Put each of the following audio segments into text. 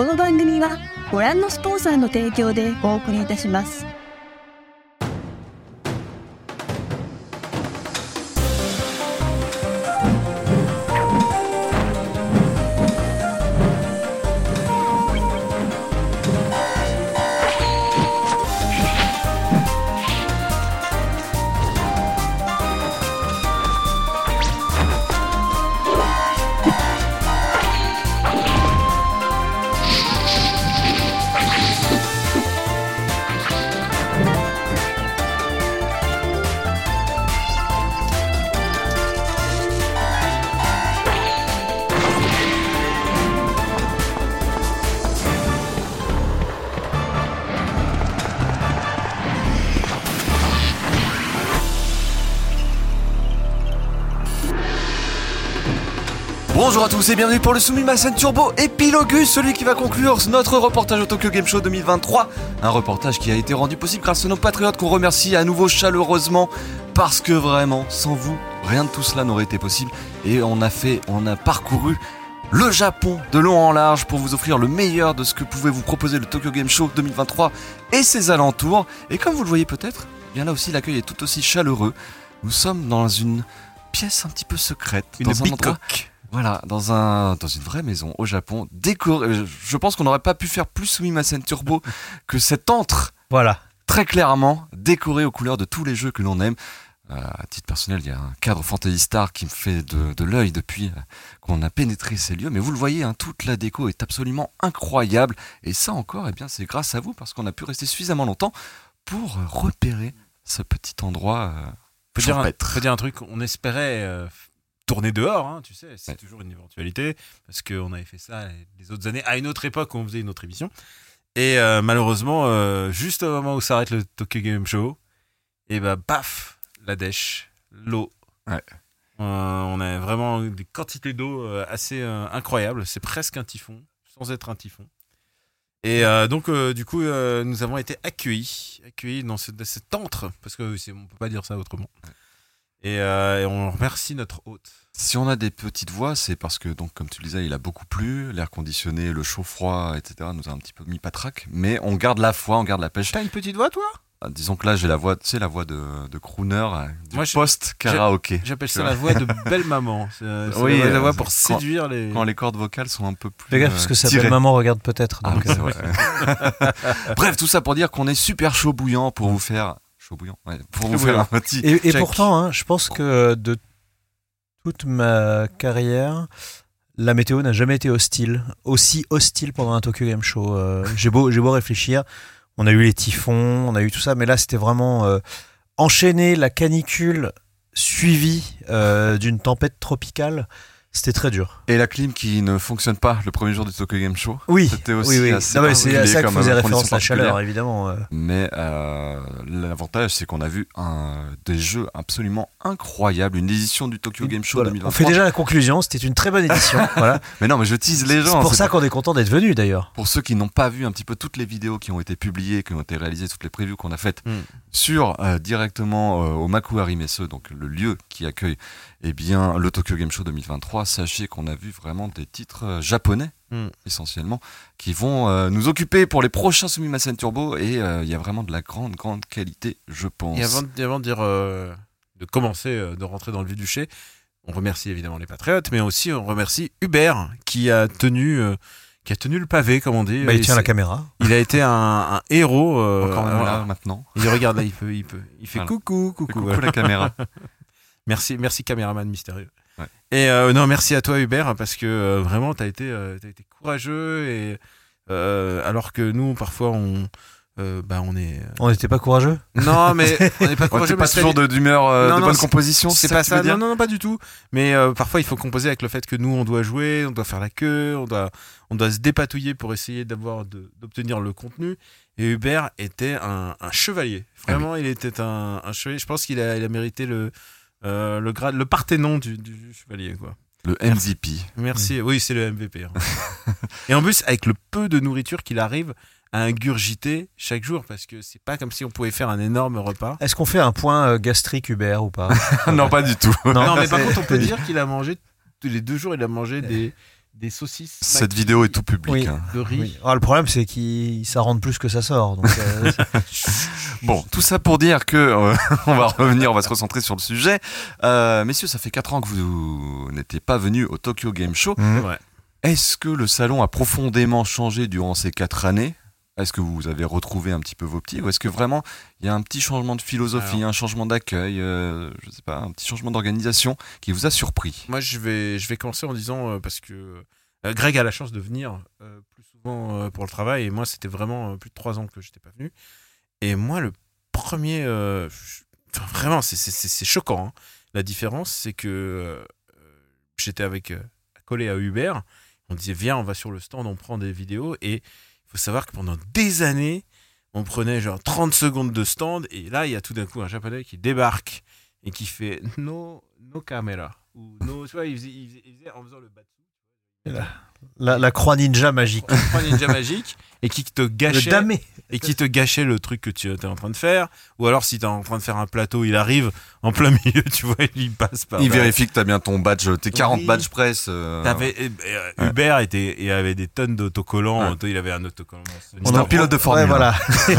この番組はご覧のスポンサーの提供でお送りいたします。 Bonjour à tous et bienvenue pour le Sumimasen Turbo Epilogus, celui qui va conclure notre reportage au Tokyo Game Show 2023. Un reportage qui a été rendu possible grâce à nos patriotes qu'on remercie à nouveau chaleureusement parce que vraiment, sans vous, rien de tout cela n'aurait été possible. Et on a parcouru le Japon de long en large pour vous offrir le meilleur de ce que pouvait vous proposer le Tokyo Game Show 2023 et ses alentours. Et comme vous le voyez peut-être, bien là aussi l'accueil est tout aussi chaleureux. Nous sommes dans une pièce un petit peu secrète, dans un endroit... Voilà, dans une vraie maison au Japon, je pense qu'on n'aurait pas pu faire plus Sumimasen Turbo que cet antre. Voilà. Très clairement, décoré aux couleurs de tous les jeux que l'on aime. À titre personnel, il y a un cadre Fantasy Star qui me fait de l'œil depuis qu'on a pénétré ces lieux. Mais vous le voyez, toute la déco est absolument incroyable. Et ça encore, c'est grâce à vous, parce qu'on a pu rester suffisamment longtemps pour repérer ce petit endroit champêtre. Faut dire un truc, on espérait... tourner dehors, tu sais, c'est toujours une éventualité, parce qu'on avait fait ça les autres années, à une autre époque où on faisait une autre émission, et malheureusement, juste au moment où s'arrête le Tokyo Game Show, et paf, la dèche, l'eau. Ouais. On a vraiment des quantités d'eau assez incroyables, c'est presque un typhon, sans être un typhon. Et donc, du coup, nous avons été accueillis dans cet antre, parce qu'on ne peut pas dire ça autrement. Ouais. Et on remercie notre hôte. Si on a des petites voix, c'est parce que, donc, comme tu le disais, il a beaucoup plu, l'air conditionné, le chaud-froid, etc. nous a un petit peu mis patraque, mais on garde la foi, on garde la pêche. T'as une petite voix, toi ? Disons que là, j'ai la voix, tu sais, la voix de crooner, post-karaoké. J'appelle ça la voix de belle maman. C'est oui, la voix pour séduire les... Quand les cordes vocales sont un peu plus fais gaffe, parce que sa belle maman regarde peut-être. Donc, c'est vrai. Bref, tout ça pour dire qu'on est super chaud bouillant pour vous faire... pour vous faire un petit et pourtant, je pense que de toute ma carrière, la météo n'a jamais été aussi hostile pendant un Tokyo Game Show. J'ai beau réfléchir, on a eu les typhons, on a eu tout ça, mais là c'était vraiment enchaîner la canicule suivie d'une tempête tropicale. C'était très dur. Et la clim qui ne fonctionne pas le premier jour du Tokyo Game Show. Oui, c'était aussi assez c'est à ça que faisait référence la chaleur, évidemment. Mais l'avantage, c'est qu'on a vu des jeux absolument incroyables, une édition du Tokyo Game Show 2023. On fait déjà la conclusion, c'était une très bonne édition. Voilà. Mais non, mais je tease les gens. C'est pour ça qu'on est content d'être venus, d'ailleurs. Pour ceux qui n'ont pas vu un petit peu toutes les vidéos qui ont été publiées, qui ont été réalisées, toutes les previews qu'on a faites sur directement au Makuhari Messe, donc le lieu qui accueille le Tokyo Game Show 2023, sachez qu'on a vu vraiment des titres japonais, essentiellement, qui vont nous occuper pour les prochains Sumimasen Turbo, et il y a vraiment de la grande qualité, je pense. Et avant de dire, de commencer, de rentrer dans le vif du sujet, on remercie évidemment les patriotes, mais aussi on remercie Hubert, qui a tenu le pavé, comme on dit. Il tient la caméra. Il a été un héros. Encore même là, maintenant. Il regarde là, il fait voilà. Coucou la caméra. Merci caméraman mystérieux. Ouais. Et merci à toi Hubert, parce que vraiment t'as été courageux, et alors que nous parfois on est... On n'était pas courageux. Non, mais on n'est pas courageux. On n'est pas toujours d'humeur, de bonne composition. C'est pas ça. Non, pas du tout. Mais parfois il faut composer avec le fait que nous on doit jouer, on doit faire la queue, on doit se dépatouiller pour essayer d'obtenir le contenu. Et Hubert était un chevalier. Vraiment, il était un chevalier. Je pense qu'il a mérité le grade, le Parthénon du chevalier, quoi. Le MVP. Merci. Oui, c'est le MVP. Et en plus, avec le peu de nourriture qu'il arrive à ingurgiter chaque jour, parce que c'est pas comme si on pouvait faire un énorme repas. Est-ce qu'on fait un point gastrique Hubert ou pas? Non, pas du tout. Non, mais par contre, on peut dire qu'il a mangé tous les 2 jours, il a mangé des saucisses. Cette vidéo est tout public. Oui. Hein. De riz. Oui. Alors, le problème, c'est que ça rentre plus que ça sort. Donc, Bon, tout ça pour dire que on va revenir, on va se recentrer sur le sujet. Messieurs, ça fait 4 ans que vous n'étiez pas venus au Tokyo Game Show. Ouais. Est-ce que le salon a profondément changé durant ces 4 années ? Est-ce que vous avez retrouvé un petit peu vos petits ? Ou est-ce que vraiment il y a un petit changement de philosophie, un changement d'accueil, je sais pas, un petit changement d'organisation qui vous a surpris ? Moi, je vais commencer en disant, parce que Greg a la chance de venir plus souvent pour le travail, et moi, c'était vraiment plus de 3 ans que je n'étais pas venu. Et moi, le premier... vraiment, c'est choquant. Hein. La différence, c'est que j'étais collé à Hubert. On disait, viens, on va sur le stand, on prend des vidéos. Et il faut savoir que pendant des années, on prenait genre 30 secondes de stand. Et là, il y a tout d'un coup un Japonais qui débarque et qui fait no camera. Ou no, tu vois, il faisait en faisant le batsu. la croix ninja magique. La croix ninja magique. Et qui te gâchait. Le damé. Et qui te gâchait le truc que tu étais en train de faire. Ou alors, si tu es en train de faire un plateau, il arrive en plein milieu, tu vois, il passe par. Il vérifie que tu as bien ton badge, tes 40 Oui. badges presse. Hubert avait des tonnes d'autocollants. Il avait un autocollant. On a un pilote de Formule. Ouais, voilà.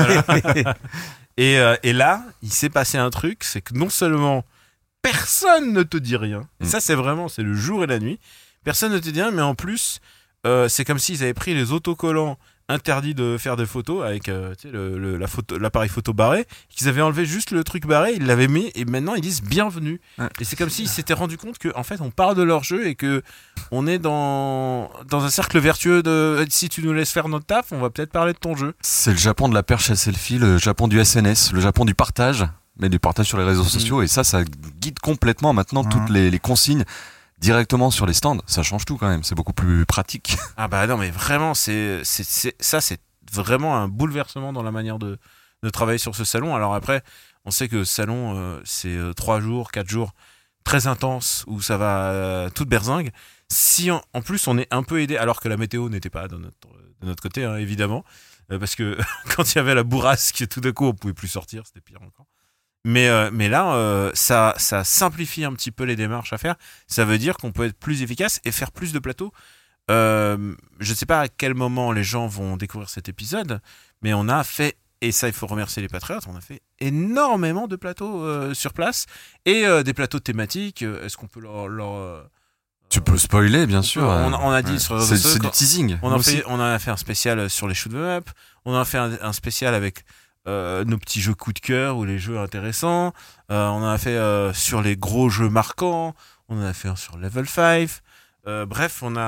Et là, il s'est passé un truc, c'est que non seulement personne ne te dit rien, et ça c'est le jour et la nuit, personne ne te dit rien, mais en plus, c'est comme s'ils avaient pris les autocollants interdits de faire des photos avec l'appareil photo barré, qu'ils avaient enlevé juste le truc barré, ils l'avaient mis, et maintenant ils disent bienvenue. Ouais. Et c'est comme s'ils s'étaient rendu compte qu'en fait on parle de leur jeu et que on est dans un cercle vertueux de si tu nous laisses faire notre taf, on va peut-être parler de ton jeu. C'est le Japon de la perche à selfie, le Japon du SNS, le Japon du partage, mais du partage sur les réseaux sociaux, et ça guide complètement maintenant toutes les consignes. Directement sur les stands, ça change tout quand même, c'est beaucoup plus pratique. Ah bah non mais vraiment, c'est vraiment un bouleversement dans la manière de travailler sur ce salon. Alors après, on sait que ce salon, c'est 3 jours, 4 jours, très intense, où ça va toute berzingue. Si en plus on est un peu aidé, alors que la météo n'était pas de notre côté, hein, évidemment, parce que quand il y avait la bourrasque, tout d'un coup on pouvait plus sortir, c'était pire encore. Mais là, ça simplifie un petit peu les démarches à faire. Ça veut dire qu'on peut être plus efficace et faire plus de plateaux. Je ne sais pas à quel moment les gens vont découvrir cet épisode, mais on a fait, et ça il faut remercier les patriotes, on a fait énormément de plateaux sur place et des plateaux thématiques. Est-ce qu'on peut leur tu peux spoiler, bien sûr. On a dit sur c'est du teasing. On a fait un spécial sur les shoot 'em up. On a fait un spécial avec nos petits jeux coup de cœur ou les jeux intéressants. On en a fait sur les gros jeux marquants. On en a fait un sur Level 5. Bref, on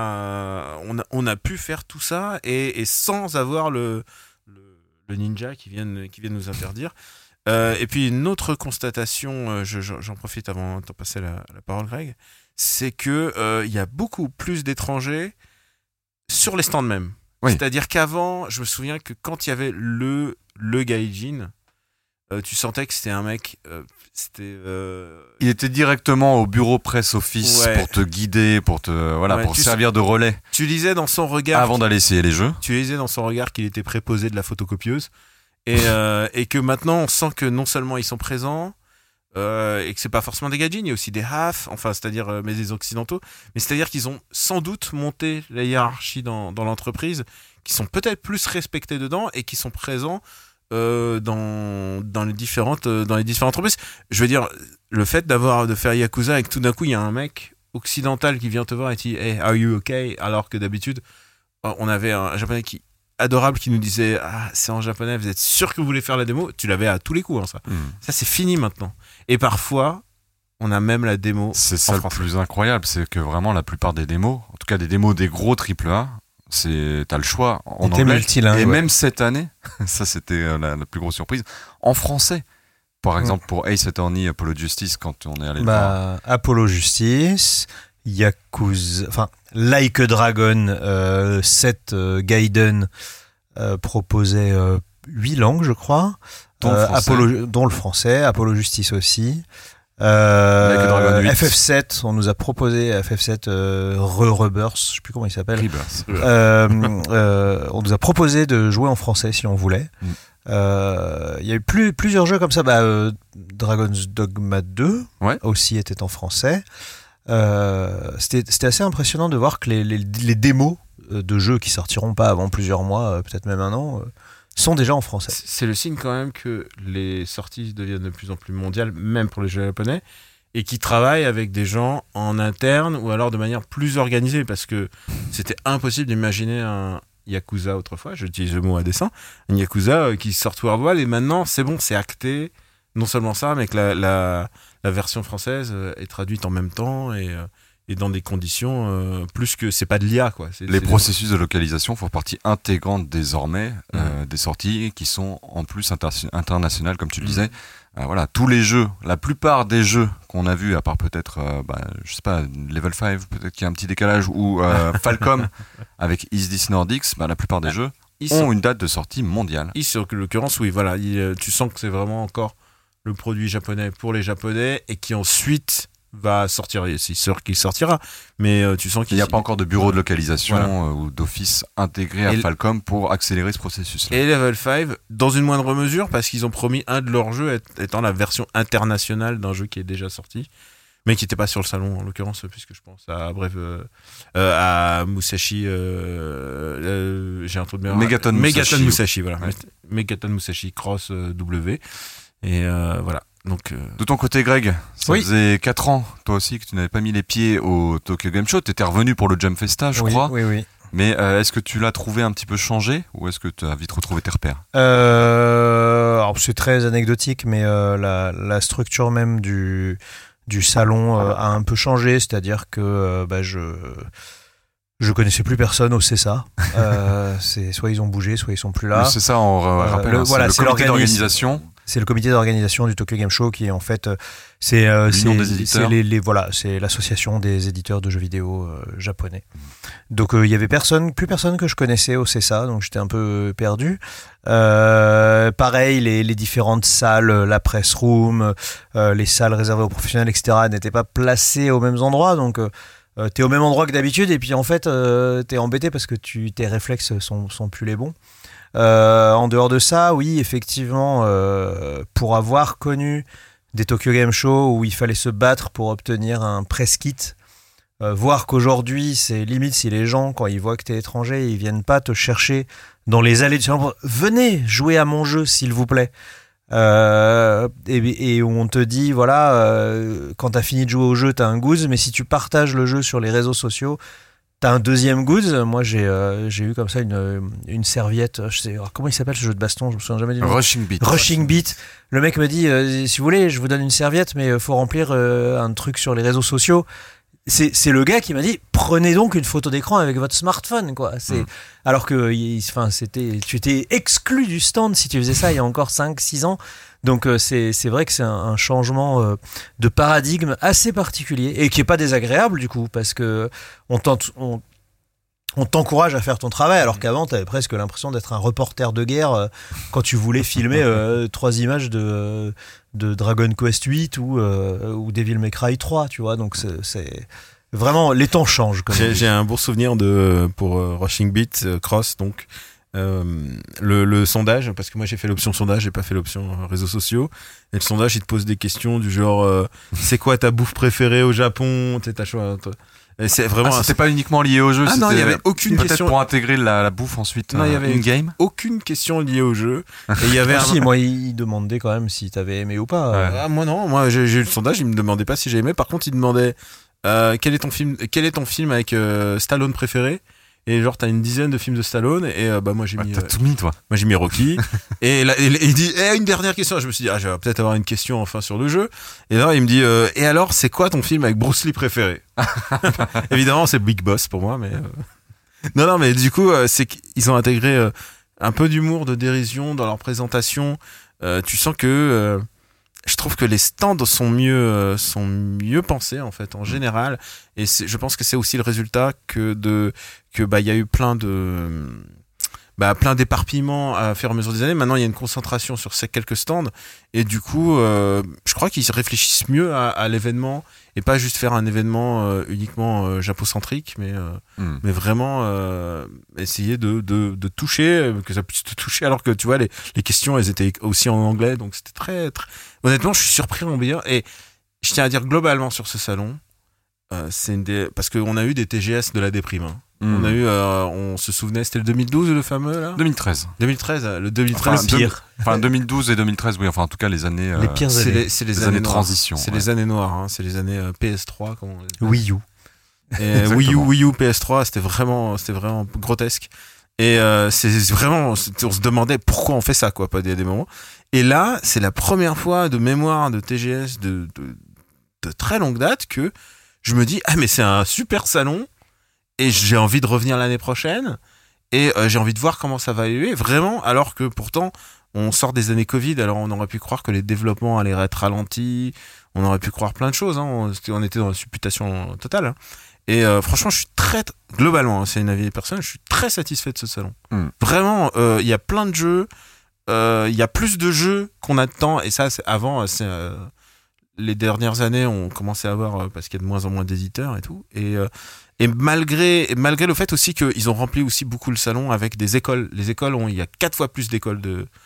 a pu faire tout ça et sans avoir le ninja qui vient nous interdire. Et puis une autre constatation, j'en profite avant de passer la parole, Greg, c'est que y a beaucoup plus d'étrangers sur les stands même. Oui. C'est-à-dire qu'avant, je me souviens que quand il y avait le gaijin, tu sentais que c'était un mec, il était directement au bureau presse office pour te guider, pour servir de relais. Tu lisais dans son regard avant d'aller essayer les jeux. Tu lisais dans son regard qu'il était préposé de la photocopieuse et que maintenant on sent que non seulement ils sont présents et que c'est pas forcément des gaijins, il y a aussi des half, enfin c'est-à-dire mais des occidentaux, mais c'est-à-dire qu'ils ont sans doute monté la hiérarchie dans l'entreprise, qui sont peut-être plus respectés dedans et qui sont présents dans les différentes entreprises. Je veux dire, le fait de faire Yakuza et que tout d'un coup il y a un mec occidental qui vient te voir et dit hey, are you okay, alors que d'habitude on avait un japonais adorable qui nous disait c'est en japonais, vous êtes sûr que vous voulez faire la démo, tu l'avais à tous les coups, hein, ça. Ça c'est fini maintenant, et parfois on a même la démo. C'est ça le plus incroyable, c'est que vraiment la plupart des démos, en tout cas des démos des gros AAA, t'as le choix en anglais, multilingue, et même cette année, ça c'était la plus grosse surprise, en français. Par exemple pour Ace Attorney, Apollo Justice, quand on est allé le voir. Apollo Justice, Yakuza, enfin Like a Dragon, 7 Gaiden proposait 8 langues, je crois, dont le français, Apollo Justice aussi. FF7, on nous a proposé FF7 Rebirth, je sais plus comment il s'appelle. On nous a proposé de jouer en français si on voulait. Il y a eu plusieurs jeux comme ça. Dragon's Dogma 2 aussi était en français. C'était assez impressionnant de voir que les démos de jeux qui sortiront pas avant plusieurs mois, peut-être même un an, sont déjà en français. C'est le signe quand même que les sorties deviennent de plus en plus mondiales, même pour les jeux japonais, et qui travaillent avec des gens en interne ou alors de manière plus organisée, parce que c'était impossible d'imaginer un Yakuza autrefois, j'utilise le mot à dessein, un Yakuza qui sort Worldwide, et maintenant c'est bon, c'est acté, non seulement ça, mais que la version française est traduite en même temps et dans des conditions plus que c'est pas de l'IA quoi. Les processus de localisation font partie intégrante désormais des sorties qui sont en plus internationales comme tu le disais. Voilà, tous les jeux, la plupart des jeux qu'on a vus, à part peut-être, je sais pas, Level 5, peut-être qu'il y a un petit décalage, ou Falcom avec Is This Nordics, la plupart des jeux ont une date de sortie mondiale. En l'occurrence, oui, voilà, tu sens que c'est vraiment encore le produit japonais pour les Japonais et qui ensuite va sortir, c'est sûr qu'il sortira, mais tu sens qu'il n'y a pas encore de bureau de localisation ou d'office intégré à Falcom pour accélérer ce processus-là. Et Level 5, dans une moindre mesure, parce qu'ils ont promis un de leurs jeux étant la version internationale d'un jeu qui est déjà sorti, mais qui n'était pas sur le salon en l'occurrence, puisque je pense à Musashi, j'ai un trou de mémoire. Megaton Musashi, voilà. Ouais. Megaton Musashi Cross W. Et voilà. Donc, de ton côté, Greg, ça faisait 4 ans, toi aussi, que tu n'avais pas mis les pieds au Tokyo Game Show. Tu étais revenu pour le Jump Festa, je crois. Oui. Mais est-ce que tu l'as trouvé un petit peu changé ou est-ce que tu as vite retrouvé tes repères ? Alors, c'est très anecdotique, mais la structure même du salon a un peu changé. C'est-à-dire que je connaissais plus personne au CESA. Soit ils ont bougé, soit ils sont plus là. Le CESA, on rappelle, c'est le comité d'organisation. C'est le comité d'organisation du Tokyo Game Show qui est en fait c'est l'association des éditeurs de jeux vidéo japonais. Donc il y avait plus personne que je connaissais au CESA, donc j'étais un peu perdu. Pareil, les différentes salles, la press room, les salles réservées aux professionnels, etc. n'étaient pas placées aux mêmes endroits, donc t'es au même endroit que d'habitude et puis en fait t'es embêté parce que tes réflexes sont plus les bons. En dehors de ça, oui, effectivement, pour avoir connu des Tokyo Game Show où il fallait se battre pour obtenir un press kit, voir qu'aujourd'hui, c'est limite si les gens, quand ils voient que t'es étranger, ils viennent pas te chercher dans les allées du salon, venez jouer à mon jeu, s'il vous plaît. Et où on te dit, voilà, quand t'as fini de jouer au jeu, t'as un goose, mais si tu partages le jeu sur les réseaux sociaux, t'as un deuxième goods. Moi j'ai eu comme ça une serviette, je sais comment il s'appelle ce jeu de baston, je me souviens jamais du nom. Rushing Beat. Le mec me dit si vous voulez je vous donne une serviette mais faut remplir un truc sur les réseaux sociaux. C'est le gars qui m'a dit prenez donc une photo d'écran avec votre smartphone quoi. Alors que tu étais exclu du stand si tu faisais ça il y a encore 5-6 ans. Donc c'est vrai que c'est un changement de paradigme assez particulier et qui est pas désagréable du coup parce que on t'encourage à faire ton travail alors qu'avant t'avais presque l'impression d'être un reporter de guerre quand tu voulais filmer 3 images de Dragon Quest 8 ou Devil May Cry 3, tu vois. Donc c'est vraiment les temps changent. J'ai un bon souvenir pour Rushing Beat Cross donc. Le sondage, parce que moi j'ai fait l'option sondage, j'ai pas fait l'option réseaux sociaux, et le sondage il te pose des questions du genre c'est quoi ta bouffe préférée au Japon, t'as choix. Et c'est vraiment c'était pas uniquement lié au jeu, non, il y avait aucune peut-être question pour intégrer la bouffe ensuite non, il y avait in-game. Aucune question liée au jeu. Et il y avait moi il demandait quand même si t'avais aimé ou pas. Moi non, moi j'ai eu le sondage, il me demandait pas si j'ai aimé, par contre il demandait quel est ton film avec Stallone préféré. Et genre t'as une dizaine de films de Stallone et moi j'ai mis t'as tout mis toi. Moi j'ai mis Rocky et il dit une dernière question. Je me suis dit je vais peut-être avoir une question enfin sur le jeu. Et là il me dit et alors c'est quoi ton film avec Bruce Lee préféré? Évidemment c'est Big Boss pour moi mais non mais du coup c'est qu'ils ont intégré un peu d'humour, de dérision dans leur présentation. Tu sens que je trouve que les stands sont mieux pensés en fait en général et je pense que c'est aussi le résultat que il y a eu plein d'éparpillements à faire à mesure des années. Maintenant il y a une concentration sur ces quelques stands et du coup je crois qu'ils réfléchissent mieux à l'événement et pas juste faire un événement uniquement japocentrique mais vraiment essayer de toucher, que ça puisse te toucher alors que tu vois les questions elles étaient aussi en anglais donc c'était très, très... Honnêtement je suis surpris en bien et je tiens à dire globalement sur ce salon parce qu'on a eu des TGS de la déprime. Hein. Mm. On se souvenait, c'était le 2012 le fameux là. 2013. 2013, le 2013. Enfin, pire. Enfin 2012 et 2013, oui. Enfin en tout cas les années. Les pires C'est années. les années de noires. transition. C'est ouais. les années noires. Hein. C'est les années PS3. Comment on dit. Wii U. Et Wii U, PS3, c'était vraiment grotesque. Et on se demandait pourquoi on fait ça, quoi, pas des moments. Et là, c'est la première fois de mémoire de TGS de très longue date que je me dis, ah mais c'est un super salon et j'ai envie de revenir l'année prochaine et j'ai envie de voir comment ça va évoluer. Vraiment, alors que pourtant, on sort des années Covid, alors on aurait pu croire que les développements allaient être ralentis, on aurait pu croire plein de choses, hein. On était dans la supputation totale. Hein. Et franchement, je suis globalement, hein, c'est une avis personnel, je suis très satisfait de ce salon. Mm. Vraiment, il y a plein de jeux, il y a plus de jeux qu'on attend, et ça, les dernières années, on commençait à avoir, parce qu'il y a de moins en moins d'éditeurs et tout, et malgré le fait aussi qu'ils ont rempli aussi beaucoup le salon avec des écoles. Les écoles il y a 4 fois plus d'écoles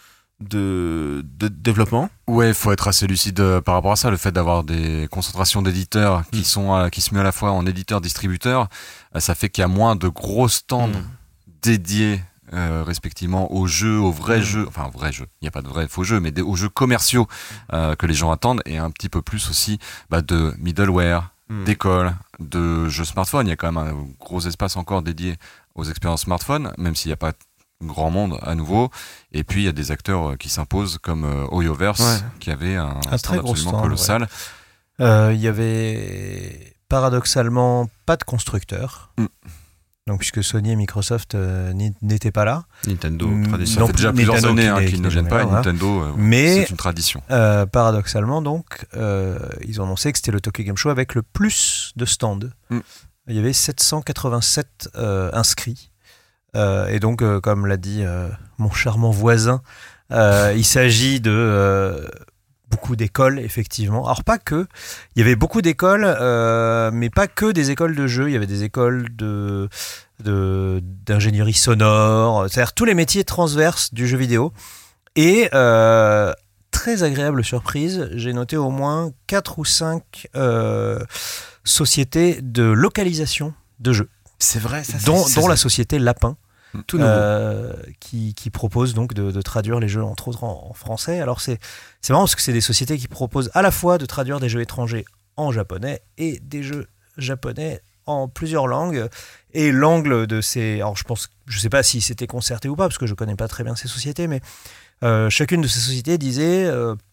de développement. Ouais, faut être assez lucide par rapport à ça. Le fait d'avoir des concentrations d'éditeurs qui se mettent à la fois en éditeur-distributeur, ça fait qu'il y a moins de gros stands dédiés respectivement aux jeux, aux vrais jeux, enfin vrais jeux, il n'y a pas de vrais faux jeux, mais aux jeux commerciaux que les gens attendent, et un petit peu plus aussi de middleware, d'écoles, de jeux smartphone. Il y a quand même un gros espace encore dédié aux expériences smartphone, même s'il n'y a pas grand monde à nouveau. Et puis il y a des acteurs qui s'imposent comme Hoyoverse, qui avait un stand absolument colossal. Ouais. Il y avait paradoxalement pas de constructeurs. Donc, puisque Sony et Microsoft n'étaient pas là. Nintendo, tradition. Ça fait déjà plusieurs années qu'ils ne viennent pas. Voilà. Nintendo, mais, c'est une tradition. Paradoxalement, donc, ils ont annoncé que c'était le Tokyo Game Show avec le plus de stands. Il y avait 787 inscrits. Et donc, comme l'a dit mon charmant voisin, il s'agit de beaucoup d'écoles, effectivement. Alors, pas que. Il y avait beaucoup d'écoles, mais pas que des écoles de jeux. Il y avait des écoles d'ingénierie sonore, c'est-à-dire tous les métiers transverses du jeu vidéo. Et très agréable surprise, j'ai noté au moins 4 ou 5 sociétés de localisation de jeux. C'est vrai, ça, dont la société Lapin. Tout nouveau. Qui propose donc de traduire les jeux entre autres en français. Alors c'est marrant parce que c'est des sociétés qui proposent à la fois de traduire des jeux étrangers en japonais et des jeux japonais en plusieurs langues. Et l'angle de ces... Alors je sais pas si c'était concerté ou pas parce que je connais pas très bien ces sociétés, mais chacune de ces sociétés disait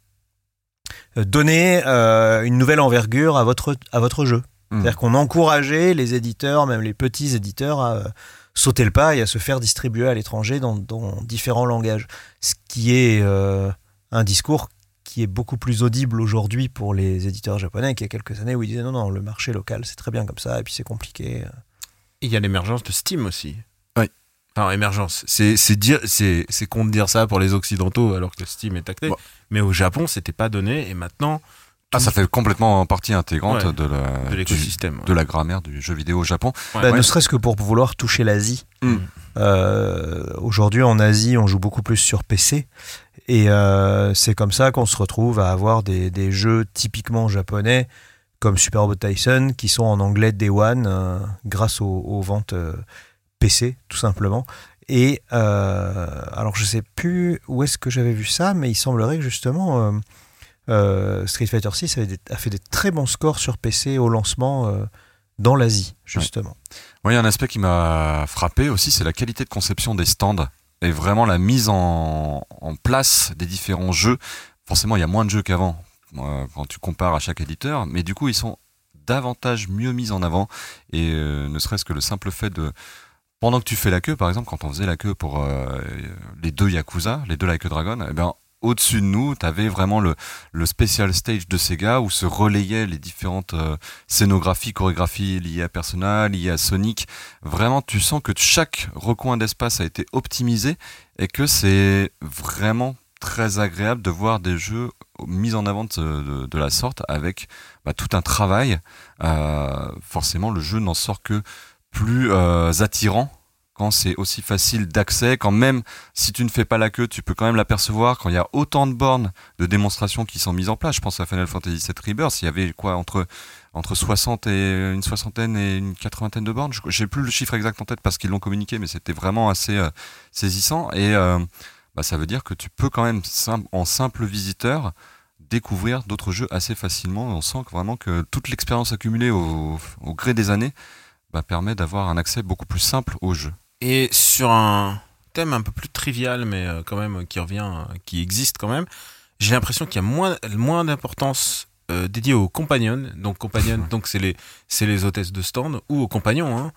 donner une nouvelle envergure à votre jeu. C'est-à-dire qu'on encourageait les éditeurs, même les petits éditeurs, à sauter le pas et à se faire distribuer à l'étranger dans différents langages. Ce qui est un discours qui est beaucoup plus audible aujourd'hui pour les éditeurs japonais qu'il y a quelques années où ils disaient non, le marché local c'est très bien comme ça et puis c'est compliqué. Il y a l'émergence de Steam aussi. Oui. Enfin, émergence. C'est con de dire ça pour les Occidentaux alors que Steam est acté. Bon. Mais au Japon, c'était pas donné et maintenant... ça fait complètement partie intégrante de l'écosystème, de la grammaire du jeu vidéo au Japon. Ne serait-ce que pour vouloir toucher l'Asie. Aujourd'hui, en Asie, on joue beaucoup plus sur PC. Et c'est comme ça qu'on se retrouve à avoir des jeux typiquement japonais, comme Super Robot Tyson, qui sont en anglais Day One, grâce aux ventes PC, tout simplement. Et alors, je sais plus où est-ce que j'avais vu ça, mais il semblerait que justement... Street Fighter 6 a fait des très bons scores sur PC au lancement dans l'Asie, justement. Oui, il y a un aspect qui m'a frappé aussi, c'est la qualité de conception des stands et vraiment la mise en place des différents jeux. Forcément, il y a moins de jeux qu'avant quand tu compares à chaque éditeur, mais du coup, ils sont davantage mieux mis en avant et ne serait-ce que le simple fait de... Pendant que tu fais la queue, par exemple, quand on faisait la queue pour les 2 Yakuza, les 2 Like a Dragon, eh bien, au-dessus de nous, tu avais vraiment le special stage de Sega où se relayaient les différentes scénographies, chorégraphies liées à Persona, liées à Sonic. Vraiment, tu sens que chaque recoin d'espace a été optimisé et que c'est vraiment très agréable de voir des jeux mis en avant de la sorte avec tout un travail. Forcément, le jeu n'en sort que plus attirant quand c'est aussi facile d'accès, quand même si tu ne fais pas la queue, tu peux quand même l'apercevoir, quand il y a autant de bornes de démonstration qui sont mises en place. Je pense à Final Fantasy VII Rebirth, il y avait quoi entre 60 et une soixantaine et une 80aine de bornes. J'ai plus le chiffre exact en tête parce qu'ils l'ont communiqué, mais c'était vraiment assez saisissant. Et ça veut dire que tu peux quand même, en simple visiteur, découvrir d'autres jeux assez facilement. Et on sent vraiment que toute l'expérience accumulée au gré des années permet d'avoir un accès beaucoup plus simple aux jeux. Et sur un thème un peu plus trivial, mais quand même qui revient, qui existe quand même, j'ai l'impression qu'il y a moins d'importance dédiée aux compagnons. Donc donc c'est les hôtesses de stand ou aux compagnons.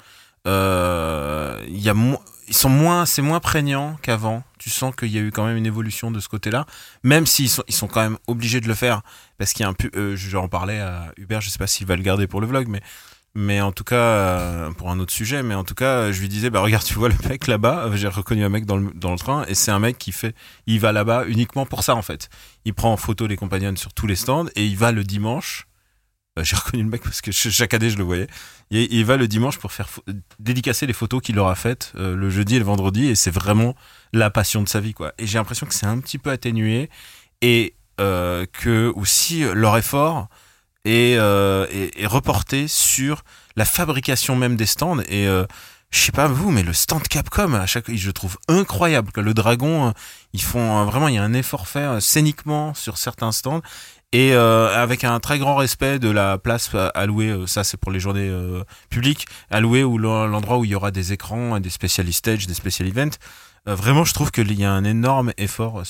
C'est moins prégnant qu'avant. Tu sens qu'il y a eu quand même une évolution de ce côté-là, même s'ils sont quand même obligés de le faire parce qu'il y a un peu. J'en parlais à Hubert, je sais pas s'il va le garder pour le vlog, mais en tout cas, pour un autre sujet, mais en tout cas, je lui disais, regarde, tu vois le mec là-bas, j'ai reconnu un mec dans le train, et c'est un mec il va là-bas uniquement pour ça, en fait. Il prend en photo les compagnons sur tous les stands, et il va le dimanche, j'ai reconnu le mec parce que chaque année, je le voyais, et il va le dimanche pour faire dédicacer les photos qu'il aura faites le jeudi et le vendredi, et c'est vraiment la passion de sa vie, quoi. Et j'ai l'impression que c'est un petit peu atténué, et que aussi leur effort et reporté sur la fabrication même des stands. Et je sais pas vous, mais le stand Capcom, à chaque fois, je le trouve incroyable. Le dragon, ils font vraiment, il y a un effort fait scéniquement sur certains stands. Et avec un très grand respect de la place allouée, ça c'est pour les journées publiques, allouée ou l'endroit où il y aura des écrans, des special stages, des special events. Vraiment, je trouve qu'il y a un énorme effort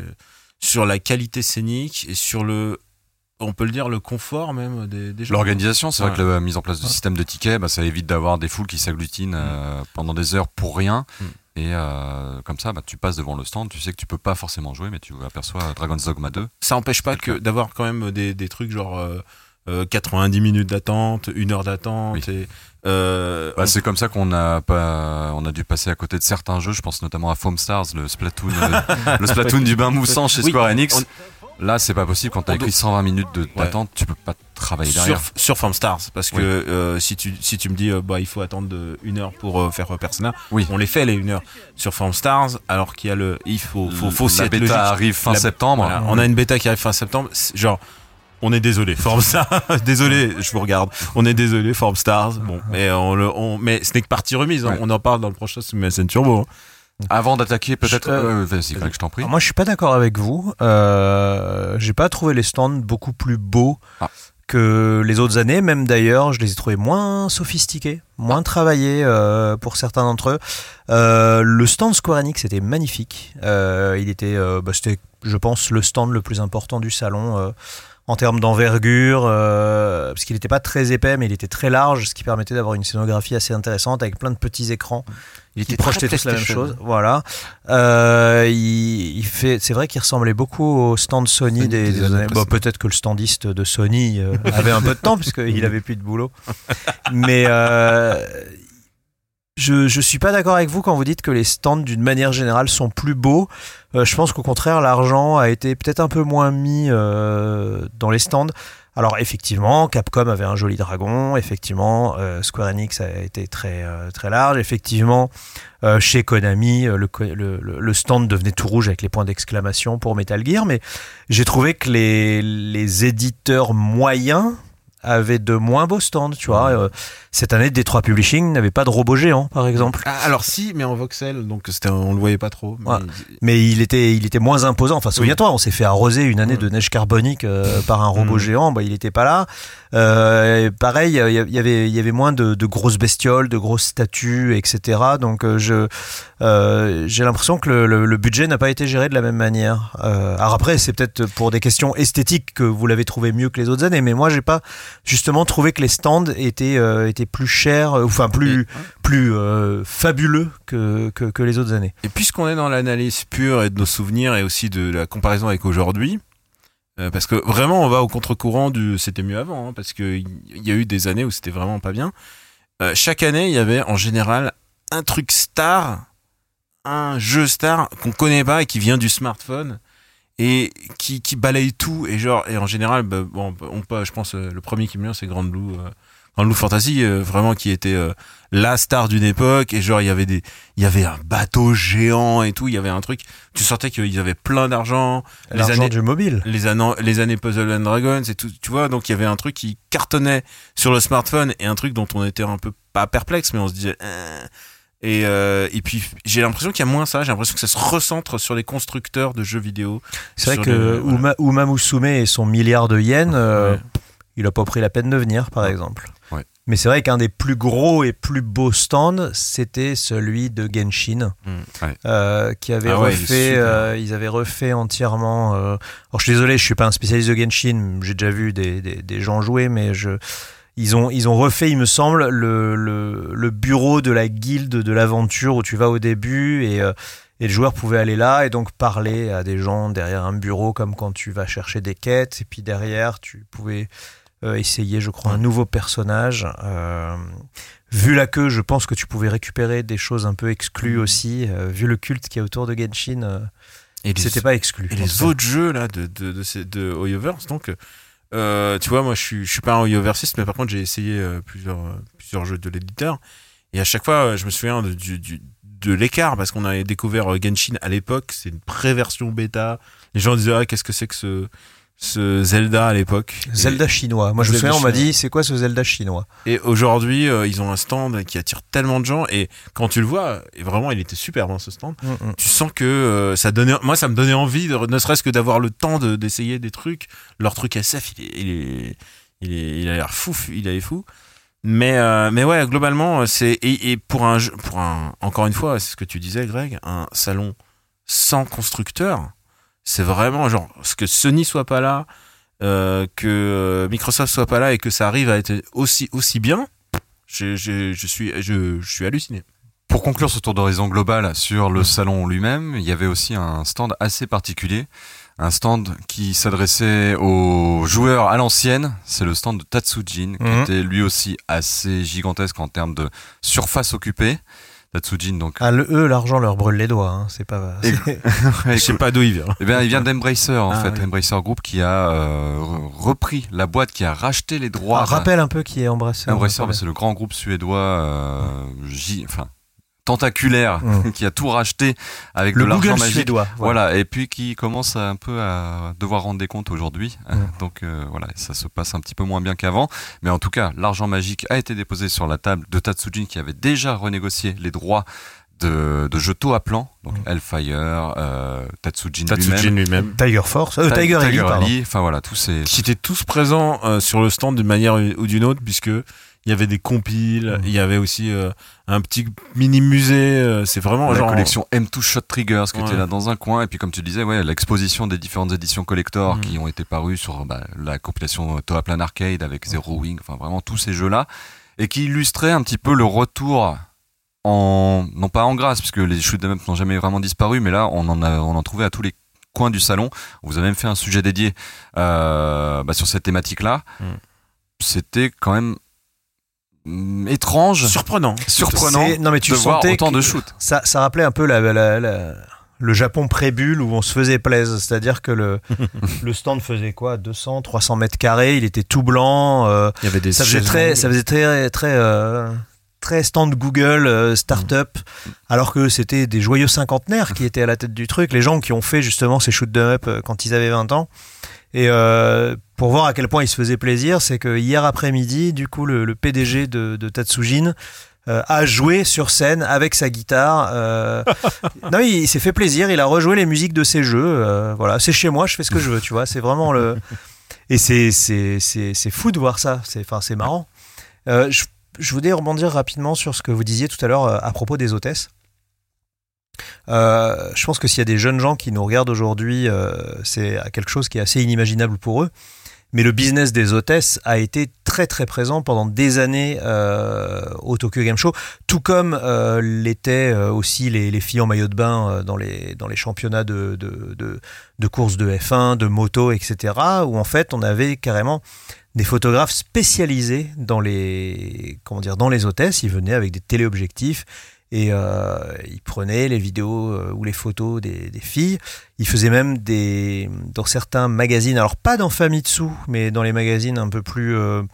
sur la qualité scénique et sur on peut le dire, le confort même des gens. L'organisation, c'est vrai que la mise en place de système de tickets, ça évite d'avoir des foules qui s'agglutinent pendant des heures pour rien. Et comme ça, tu passes devant le stand, tu sais que tu peux pas forcément jouer, mais tu aperçois Dragon's Dogma 2. Ça empêche pas d'avoir quand même des trucs genre 90 minutes d'attente, 1 heure d'attente. Oui. C'est comme ça qu'on a dû passer à côté de certains jeux. Je pense notamment à Foam Stars, le Splatoon, le Splatoon du bain moussant chez Square Enix. Là, c'est pas possible. Quand t'as écrit 120 minutes d'attente, tu peux pas travailler derrière. Sur Foam Stars, parce que si tu me dis il faut attendre 1 heure pour faire Persona, on les fait les 1 heure sur Foam Stars, alors qu'il y a il faut la bêta arrive fin septembre. Voilà, on a une bêta qui arrive fin septembre. Genre, on est désolé, Foam Stars. Désolé, je vous regarde. On est désolé, Foam Stars. Bon, mais mais ce n'est que partie remise. On en parle dans le prochain MSN Turbo. Avant d'attaquer, peut-être. Vas-y, Greg, je t'en prie. Moi, je suis pas d'accord avec vous. J'ai pas trouvé les stands beaucoup plus beaux que les autres années. Même d'ailleurs, je les ai trouvés moins sophistiqués, moins travaillés pour certains d'entre eux. Le stand Square Enix était magnifique. C'était, je pense, le stand le plus important du salon. En termes d'envergure, parce qu'il n'était pas très épais, mais il était très large, ce qui permettait d'avoir une scénographie assez intéressante avec plein de petits écrans. Il projetait tous la même chose. Voilà. C'est vrai qu'il ressemblait beaucoup au stand Sony des années. Peut-être que le standiste de Sony avait un peu de temps puisqu'il avait plus de boulot. Mais je suis pas d'accord avec vous quand vous dites que les stands d'une manière générale sont plus beaux. Je pense qu'au contraire l'argent a été peut-être un peu moins mis dans les stands. Alors effectivement, Capcom avait un joli dragon, effectivement, Square Enix a été très très large, effectivement, chez Konami, le stand devenait tout rouge avec les points d'exclamation pour Metal Gear, mais j'ai trouvé que les éditeurs moyens avaient de moins beaux stands, tu vois. Cette année, Detroit Publishing n'avait pas de robot géant, par exemple. Alors si, mais en voxel, donc on le voyait pas trop. Mais il était moins imposant. Enfin, souviens-toi, on s'est fait arroser une année de neige carbonique par un robot géant. Il était pas là. Pareil, il y avait moins de grosses bestioles, de grosses statues, etc. Donc j'ai l'impression que le budget n'a pas été géré de la même manière. Alors après, c'est peut-être pour des questions esthétiques que vous l'avez trouvé mieux que les autres années, mais moi j'ai pas justement trouvé que les stands étaient plus chers, enfin plus fabuleux que les autres années. Et puisqu'on est dans l'analyse pure et de nos souvenirs et aussi de la comparaison avec aujourd'hui, parce que vraiment on va au contre-courant du c'était mieux avant, parce que il y a eu des années où c'était vraiment pas bien. Chaque année il y avait en général un truc star, un jeu star qu'on connaît pas et qui vient du smartphone et qui balaye tout et en général je pense le premier qui me vient c'est Grand Blue dans le Loop Fantasy, vraiment qui était la star d'une époque, et genre il y avait un bateau géant et tout, il y avait un truc, tu sentais qu'ils avaient plein d'argent, L'argent du mobile. les années Puzzle and Dragons et tout, tu vois, donc il y avait un truc qui cartonnait sur le smartphone, et un truc dont on était un peu pas perplexe, mais on se disait et puis j'ai l'impression qu'il y a moins ça, j'ai l'impression que ça se recentre sur les constructeurs de jeux vidéo. C'est vrai que Uma Musume et son milliard de yens, il a pas pris la peine de venir, par exemple. Ouais. Mais c'est vrai qu'un des plus gros et plus beaux stands, c'était celui de Genshin, qui avait ils avaient refait entièrement. Alors je suis désolé, je suis pas un spécialiste de Genshin, j'ai déjà vu des gens jouer, mais ils ont refait, il me semble, le bureau de la guilde de l'aventure où tu vas au début, et le joueur pouvait aller là et donc parler à des gens derrière un bureau, comme quand tu vas chercher des quêtes, et puis derrière tu pouvais essayer, je crois, un nouveau personnage. Vu la queue, je pense que tu pouvais récupérer des choses un peu exclues aussi, vu le culte qu'il y a autour de Genshin, c'était pas exclu. Et les autres jeux là de Hoyoverse, donc tu vois, moi je suis pas un Hoyoversiste, mais par contre j'ai essayé plusieurs jeux de l'éditeur, et à chaque fois je me souviens de l'écart, parce qu'on avait découvert Genshin à l'époque, c'est une pré-version bêta, les gens disaient qu'est-ce que c'est que ce Zelda à l'époque. Zelda chinois. Moi, je me souviens, on m'a dit, c'est quoi ce Zelda chinois? Et aujourd'hui, ils ont un stand qui attire tellement de gens, et quand tu le vois, et vraiment, il était superbe, hein, ce stand. Tu sens que ça me donnait envie, ne serait-ce que d'avoir le temps d'essayer des trucs. Leur truc SF, il a l'air fou, il est fou. Mais ouais, globalement, et pour encore une fois, c'est ce que tu disais, Greg, un salon sans constructeur. C'est vraiment genre ce que Sony soit pas là, que Microsoft soit pas là, et que ça arrive à être aussi bien. Je suis halluciné. Pour conclure ce tour d'horizon global sur le salon lui-même, il y avait aussi un stand assez particulier, un stand qui s'adressait aux joueurs à l'ancienne. C'est le stand de Tatsujin, qui était lui aussi assez gigantesque en termes de surface occupée. Tatsujin, donc. L'argent leur brûle les doigts, hein. C'est pas. Je sais pas d'où il vient. Eh bien, il vient d'Embracer, en fait. Oui. Embracer Group qui a repris la boîte, qui a racheté les droits. Rappelle un peu qui est Embracer. Embracer, c'est le grand groupe suédois, tentaculaire, qui a tout racheté avec de l'argent magique. Suédois, voilà, et puis qui commence un peu à devoir rendre des comptes aujourd'hui. Donc voilà, ça se passe un petit peu moins bien qu'avant. Mais en tout cas, l'argent magique a été déposé sur la table de Tatsujin, qui avait déjà renégocié les droits de jeux Toa Plan, donc Hellfire, Tatsujin lui-même. Tiger Force, Tiger Elite, enfin voilà, tous ces... Qui étaient tous présents sur le stand d'une manière ou d'une autre, puisque il y avait des compiles, il y avait aussi un petit mini musée, c'est vraiment la genre collection M2 Shot Triggers qui était là dans un coin, et puis comme tu disais, l'exposition des différentes éditions collector qui ont été parues sur la compilation Toa Plan Arcade avec Zero Wing, enfin vraiment tous ces jeux-là, et qui illustraient un petit peu le retour non pas en grâce, puisque les shoot 'em up n'ont jamais vraiment disparu, mais là on en trouvait à tous les coins du salon. On vous a même fait un sujet dédié sur cette thématique-là. C'était quand même étrange, surprenant non, mais tu de voir autant de shoot. Ça rappelait un peu le Japon pré-bulle, où on se faisait plaisir, c'est-à-dire que le stand faisait quoi, 200, 300 mètres carrés, il était tout blanc, il y avait des ça faisait très stand Google, start-up, alors que c'était des joyeux cinquantenaires qui étaient à la tête du truc, les gens qui ont fait justement ces shoot 'em up quand ils avaient 20 ans. Et pour voir à quel point il se faisait plaisir, c'est que hier après-midi, du coup, le PDG de Tatsujin a joué sur scène avec sa guitare. Non, il s'est fait plaisir, il a rejoué les musiques de ses jeux. Voilà, c'est chez moi, je fais ce que je veux, tu vois. C'est vraiment et c'est fou de voir ça. C'est marrant. Je voudrais rebondir rapidement sur ce que vous disiez tout à l'heure à propos des hôtesses. Je pense que s'il y a des jeunes gens qui nous regardent aujourd'hui, c'est quelque chose qui est assez inimaginable pour eux. Mais le business des hôtesses a été très très présent pendant des années au Tokyo Game Show, tout comme l'étaient aussi les filles en maillot de bain dans les championnats de courses de F1, de moto, etc. Où en fait on avait carrément des photographes spécialisés dans les hôtesses. Ils venaient avec des téléobjectifs Et il prenait les vidéos ou les photos des filles. Il faisait même dans certains magazines, alors pas dans Famitsu, mais dans les magazines un peu plus, on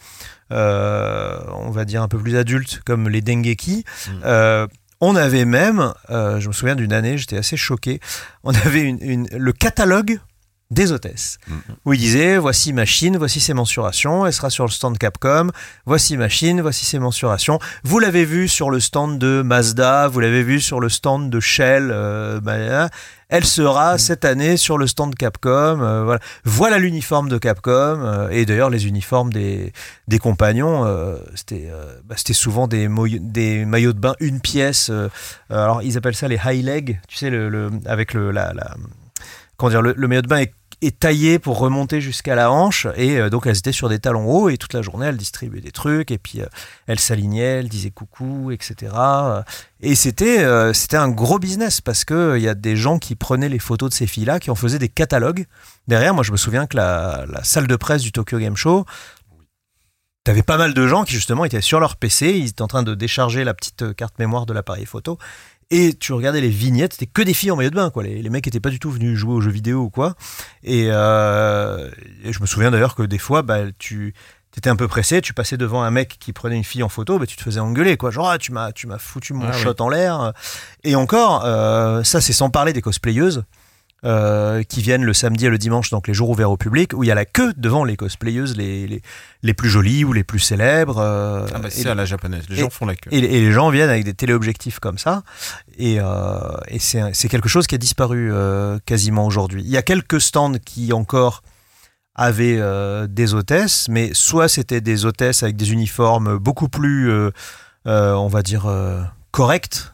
va dire un peu plus adultes, comme les Dengeki. On avait même, je me souviens d'une année, j'étais assez choqué, on avait le catalogue des hôtesses, où il disait voici ma Chine, voici ses mensurations, elle sera sur le stand Capcom, voici ma Chine, voici ses mensurations, vous l'avez vu sur le stand de Mazda, vous l'avez vu sur le stand de Shell, elle sera cette année sur le stand Capcom, voilà l'uniforme de Capcom, et d'ailleurs les uniformes des compagnons, c'était souvent des maillots de bain une pièce, alors ils appellent ça les high leg, tu sais, avec le maillot de bain est taillé pour remonter jusqu'à la hanche, et donc elles étaient sur des talons hauts, et toute la journée elles distribuaient des trucs, et puis elles s'alignaient, elles disaient coucou, etc. Et c'était un gros business, parce que il y a des gens qui prenaient les photos de ces filles-là, qui en faisaient des catalogues. Derrière, moi je me souviens que la salle de presse du Tokyo Game Show, t'avais pas mal de gens qui justement étaient sur leur PC, ils étaient en train de décharger la petite carte mémoire de l'appareil photo, et tu regardais les vignettes, c'était que des filles en maillot de bain, quoi. Les mecs étaient pas du tout venus jouer aux jeux vidéo ou quoi. Et je me souviens d'ailleurs que des fois, tu étais un peu pressé, tu passais devant un mec qui prenait une fille en photo, tu te faisais engueuler, quoi. Genre, tu m'as foutu mon shot en l'air. Et encore, ça c'est sans parler des cosplayeuses. Qui viennent le samedi et le dimanche, donc les jours ouverts au public, où il y a la queue devant les cosplayeuses les plus jolies ou les plus célèbres. C'est à la japonaise, les gens font la queue. Et les gens viennent avec des téléobjectifs comme ça, et c'est quelque chose qui a disparu quasiment aujourd'hui. Il y a quelques stands qui encore avaient des hôtesses, mais soit c'était des hôtesses avec des uniformes beaucoup plus, on va dire, corrects,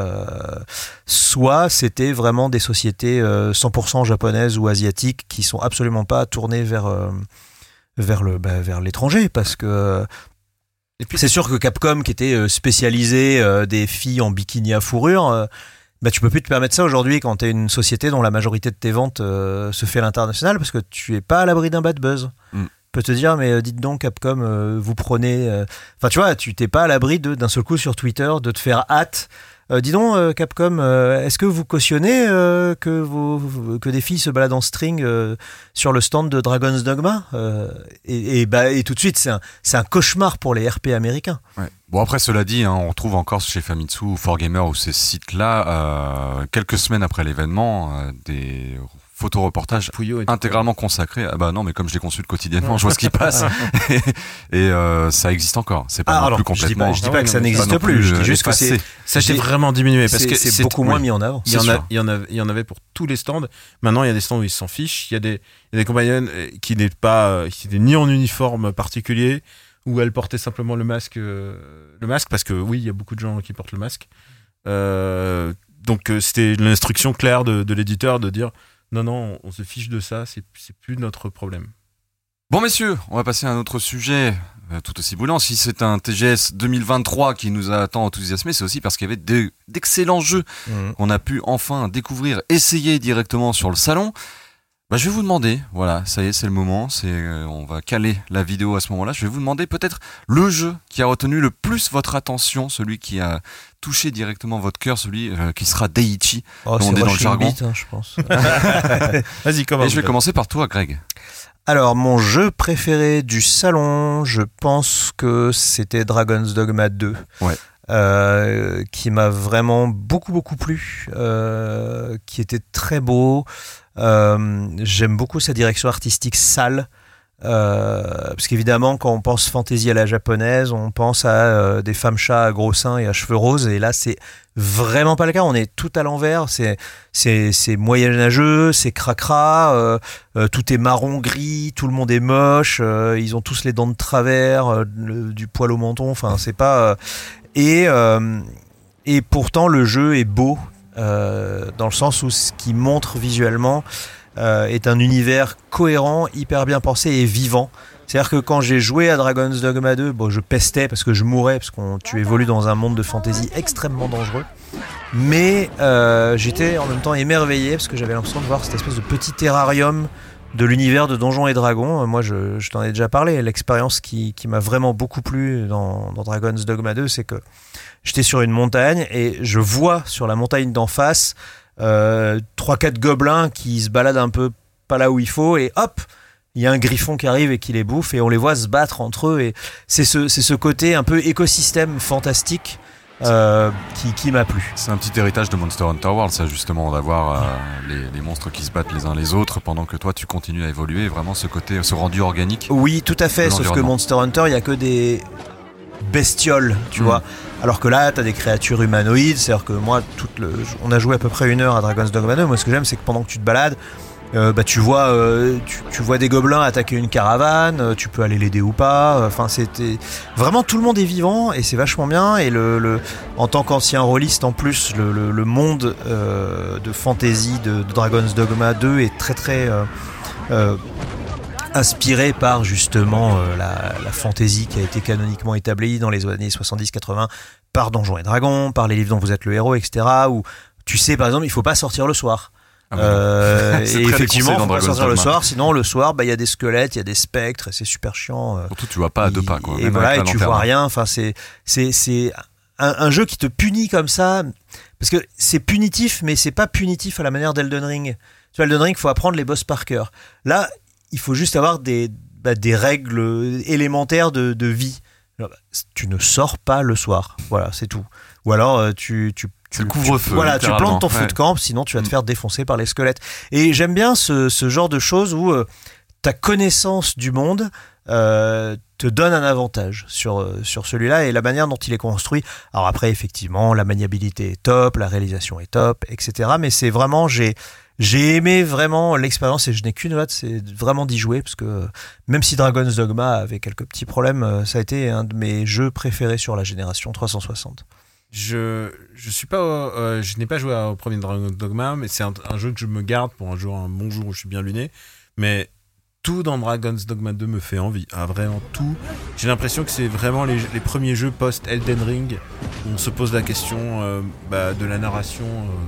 soit c'était vraiment des sociétés 100% japonaises ou asiatiques qui sont absolument pas tournées vers l'étranger, parce que et puis c'est sûr que Capcom, qui était spécialisé des filles en bikini à fourrure, tu peux plus te permettre ça aujourd'hui quand t'es une société dont la majorité de tes ventes se fait à l'international, parce que tu es pas à l'abri d'un bad buzz. Peut te dire, mais dites donc Capcom, vous prenez, enfin tu vois, tu t'es pas à l'abri d'un seul coup sur Twitter de te faire hâte. Dis donc Capcom, est-ce que vous cautionnez que des filles se baladent en string sur le stand de Dragon's Dogma, et tout de suite c'est un cauchemar pour les RP américains. Ouais. Bon, après cela dit, on retrouve encore chez Famitsu ou 4Gamer ou ces sites-là, quelques semaines après l'événement, des photoreportages intégralement consacrés. Non, mais comme je les consulte quotidiennement, je vois ce qui passe. et ça existe encore. C'est pas non plus complètement. Je dis pas que ça n'existe plus. Je dis juste que ça s'est vraiment diminué, parce que c'est beaucoup moins mis en avant. Il y en avait pour tous les stands. Maintenant, il y a des stands où ils s'en fichent. Il y a des compagnonnes qui n'étaient ni en uniforme particulier, où elles portaient simplement le masque, parce que oui, il y a beaucoup de gens qui portent le masque. Donc c'était l'instruction claire de l'éditeur de dire non, on se fiche de ça, c'est plus notre problème. Bon messieurs, on va passer à un autre sujet tout aussi brûlant. Si c'est un TGS 2023 qui nous a tant enthousiasmé, c'est aussi parce qu'il y avait d'excellents jeux qu'on a pu enfin découvrir, essayer directement sur le salon. Je vais vous demander, voilà, ça y est, c'est le moment, on va caler la vidéo à ce moment-là. Je vais vous demander peut-être le jeu qui a retenu le plus votre attention, celui qui a touché directement votre cœur, celui qui sera Daiichi, comme on dit dans le jargon. Je pense. Vas-y, commence. Et je vais commencer par toi, Greg. Alors, mon jeu préféré du salon, je pense que c'était Dragon's Dogma 2. Ouais. Qui m'a vraiment beaucoup plu, qui était très beau. J'aime beaucoup sa direction artistique sale, parce qu'évidemment quand on pense fantaisie à la japonaise, on pense à des femmes chats à gros seins et à cheveux roses, et là c'est vraiment pas le cas. On est tout à l'envers, c'est moyenâgeux, c'est cracra, tout est marron gris, tout le monde est moche, ils ont tous les dents de travers, du poil au menton, enfin c'est pas et pourtant le jeu est beau, dans le sens où ce qu'il montre visuellement est un univers cohérent, hyper bien pensé et vivant. C'est-à-dire que quand j'ai joué à Dragon's Dogma 2, je pestais parce que je mourais, parce que tu évolues dans un monde de fantasy extrêmement dangereux. Mais j'étais en même temps émerveillé parce que j'avais l'impression de voir cette espèce de petit terrarium de l'univers de Donjons et Dragons. Moi, je t'en ai déjà parlé. L'expérience qui m'a vraiment beaucoup plu dans Dragon's Dogma 2, c'est que j'étais sur une montagne et je vois sur la montagne d'en face 3-4 gobelins qui se baladent un peu pas là où il faut et hop, il y a un griffon qui arrive et qui les bouffe et on les voit se battre entre eux et c'est ce côté un peu écosystème fantastique qui m'a plu. C'est un petit héritage de Monster Hunter World, ça justement, d'avoir les monstres qui se battent les uns les autres pendant que toi tu continues à évoluer, vraiment ce côté, ce rendu organique. Oui, tout à fait, sauf que Monster Hunter, il n'y a que des bestioles, tu vois. Alors que là, t'as des créatures humanoïdes, c'est-à-dire que moi, on a joué à peu près 1 heure à Dragon's Dogma 2, moi ce que j'aime c'est que pendant que tu te balades, tu vois des gobelins attaquer une caravane, tu peux aller l'aider ou pas. Enfin, c'était vraiment tout le monde est vivant et c'est vachement bien. Et en tant qu'ancien rôliste en plus, le monde de fantasy de Dragon's Dogma 2 est très très inspiré par justement la fantasy qui a été canoniquement établie dans les années 70-80 par Donjons et Dragons, par les livres dont vous êtes le héros, etc. Où tu sais par exemple, il faut pas sortir le soir. Et effectivement, faut pas sortir le soir, sinon le soir, il y a des squelettes, il y a des spectres, et c'est super chiant. Surtout, tu vois pas à 2 pas, quoi. Et voilà, et tu vois rien. Enfin, c'est un jeu qui te punit comme ça, parce que c'est punitif, mais c'est pas punitif à la manière d'Elden Ring. Tu vois, Elden Ring, faut apprendre les boss par cœur. Là, il faut juste avoir des règles élémentaires de vie. Tu ne sors pas le soir, voilà, c'est tout. Ou alors c'est le couvre-feu. Voilà, tu plantes ton feu de camp, sinon tu vas te faire défoncer par les squelettes. Et j'aime bien ce genre de choses où ta connaissance du monde te donne un avantage sur celui-là et la manière dont il est construit. Alors après, effectivement, la maniabilité est top, la réalisation est top, etc. Mais c'est vraiment, j'ai aimé vraiment l'expérience et je n'ai qu'une hâte, c'est vraiment d'y jouer parce que même si Dragon's Dogma avait quelques petits problèmes, ça a été un de mes jeux préférés sur la génération 360. Je n'ai pas joué au premier Dragon's Dogma, mais c'est un jeu que je me garde pour un bon jour où je suis bien luné. Mais tout dans Dragon's Dogma 2 me fait envie. Ah, vraiment tout. J'ai l'impression que c'est vraiment les premiers jeux post-Elden Ring où on se pose la question de la narration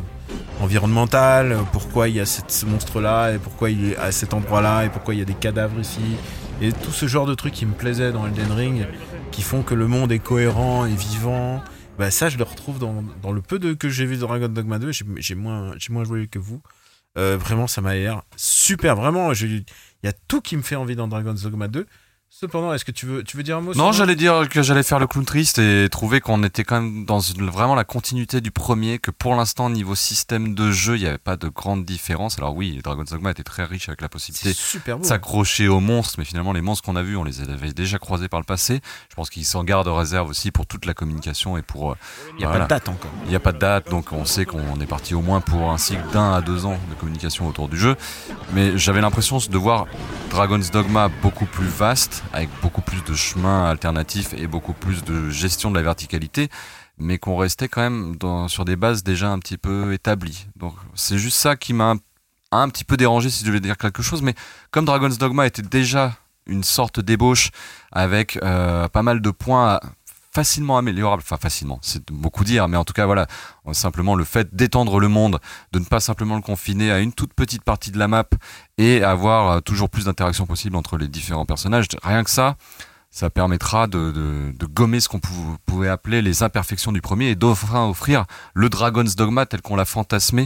environnementale, pourquoi il y a ce monstre-là et pourquoi il est à cet endroit-là et pourquoi il y a des cadavres ici. Et tout ce genre de trucs qui me plaisaient dans Elden Ring, qui font que le monde est cohérent et vivant. Ça, je le retrouve dans le peu que j'ai vu de Dragon's Dogma 2. J'ai moins joué que vous. Vraiment, ça m'a l'air super. Vraiment, il y a tout qui me fait envie dans Dragon's Dogma 2. Cependant, est-ce que tu veux dire un mot? Non, j'allais dire que j'allais faire le clown triste et trouver qu'on était quand même dans vraiment la continuité du premier, que pour l'instant, niveau système de jeu, il n'y avait pas de grande différence. Alors oui, Dragon's Dogma était très riche avec la possibilité de s'accrocher aux monstres, mais finalement, les monstres qu'on a vus, on les avait déjà croisés par le passé. Je pense qu'ils s'en gardent réserve aussi pour toute la communication et pour... Il n'y a pas de date encore. Il n'y a pas de date, donc on sait qu'on est parti au moins pour un cycle d'1 à 2 ans de communication autour du jeu. Mais j'avais l'impression de voir Dragon's Dogma beaucoup plus vaste, avec beaucoup plus de chemins alternatifs et beaucoup plus de gestion de la verticalité, mais qu'on restait quand même sur des bases déjà un petit peu établies. Donc c'est juste ça qui m'a un petit peu dérangé, si je devais dire quelque chose, mais comme Dragon's Dogma était déjà une sorte d'ébauche avec pas mal de points facilement améliorables, enfin facilement, c'est beaucoup dire, mais en tout cas voilà, simplement le fait d'étendre le monde, de ne pas simplement le confiner à une toute petite partie de la map et avoir toujours plus d'interactions possibles entre les différents personnages, rien que ça permettra de gommer ce qu'on pouvait appeler les imperfections du premier et d'offrir le Dragon's Dogma tel qu'on l'a fantasmé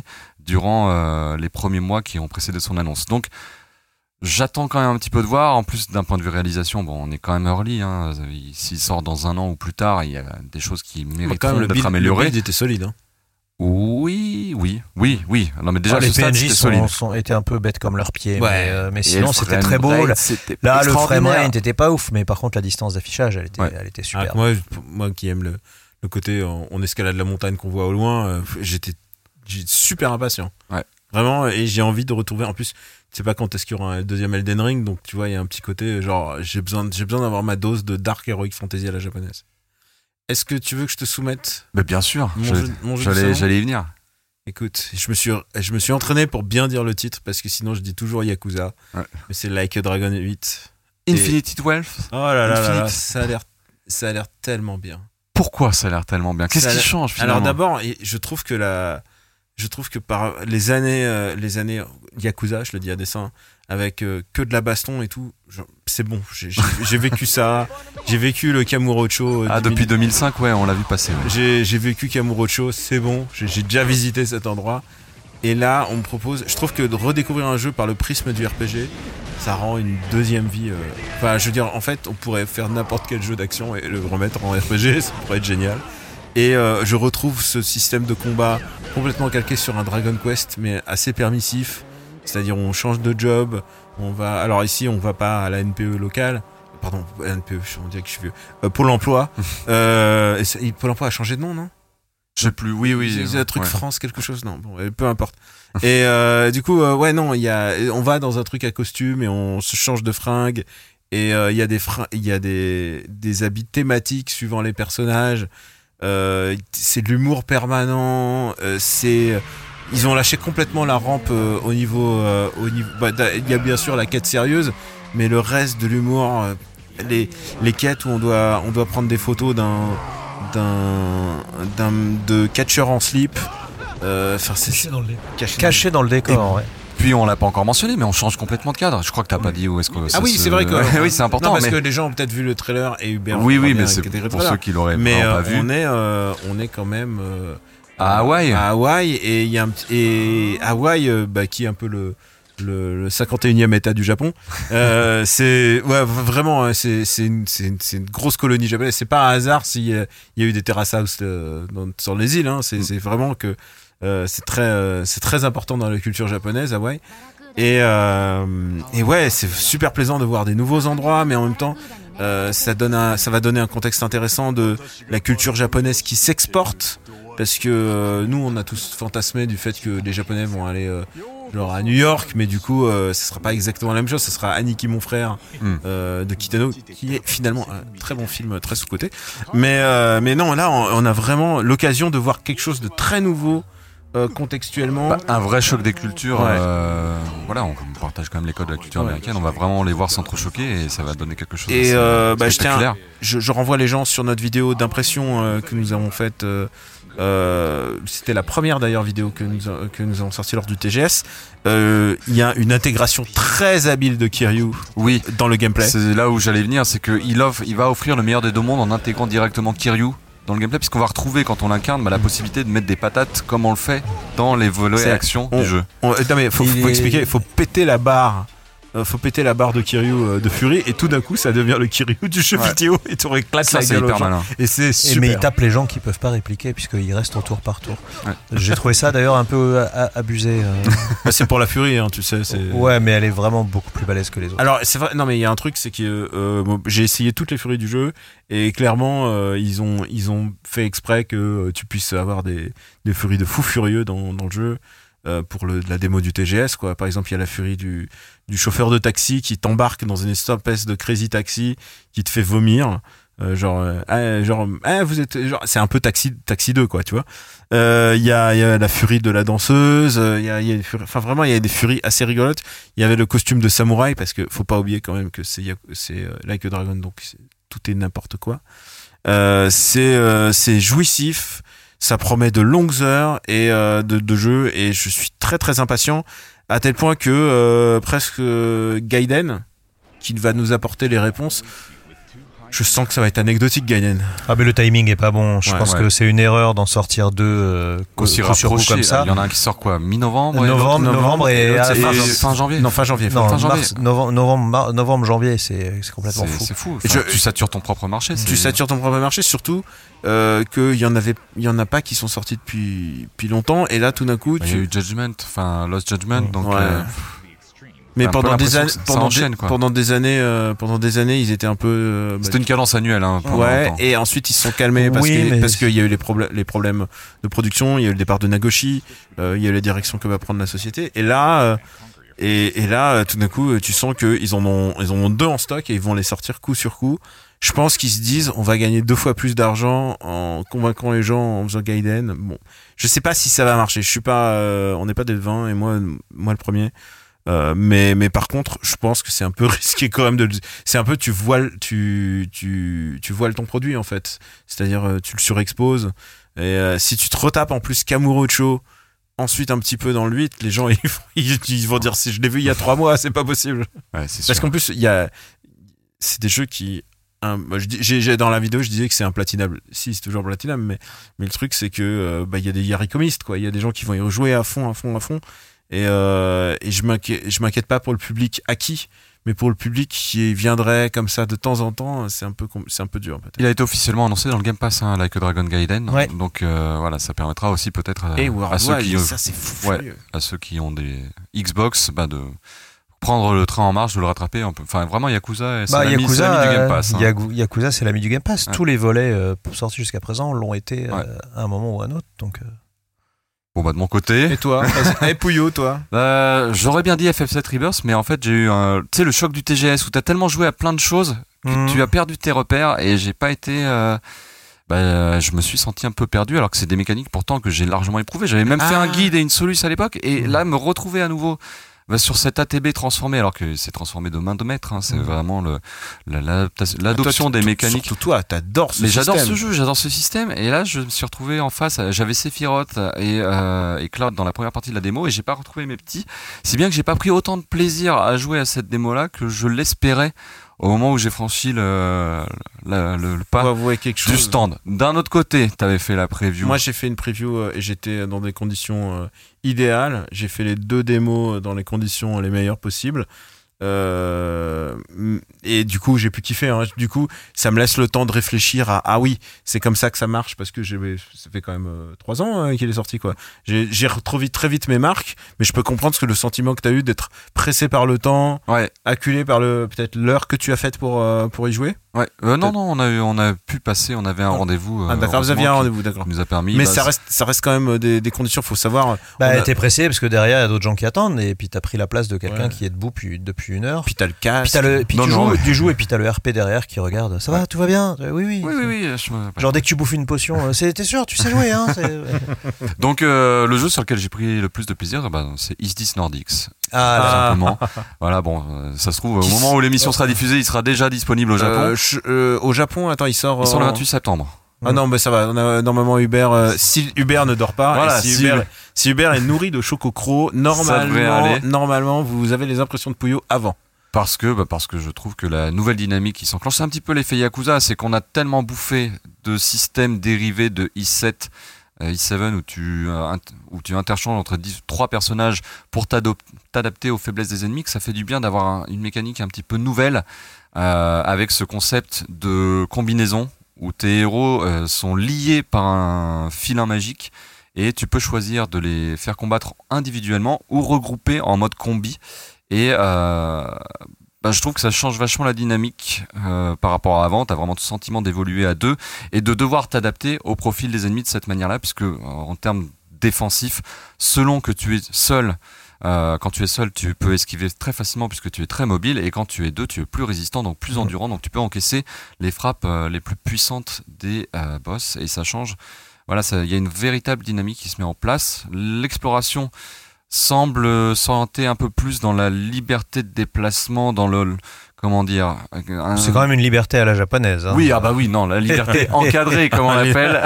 durant les premiers mois qui ont précédé son annonce. Donc j'attends quand même un petit peu de voir. En plus, d'un point de vue réalisation, on est quand même early. S'il sort dans 1 an ou plus tard, il y a des choses qui méritent d'être améliorées. Le build était solide. Hein. Oui. Non, mais déjà, les PNJ étaient un peu bêtes comme leurs pieds. Ouais. Mais sinon, c'était très beau. Là, le framerate n'était pas ouf, mais par contre, la distance d'affichage, elle était super. Moi qui aime le côté on escalade la montagne qu'on voit au loin, j'étais super impatient. Ouais. Vraiment, et j'ai envie de retrouver. En plus, tu sais pas quand est-ce qu'il y aura un deuxième Elden Ring, donc tu vois, il y a un petit côté genre j'ai besoin d'avoir ma dose de dark heroic fantasy à la japonaise. Est-ce que tu veux que je te soumette? Bien sûr, j'allais y venir. Écoute, je me suis entraîné pour bien dire le titre parce que sinon je dis toujours Yakuza. Ouais. Mais c'est Like a Dragon 8. Infinity 12. Oh là là, ça a l'air tellement bien. Pourquoi ça a l'air tellement bien? Qu'est-ce qui change finalement? Alors d'abord, je trouve que je trouve que par les années Yakuza, je le dis à dessein, avec que de la baston et tout, c'est bon. J'ai vécu ça. J'ai vécu le Kamurocho. Depuis 2005, ouais, on l'a vu passer. Ouais. J'ai vécu Kamurocho, c'est bon. J'ai déjà visité cet endroit. Et là, on me propose. Je trouve que de redécouvrir un jeu par le prisme du RPG, ça rend une deuxième vie. Enfin, je veux dire, en fait, on pourrait faire n'importe quel jeu d'action et le remettre en RPG, ça pourrait être génial. Et je retrouve ce système de combat complètement calqué sur un Dragon Quest, mais assez permissif. C'est-à-dire, on change de job. Alors ici, on va pas à la NPE locale. Pardon, NPE, on dirait que je suis vieux. Pôle emploi. Pôle emploi a changé de nom, non ? Je sais plus, oui. C'est un truc France, quelque chose, non, bon, peu importe. Et du coup, ouais, non, on va dans un truc à costume et on se change de fringues. Et il y a des habits thématiques suivant les personnages. C'est de l'humour permanent. Ils ont lâché complètement la rampe au niveau. Il y a bien sûr la quête sérieuse, mais le reste de l'humour, les quêtes où on doit prendre des photos de catcheur en slip. Caché dans le décor, ouais. Puis on l'a pas encore mentionné, mais on change complètement de cadre. Je crois que t'as pas dit où est-ce que ça c'est vrai que oui, c'est important. Non, parce que les gens ont peut-être vu le trailer et Hubert. Oui, mais c'est pour ceux qui l'auraient pas vu. On est quand même à Hawaï. À Hawaï, et il y a Hawaï qui est un peu le 51e état du Japon. C'est vraiment c'est une grosse colonie japonaise. C'est pas un hasard s'il y a eu des terrace house sur les îles. C'est vraiment que c'est très important dans la culture japonaise, Hawaï. Et ouais, c'est super plaisant de voir des nouveaux endroits, mais en même temps, ça va donner un contexte intéressant de la culture japonaise qui s'exporte. Parce que nous, on a tous fantasmé du fait que les Japonais vont aller genre à New York, mais du coup, ce sera pas exactement la même chose. Ce sera Aniki, mon frère, de Kitano, qui est finalement un très bon film, très sous-coté. Mais non, là, on a vraiment l'occasion de voir quelque chose de très nouveau. Contextuellement, un vrai choc des cultures. Voilà, on partage quand même les codes de la culture américaine. On va vraiment les voir s'entrechoquer et ça va donner quelque chose. Et je renvoie les gens sur notre vidéo d'impression que nous avons faite. C'était la première d'ailleurs vidéo que nous avons sortie lors du TGS. Il y a une intégration très habile de Kiryu dans le gameplay. C'est là où j'allais venir, c'est qu'il va offrir le meilleur des deux mondes en intégrant directement Kiryu dans le gameplay, puisqu'on va retrouver quand on l'incarne la possibilité de mettre des patates comme on le fait dans les volets actions du jeu. Non mais faut expliquer, il faut péter la barre. Faut péter la barre de Kiryu de Fury et tout d'un coup ça devient le Kiryu du jeu vidéo et tu éclates la gueule aux gens. Et c'est super. Mais il tape les gens qui peuvent pas répliquer puisqu'il reste en tour par tour. Ouais. J'ai trouvé ça d'ailleurs un peu abusé. C'est pour la Fury, tu sais. Ouais, mais elle est vraiment beaucoup plus balèze que les autres. Alors c'est vrai, non mais il y a un truc, c'est que j'ai essayé toutes les Furies du jeu et clairement ils ont fait exprès que tu puisses avoir des Furies de fous furieux dans le jeu. Pour la démo du TGS, quoi. Par exemple, il y a la furie du chauffeur de taxi qui t'embarque dans une espèce de crazy taxi qui te fait vomir. Vous êtes c'est un peu taxi 2, quoi, tu vois. Il y a la furie de la danseuse, il y a des furies assez rigolotes. Il y avait le costume de samouraï, parce que faut pas oublier quand même que c'est Like a Dragon, donc tout est n'importe quoi. C'est jouissif. Ça promet de longues heures et de jeu, et je suis très très impatient, à tel point que presque Gaiden, qui va nous apporter les réponses, je sens que ça va être anecdotique, Gaiden. Ah mais le timing est pas bon. Je pense que c'est une erreur d'en sortir deux aussi rapprochés comme ça. Il y en a un qui sort quoi, mi-novembre, novembre et fin janvier. Non, fin janvier. Novembre, janvier, c'est complètement fou. C'est fou. Tu satures ton propre marché. Tu satures ton propre marché, surtout qu'il y en a pas qui sont sortis depuis longtemps, et là tout d'un coup il y a eu Lost Judgment, donc. Mais pendant des années, ils étaient un peu. C'était une cadence annuelle, et ensuite ils se sont calmés parce qu'il y a eu les problèmes de production, il y a eu le départ de Nagoshi, il y a eu la direction que va prendre la société, et là, tout d'un coup, tu sens qu'ils en ont deux en stock et ils vont les sortir coup sur coup. Je pense qu'ils se disent, on va gagner 2 fois plus d'argent en convaincant les gens en faisant Gaiden. Bon, je sais pas si ça va marcher. Je suis pas, on n'est pas des 20 et moi le premier. Mais par contre, je pense que c'est un peu risqué quand même c'est un peu, tu voiles ton produit, en fait. C'est-à-dire, tu le surexposes. Et si tu te retapes en plus Kamurocho, ensuite un petit peu dans le 8, les gens ils vont dire si je l'ai vu il y a 3 mois, c'est pas possible. Ouais, c'est sûr. Parce qu'en plus, c'est des jeux qui. Dans la vidéo, je disais que c'est implatinable. Si, c'est toujours platinable, mais le truc, c'est que il y a des yaricomistes, quoi. Il y a des gens qui vont y rejouer à fond. Et je m'inquiète pas pour le public acquis, mais pour le public qui viendrait comme ça de temps en temps, c'est un peu dur, peut-être. Il a été officiellement annoncé dans le Game Pass, Like a Dragon Gaiden. Ouais. Donc voilà, ça permettra aussi peut-être à ceux qui ont des Xbox de prendre le train en marche, de le rattraper. Enfin, vraiment, Yakuza, c'est l'ami du Game Pass. Yakuza, c'est l'ami du Game Pass. Ouais. Tous les volets sortis jusqu'à présent l'ont été Ouais. à un moment ou à un autre. Donc, Bon, de mon côté, Et toi Pouillot, toi j'aurais bien dit FF7 Rebirth, mais en fait, j'ai eu le choc du TGS où t'as tellement joué à plein de choses que tu as perdu tes repères et j'ai pas été. Je me suis senti un peu perdu alors que c'est des mécaniques pourtant que j'ai largement éprouvées. J'avais même fait un guide et une soluce à l'époque et là, me retrouver à nouveau sur cet ATB transformé, alors que c'est transformé de main de maître, c'est vraiment l'adoption des mécaniques. Surtout toi, t'adores ce Mais système. j'adore ce jeu, j'adore ce système. Et là, je me suis retrouvé en face. J'avais Sephiroth et Cloud dans la première partie de la démo, et j'ai pas retrouvé mes petits. Si bien que j'ai pas pris autant de plaisir à jouer à cette démo-là que je l'espérais au moment où j'ai franchi le pas Faut avouer quelque chose. du stand. D'un autre côté, t'avais fait la preview. Moi, j'ai fait une preview et j'étais dans des conditions idéales. J'ai fait les 2 démos dans les conditions les meilleures possibles. Et du coup, j'ai pu kiffer. Du coup, ça me laisse le temps de réfléchir à oui, c'est comme ça que ça marche parce que ça fait quand même 3 ans qu'il est sorti, quoi. J'ai retrouvé très vite mes marques, mais je peux comprendre le sentiment que t'as eu d'être pressé par le temps, Ouais. acculé par peut-être l'heure que tu as faite pour y jouer. Ouais. Non, on a pu passer. On avait un rendez-vous. D'accord, vous aviez un rendez-vous, d'accord. Qui nous a permis. Mais ça reste quand même des conditions. Faut savoir. t'es pressé parce que derrière il y a d'autres gens qui attendent et puis t'as pris la place de quelqu'un Ouais. qui est debout depuis 1 heure. Puis t'as le casque. Puis tu joues et puis t'as le RP derrière qui regarde. Ça va, tout va bien. Oui. Oui. Genre dès que tu bouffes une potion, t'es sûr, tu sais jouer, hein. Donc le jeu sur lequel j'ai pris le plus de plaisir, c'est Is This Nordics. Tout simplement. Voilà, ça se trouve au moment où l'émission sera diffusée, il sera déjà disponible au Japon. Au Japon, attends, il sort. Il sort le 28 septembre. Ah non, mais ça va. On a normalement Hubert. Si Hubert ne dort pas, Voilà, et si Hubert est nourri de chococro, devrait aller. normalement, vous avez les impressions de Pouillot avant. Parce que je trouve que la nouvelle dynamique qui s'enclenche, c'est un petit peu l'effet Yakuza, c'est qu'on a tellement bouffé de systèmes dérivés de i7 où tu interchanges entre 3 personnages pour t'adapter aux faiblesses des ennemis, que ça fait du bien d'avoir une mécanique un petit peu nouvelle avec ce concept de combinaison où tes héros sont liés par un filin magique et tu peux choisir de les faire combattre individuellement ou regrouper en mode combi. Et je trouve que ça change vachement la dynamique par rapport à avant. T'as vraiment le sentiment d'évoluer à 2 et de devoir t'adapter au profil des ennemis de cette manière-là, puisque en termes défensifs, selon que tu es seul, quand tu es seul, tu peux esquiver très facilement puisque tu es très mobile, et quand tu es 2, tu es plus résistant, donc plus endurant, donc tu peux encaisser les frappes les plus puissantes des boss, et ça change. Voilà, il y a une véritable dynamique qui se met en place. L'exploration semble s'orienter un peu plus dans la liberté de déplacement, dans comment dire, C'est quand même une liberté à la japonaise. Hein. Oui, la liberté encadrée, comme on l'appelle,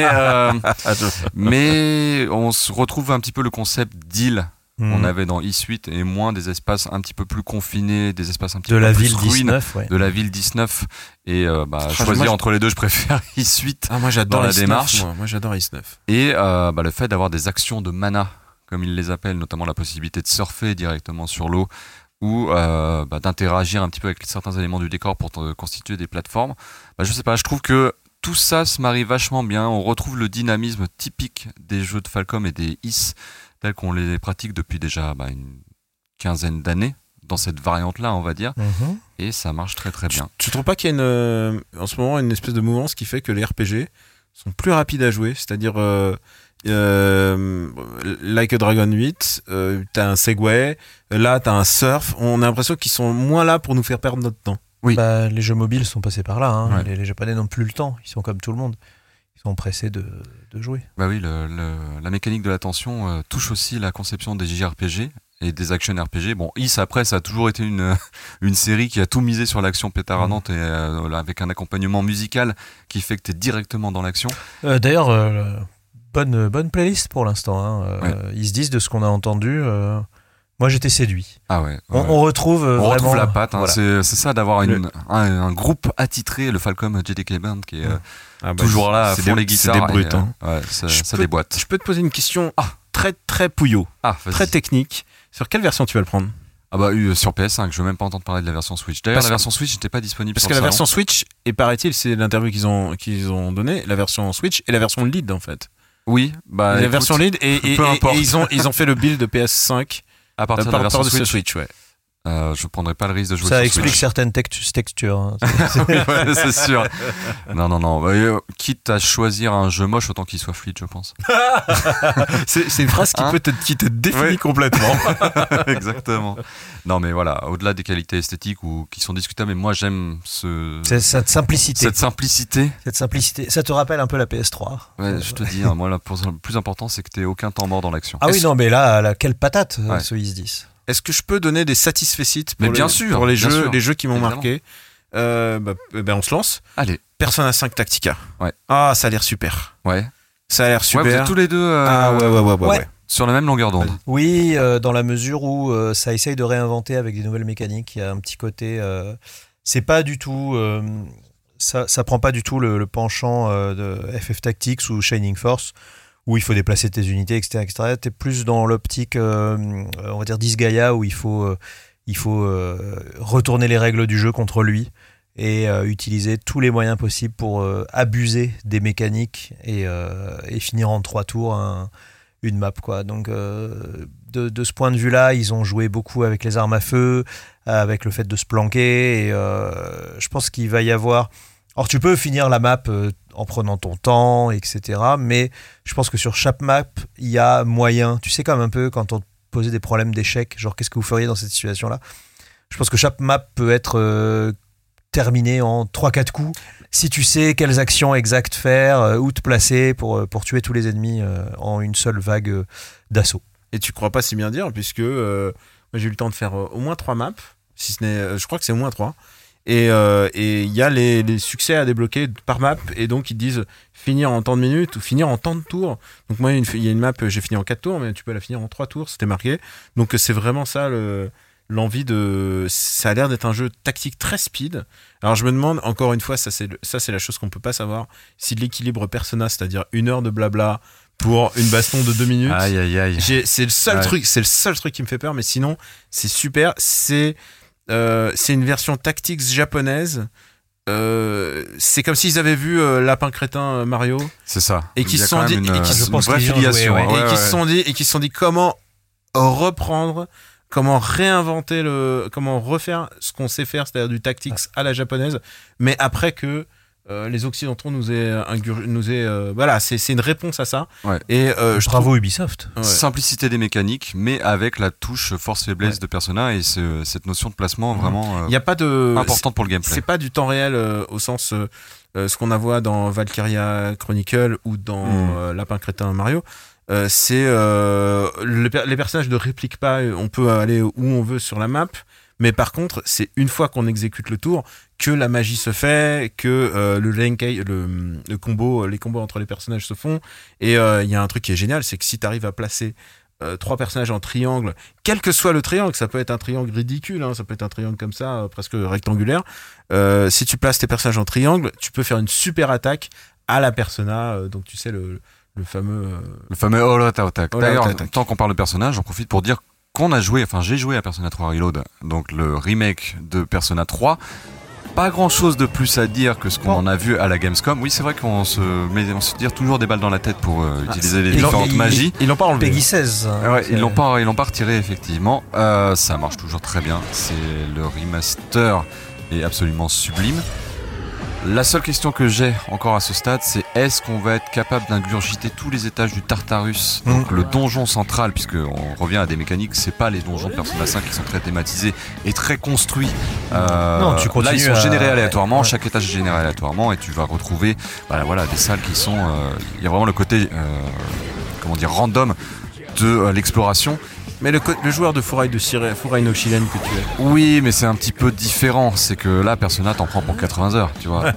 mais on se retrouve un petit peu le concept d'île qu'on avait dans i8 et moins des espaces un petit peu plus confinés, des espaces un petit de peu la plus ville ruines, 19, ouais. de la ville 19, et choisir entre les deux, je préfère i8 moi j'adore dans la Is 9, démarche. moi j'adore Is 9. Et le fait d'avoir des actions de mana, comme ils les appellent, notamment la possibilité de surfer directement sur l'eau ou d'interagir un petit peu avec certains éléments du décor pour constituer des plateformes. Je sais pas, je trouve que tout ça se marie vachement bien. On retrouve le dynamisme typique des jeux de Falcom et des IS tels qu'on les pratique depuis déjà une quinzaine d'années dans cette variante-là, on va dire. Et ça marche très très bien. Tu trouves pas qu'il y a en ce moment une espèce de mouvance qui fait que les RPG sont plus rapides à jouer, c'est-à-dire Like a Dragon 8, t'as un Segway, là t'as un Surf, on a l'impression qu'ils sont moins là pour nous faire perdre notre temps. Oui. Les jeux mobiles sont passés par là. Hein. Ouais. Les Japonais n'ont plus le temps. Ils sont comme tout le monde. Ils sont pressés de jouer. Oui, la mécanique de l'attention touche aussi la conception des JRPG et des action RPG. Bon, Is, après, ça a toujours été une série qui a tout misé sur l'action pétaradante et avec un accompagnement musical qui fait que tu es directement dans l'action. D'ailleurs, bonne playlist pour l'instant. Hein. Ils se disent de ce qu'on a entendu. Moi, j'étais séduit. Ah ouais. On retrouve on vraiment retrouve la patte. Hein. Voilà. C'est ça d'avoir un groupe attitré, le Falcom JDK Band, qui est toujours là, à fond les guitares. C'est des brutes. Hein. Ça déboîte. Je peux te poser une question très très pouillot, très technique. Sur quelle version tu vas le prendre? Ah bah sur PS5, je veux même pas entendre parler de la version Switch. D'ailleurs, la version Switch n'était pas disponible. Parce que la version Switch, et paraît-il, c'est l'interview qu'ils ont donné, la version Switch et la version lead en fait. Oui, bah la version lead et ils ont fait le build de PS5 à partir de la version Switch, ouais. Je prendrais pas le risque de jouer ça sur explique Switch. certaines textures. Hein. Ouais, c'est sûr. Non. Quitte à choisir un jeu moche, autant qu'il soit fluide, je pense. c'est une phrase qui te définit complètement. Exactement. Non, mais voilà, au-delà des qualités esthétiques ou qui sont discutables, mais moi j'aime cette simplicité. Cette simplicité. Ça te rappelle un peu la PS3. Ouais, je te dis, moi, le plus important, c'est que t'aies aucun temps mort dans l'action. Ah oui, non, mais là, quelle patate, ce Is-10. Est-ce que je peux donner des satisfecit pour les jeux qui m'ont marqué? On se lance. Allez. Persona 5 Tactica. Ouais. Ah, ça a l'air super. Ouais. Ça a l'air super. Ouais, vous êtes tous les deux Ouais. sur la même longueur d'onde. Oui, dans la mesure où ça essaye de réinventer avec des nouvelles mécaniques. Il y a un petit côté... c'est pas du tout... ça prend pas du tout le penchant de FF Tactics ou Shining Force, où il faut déplacer tes unités, etc. T'es plus dans l'optique, on va dire, Disgaea, où il faut retourner les règles du jeu contre lui et utiliser tous les moyens possibles pour abuser des mécaniques et finir en 3 tours une map, quoi. Donc de ce point de vue-là, ils ont joué beaucoup avec les armes à feu, avec le fait de se planquer, et je pense qu'il va y avoir... Alors tu peux finir la map en prenant ton temps, etc. Mais je pense que sur chaque map, il y a moyen. Tu sais, comme un peu quand on te posait des problèmes d'échec, genre qu'est-ce que vous feriez dans cette situation-là? Je pense que chaque map peut être terminée en 3-4 coups. Si tu sais quelles actions exactes faire, où te placer pour tuer tous les ennemis en une seule vague d'assaut. Et tu crois pas si bien dire, puisque moi, j'ai eu le temps de faire au moins 3 maps, si ce n'est, je crois que c'est au moins 3. Et il y a les succès à débloquer par map, et donc ils te disent finir en tant de minutes ou finir en tant de tours. Donc moi, il y a une map, j'ai fini en 4 tours, mais tu peux la finir en 3 tours, c'était marqué. Donc c'est vraiment ça l'envie de... Ça a l'air d'être un jeu tactique très speed. Alors je me demande, encore une fois, ça c'est la chose qu'on peut pas savoir, si l'équilibre Persona, c'est-à-dire 1 heure de blabla pour une baston de 2 minutes. Aïe. C'est le seul truc qui me fait peur, mais sinon c'est super. C'est une version Tactics japonaise. C'est comme s'ils avaient vu Lapin Crétin Mario. C'est ça. Et qui se sont dit, une vraie filiation. Et qui se sont dit comment reprendre, comment réinventer comment refaire ce qu'on sait faire, c'est-à-dire du tactics à la japonaise, mais après que les occidentaux nous aient voilà, c'est une réponse à ça. Ouais. Et bravo Ubisoft. Ouais. Simplicité des mécaniques, mais avec la touche force-faiblesse de Persona et cette notion de placement vraiment y a pas importante pour le gameplay. C'est pas du temps réel au sens ce qu'on a vu dans Valkyria Chronicle ou dans Lapin Crétin Mario. C'est les personnages ne répliquent pas, on peut aller où on veut sur la map, mais par contre c'est une fois qu'on exécute le tour que la magie se fait, que le combo, les combos entre les personnages se font. Et il y a un truc qui est génial, c'est que si tu arrives à placer 3 personnages en triangle, quel que soit le triangle, ça peut être un triangle ridicule, hein, ça peut être un triangle comme ça, presque rectangulaire, si tu places tes personnages en triangle, tu peux faire une super attaque à la Persona, donc tu sais le fameux all-out attack. D'ailleurs, tant qu'on parle de personnage, j'en profite pour dire j'ai joué à Persona 3 Reload, donc le remake de Persona 3. Pas grand chose de plus à dire que ce qu'on en a vu à la Gamescom. Oui, c'est vrai qu'on se tire toujours des balles dans la tête pour utiliser les différentes magies. Ils l'ont pas enlevé. Peggy 16. Ouais, ils l'ont pas retiré, effectivement. Ça marche toujours très bien. C'est le remaster est absolument sublime. La seule question que j'ai encore à ce stade, c'est est-ce qu'on va être capable d'ingurgiter tous les étages du Tartarus, donc le donjon central, puisque on revient à des mécaniques, c'est pas les donjons de Persona 5 qui sont très thématisés et très construits. Non, tu continues. Là, ils sont générés aléatoirement, chaque étage est généré aléatoirement, et tu vas retrouver, voilà, des salles qui sont, il y a vraiment le côté, random de l'exploration. Mais le joueur de Furai no Shiren que tu es. Oui, mais c'est un petit peu différent. C'est que là, Persona t'en prend pour 80 heures, tu vois.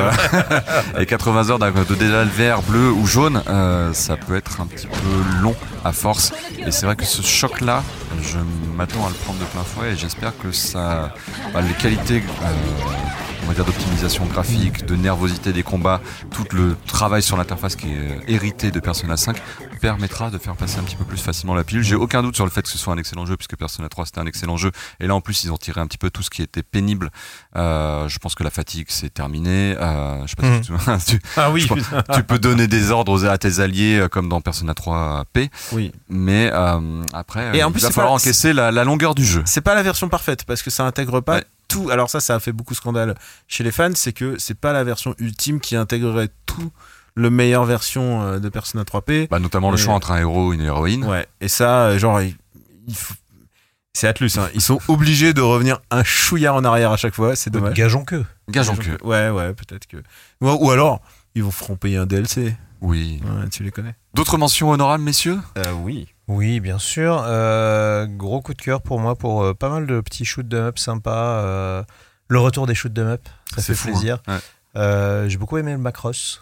Et 80 heures de déjà le vert, bleu ou jaune, ça peut être un petit peu long à force. Et c'est vrai que ce choc-là, je m'attends à le prendre de plein fouet et j'espère que ça, les qualités, on va dire d'optimisation graphique, de nervosité des combats, tout le travail sur l'interface qui est hérité de Persona 5 permettra de faire passer un petit peu plus facilement la pilule. J'ai aucun doute sur le fait que ce soit un excellent jeu, puisque Persona 3 c'était un excellent jeu, et là en plus ils ont tiré un petit peu tout ce qui était pénible. Je pense que la fatigue c'est terminé. Je sais pas si tu peux donner des ordres à tes alliés comme dans Persona 3 P. Oui. Mais après, et en plus, il va falloir encaisser la longueur du jeu. C'est pas la version parfaite parce que ça intègre pas tout. Alors ça a fait beaucoup scandale chez les fans, c'est que c'est pas la version ultime qui intégrerait tout le meilleure version de Persona 3P. Notamment le choix entre un héros et une héroïne. Ouais. Et ça, genre, il faut... c'est Atlus, hein. Ils sont obligés de revenir un chouillard en arrière à chaque fois. C'est dommage. Gageons que. Ouais, peut-être que. Ou alors, ils vous feront payer un DLC. Oui. Ouais, tu les connais. D'autres mentions honorables, messieurs ? Oui. Oui, bien sûr. Gros coup de cœur pour moi pour pas mal de petits shoot 'em up sympas. Le retour des shoot 'em up, ça fait plaisir. Hein. Ouais. J'ai beaucoup aimé le Macross.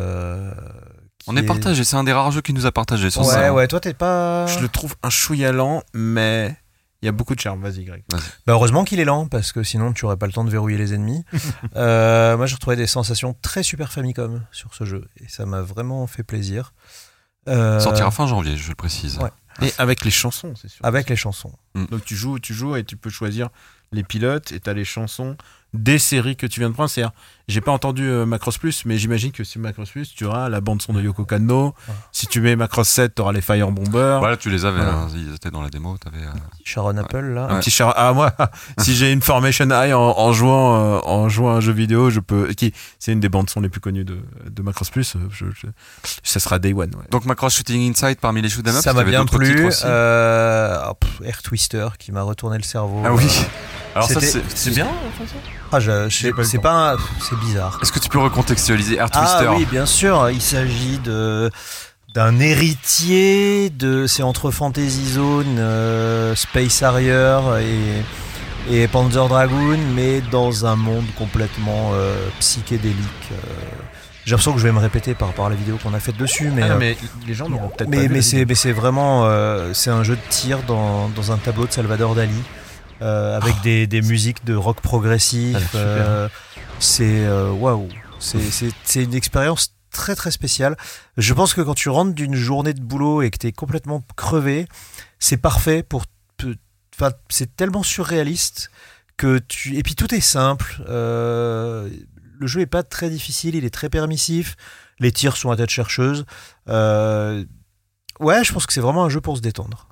On est partagé, c'est un des rares jeux qui nous a partagé sur ça. Ouais, toi t'es pas. Je le trouve un chouïa lent, mais il y a beaucoup de charme. Vas-y, Greg. Heureusement qu'il est lent, parce que sinon tu aurais pas le temps de verrouiller les ennemis. Moi j'ai retrouvé des sensations très Super Famicom sur ce jeu, et ça m'a vraiment fait plaisir. Sortira fin janvier, je le précise. Ouais. Et avec les chansons, c'est sûr. Avec les chansons. Donc tu joues et tu peux choisir les pilotes et t'as les chansons des séries que tu viens de prendre. C'est-à-dire, j'ai pas entendu Macross Plus, mais j'imagine que si Macross Plus, tu auras la bande-son de Yoko Kanno. Ouais. Si tu mets Macross 7, tu auras les Fire Bombers. Voilà, tu les avais, ils étaient dans la démo. Sharon Apple, là. Un petit Sharon. Ah, moi, si j'ai une Formation High en jouant à un jeu vidéo, je peux. C'est une des bandes-son les plus connues de Macross Plus. Ça sera Day One. Ouais. Donc Macross Shooting Inside parmi les shoot 'em up. Ça m'a bien plu. Air Twister qui m'a retourné le cerveau. Ah oui. Alors ça c'est bien. C'est pas, c'est bizarre. Est-ce que tu peux recontextualiser Air Twister ? Ah oui, bien sûr. Il s'agit d'un héritier c'est entre Fantasy Zone, Space Harrier et Panzer Dragoon, mais dans un monde complètement psychédélique. J'ai l'impression que je vais me répéter par rapport à la vidéo qu'on a faite dessus, mais les gens n'auront peut-être pas vu. Mais c'est vraiment c'est un jeu de tir dans un tableau de Salvador Dali. Avec des musiques de rock progressif. C'est waouh. C'est une expérience très très spéciale. Je pense que quand tu rentres d'une journée de boulot et que tu es complètement crevé, c'est parfait pour c'est tellement surréaliste que et puis tout est simple. Le jeu est pas très difficile, il est très permissif. Les tirs sont à tête chercheuse. Je pense que c'est vraiment un jeu pour se détendre.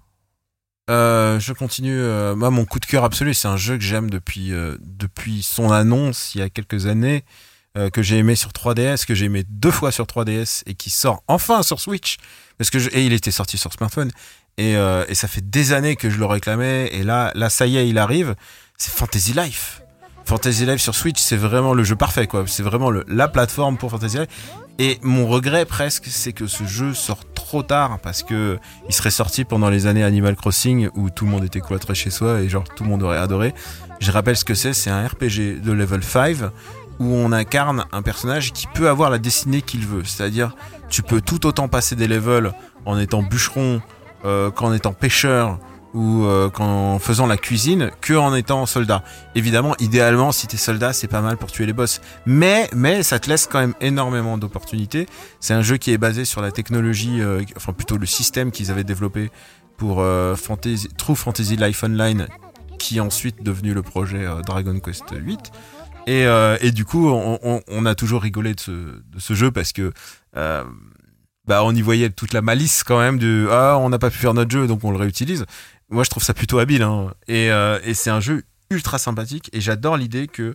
Je continue. Moi, mon coup de cœur absolu, c'est un jeu que j'aime depuis son annonce il y a quelques années, que j'ai aimé sur 3DS, que j'ai aimé 2 fois sur 3DS et qui sort enfin sur Switch, et il était sorti sur smartphone et ça fait des années que je le réclamais, et là ça y est, il arrive. C'est Fantasy Life. Fantasy Life sur Switch, c'est vraiment le jeu parfait, quoi. C'est vraiment la plateforme pour Fantasy Life. Et mon regret presque, c'est que ce jeu sort trop tard, parce que il serait sorti pendant les années Animal Crossing où tout le monde était cloîtré chez soi et genre tout le monde aurait adoré. Je rappelle ce que c'est un RPG de level 5 où on incarne un personnage qui peut avoir la destinée qu'il veut. C'est-à-dire, tu peux tout autant passer des levels en étant bûcheron qu'en étant pêcheur, ou qu'en faisant la cuisine, que en étant soldat. Évidemment, idéalement, si t'es soldat, c'est pas mal pour tuer les boss. Mais ça te laisse quand même énormément d'opportunités. C'est un jeu qui est basé sur la technologie, enfin plutôt le système qu'ils avaient développé pour True Fantasy Life Online, qui est ensuite devenu le projet Dragon Quest 8. Et du coup, on a toujours rigolé de ce jeu, parce que on y voyait toute la malice quand même on n'a pas pu faire notre jeu, donc on le réutilise. Moi, je trouve ça plutôt habile, hein. Et c'est un jeu ultra sympathique, et j'adore l'idée que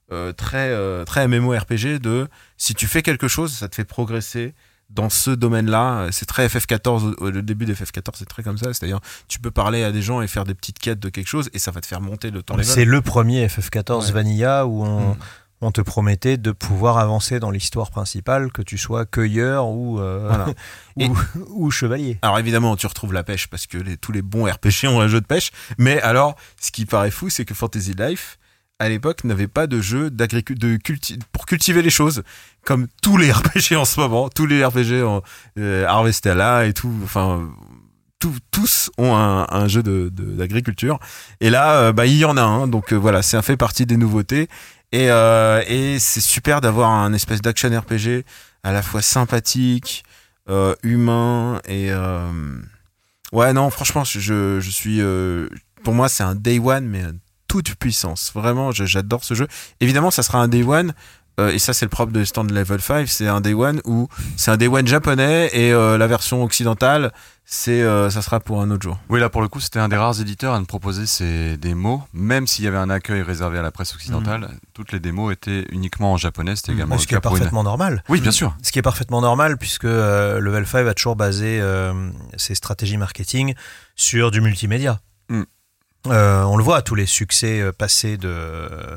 très MMORPG si tu fais quelque chose, ça te fait progresser dans ce domaine-là. C'est très FF14, le début de FF14, c'est très comme ça. C'est-à-dire, tu peux parler à des gens et faire des petites quêtes de quelque chose, et ça va te faire monter de ton level. C'est le premier FF14 Vanilla où on te promettait de pouvoir avancer dans l'histoire principale, que tu sois cueilleur ou, ou chevalier. Alors évidemment, tu retrouves la pêche parce que tous les bons RPG ont un jeu de pêche. Mais alors, ce qui paraît fou, c'est que Fantasy Life, à l'époque, n'avait pas de jeu pour cultiver les choses, comme tous les RPG en ce moment, tous les RPG en Harvestella et tout. Enfin, tous ont un jeu d'agriculture. Et là, il y en a un. Donc voilà, c'est fait partie des nouveautés. Et c'est super d'avoir un espèce d'action RPG à la fois sympathique, humain et ouais non franchement je suis pour moi c'est un day one mais toute puissance vraiment j'adore ce jeu. Évidemment ça sera un day one et ça c'est le propre de Stand Level 5, c'est un day one où c'est un day one japonais et la version occidentale ça sera pour un autre jour. Oui, là pour le coup c'était un des rares éditeurs à nous proposer ces démos, même s'il y avait un accueil réservé à la presse occidentale, toutes les démos étaient uniquement en japonais, c'était également ce qui est parfaitement normal. Oui, bien sûr. Ce qui est parfaitement normal puisque Level 5 a toujours basé ses stratégies marketing sur du multimédia. On le voit, tous les succès passés de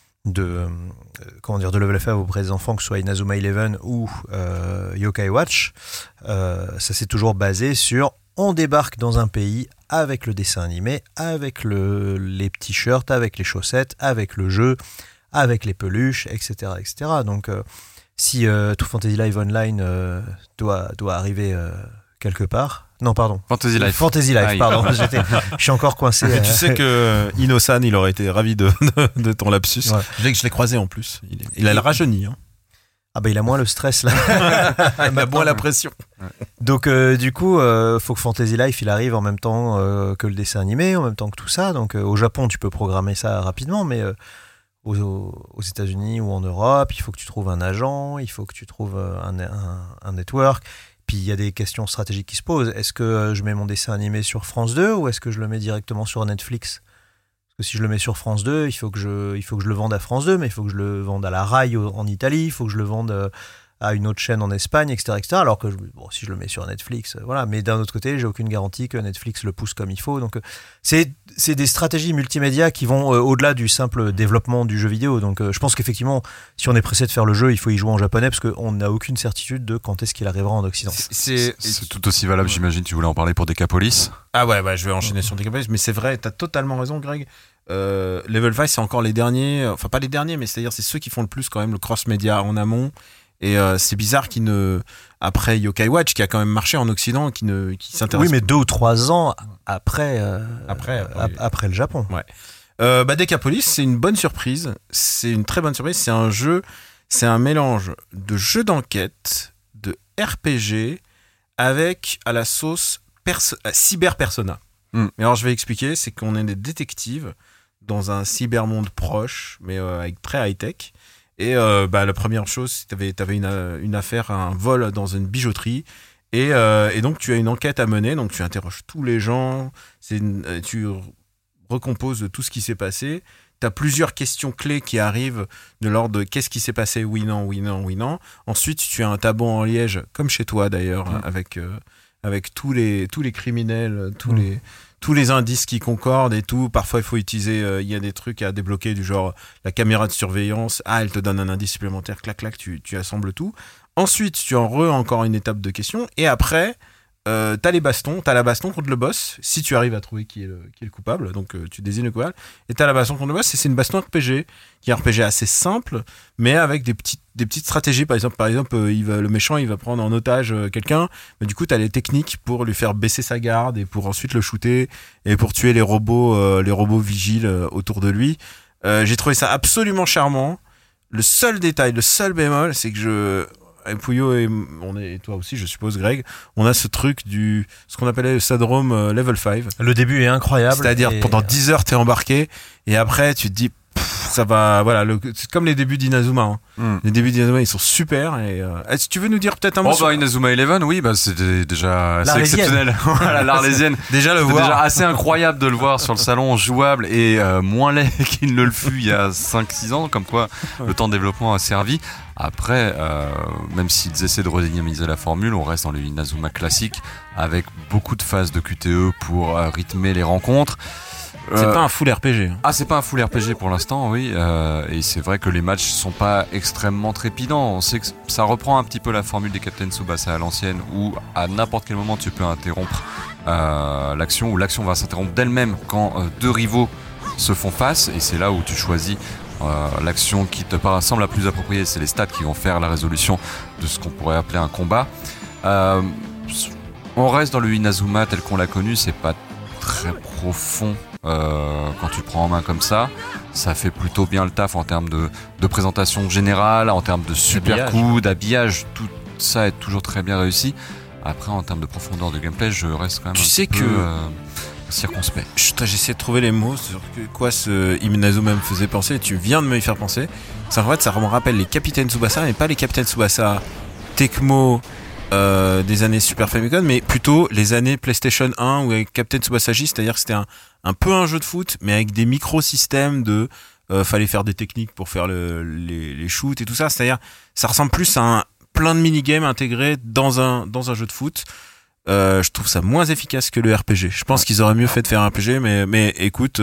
Level 5 auprès des enfants, que ce soit Inazuma Eleven ou Yokai Watch, ça s'est toujours basé sur on débarque dans un pays avec le dessin animé, avec les petits shirts, avec les chaussettes, avec le jeu, avec les peluches, etc. etc. Donc si tout Fantasy Life Online doit arriver quelque part. Non, pardon. Fantasy Life, pardon. Je suis encore coincé. Mais tu sais que Ino-san, il aurait été ravi de ton lapsus. Ouais. Je l'ai croisé en plus. Il a le rajeuni. Hein. Ah il a moins le stress là. Il a moins la pression. Donc du coup, faut que Fantasy Life il arrive en même temps que le dessin animé, en même temps que tout ça. Donc au Japon, tu peux programmer ça rapidement, mais aux États-Unis ou en Europe, il faut que tu trouves un agent, il faut que tu trouves un network. Puis il y a des questions stratégiques qui se posent. Est-ce que je mets mon dessin animé sur France 2 ou est-ce que je le mets directement sur Netflix ? Parce que si je le mets sur France 2, il faut que je le vende à France 2, mais il faut que je le vende à la Rai en Italie, il faut que je le vende à une autre chaîne en Espagne, etc. etc. Alors que si je le mets sur Netflix, voilà. Mais d'un autre côté, j'ai aucune garantie que Netflix le pousse comme il faut. Donc c'est des stratégies multimédia qui vont au-delà du simple développement du jeu vidéo. Donc je pense qu'effectivement, si on est pressé de faire le jeu, il faut y jouer en japonais parce qu'on n'a aucune certitude de quand est-ce qu'il arrivera en Occident. C'est tout aussi valable, j'imagine. Tu voulais en parler pour Decapolis. Ah ouais, je vais enchaîner sur Decapolis. Mais c'est vrai, t'as totalement raison, Greg. Level 5, c'est encore les derniers, enfin pas les derniers, mais c'est-à-dire c'est ceux qui font le plus quand même le cross-média en amont. Et c'est bizarre après Yokai Watch, qui a quand même marché en Occident, qui s'intéresse. Oui, mais 2 ou 3 ans après le Japon. Ouais. Decapolis, c'est une bonne surprise. C'est une très bonne surprise. C'est un mélange de jeu d'enquête, de RPG, avec à la sauce cyber-persona. Mais alors je vais expliquer, c'est qu'on est des détectives dans un cybermonde proche, mais avec très high-tech. Et la première chose, t'avais une affaire, un vol dans une bijouterie, et donc tu as une enquête à mener, donc tu interroges tous les gens, tu recomposes tout ce qui s'est passé, t'as plusieurs questions clés qui arrivent de l'ordre de qu'est-ce qui s'est passé, oui, non, oui, non, oui, non. Ensuite, tu as un tableau en liège, comme chez toi d'ailleurs, avec tous les criminels, tous les indices qui concordent et tout. Parfois, il faut utiliser, il y a des trucs à débloquer du genre la caméra de surveillance. Ah, elle te donne un indice supplémentaire, clac, clac, tu assembles tout. Ensuite, tu encore une étape de questions. Et après, t'as les bastons, t'as la baston contre le boss, si tu arrives à trouver qui est le coupable, donc tu désignes le coupable, et t'as la baston contre le boss, et c'est une baston RPG, qui est un RPG assez simple, mais avec des petites stratégies. Par exemple, le méchant, il va prendre en otage quelqu'un, mais du coup, t'as les techniques pour lui faire baisser sa garde, et pour ensuite le shooter, et pour tuer les robots vigiles autour de lui. J'ai trouvé ça absolument charmant. Le seul détail, le seul bémol, c'est que Pouillot et toi aussi, je suppose, Greg, on a ce truc ce qu'on appelait le syndrome level 5. Le début est incroyable. C'est-à-dire, pendant 10 heures, t'es embarqué, et après, tu te dis, ça va, voilà, c'est comme les débuts d'Inazuma. Les débuts d'Inazuma, ils sont super. Et est-ce que tu veux nous dire peut-être un mot sur Inazuma Eleven, oui, c'était déjà assez exceptionnel. Voilà, l'Arlésienne. Déjà le voir. Déjà assez incroyable de le voir sur le salon, jouable et moins laid qu'il ne le fut il y a 5-6 ans, comme quoi le temps de développement a servi. Après, même s'ils essaient de redynamiser la formule, on reste dans le Inazuma classique avec beaucoup de phases de QTE pour rythmer les rencontres. C'est pas un full RPG. Ah, c'est pas un full RPG pour l'instant, oui. Et c'est vrai que les matchs sont pas extrêmement trépidants. On sait que ça reprend un petit peu la formule des Captain Tsubasa à l'ancienne, où à n'importe quel moment tu peux interrompre l'action, ou l'action va s'interrompre d'elle-même quand deux rivaux se font face. Et c'est là où tu choisis l'action qui te semble la plus appropriée. C'est les stats qui vont faire la résolution de ce qu'on pourrait appeler un combat. On reste dans le Inazuma tel qu'on l'a connu. C'est pas très profond. Quand tu le prends en main comme ça fait plutôt bien le taf en termes de présentation générale, en termes de super coups, d'habillage, tout ça est toujours très bien réussi. Après, en termes de profondeur de gameplay, je reste quand même un peu circonspect. J'essaie de trouver les mots sur quoi ce Inazuma me faisait penser, et tu viens de me y faire penser. En fait, ça me rappelle les Captain Tsubasa, mais pas les Captain Tsubasa Tecmo des années Super Famicom, mais plutôt les années PlayStation 1 ou avec Captain Tsubasa J, c'est-à-dire que c'était un peu un jeu de foot, mais avec des micro-systèmes de fallait faire des techniques pour faire les shoots et tout ça. C'est-à-dire, ça ressemble plus à plein de minigames intégrés dans un jeu de foot. Je trouve ça moins efficace que le RPG. Je pense qu'ils auraient mieux fait de faire un RPG, mais écoute,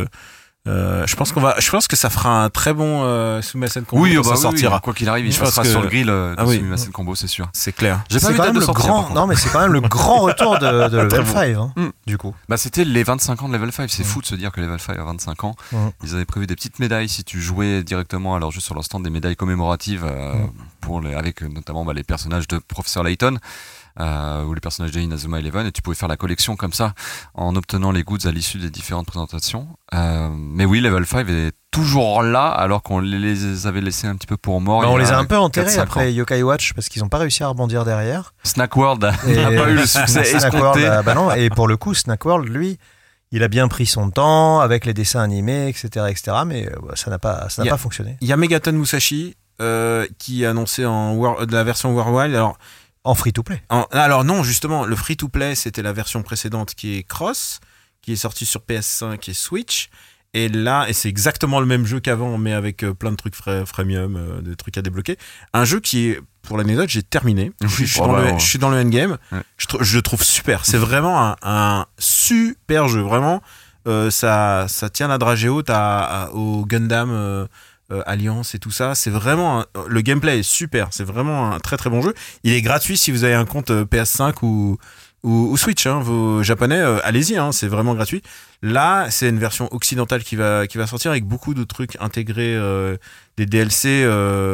je pense que ça fera un très bon Sumimasen Combo. Oui, quand ça sortira. Quoi qu'il arrive, il passera sur le grill de Sumimasen Combo, c'est sûr. C'est clair. J'ai pas vu quand même de le sortie, grand. Non, mais c'est quand même le grand retour de Level 5, du coup. Bah, c'était les 25 ans de Level 5. C'est fou de se dire que Level 5 a 25 ans. Ils avaient prévu des petites médailles si tu jouais directement à leur jeu sur leur stand, des médailles commémoratives avec notamment les personnages de Professeur Layton. Ou les personnages de Inazuma Eleven, et tu pouvais faire la collection comme ça en obtenant les goods à l'issue des différentes présentations. Mais oui, Level 5 est toujours là alors qu'on les avait laissés un petit peu pour mort. On les a un peu enterrés après Yokai Watch parce qu'ils n'ont pas réussi à rebondir derrière. Snack World n'a pas eu le succès escompté. Et pour le coup, Snack World, lui, il a bien pris son temps avec les dessins animés, etc., mais ça n'a pas fonctionné. Il y a Megaton Musashi qui a annoncé de la version Worldwide. Alors, en free-to-play. Alors non, justement, le free-to-play, c'était la version précédente qui est Cross, qui est sortie sur PS5 et Switch. Et là, c'est exactement le même jeu qu'avant, mais avec plein de trucs freemium, des trucs à débloquer. Un jeu qui est, pour l'anecdote, j'ai terminé. Je suis dans le endgame. Ouais. Je le trouve super. C'est vraiment un super jeu. Vraiment, ça tient la dragée haute au Gundam Alliance et tout ça. C'est vraiment le gameplay est super. C'est vraiment un très très bon jeu. Il est gratuit si vous avez un compte PS5 ou Switch. Vos japonais, allez-y. C'est vraiment gratuit. Là, c'est une version occidentale qui va sortir avec beaucoup de trucs intégrés, des DLC.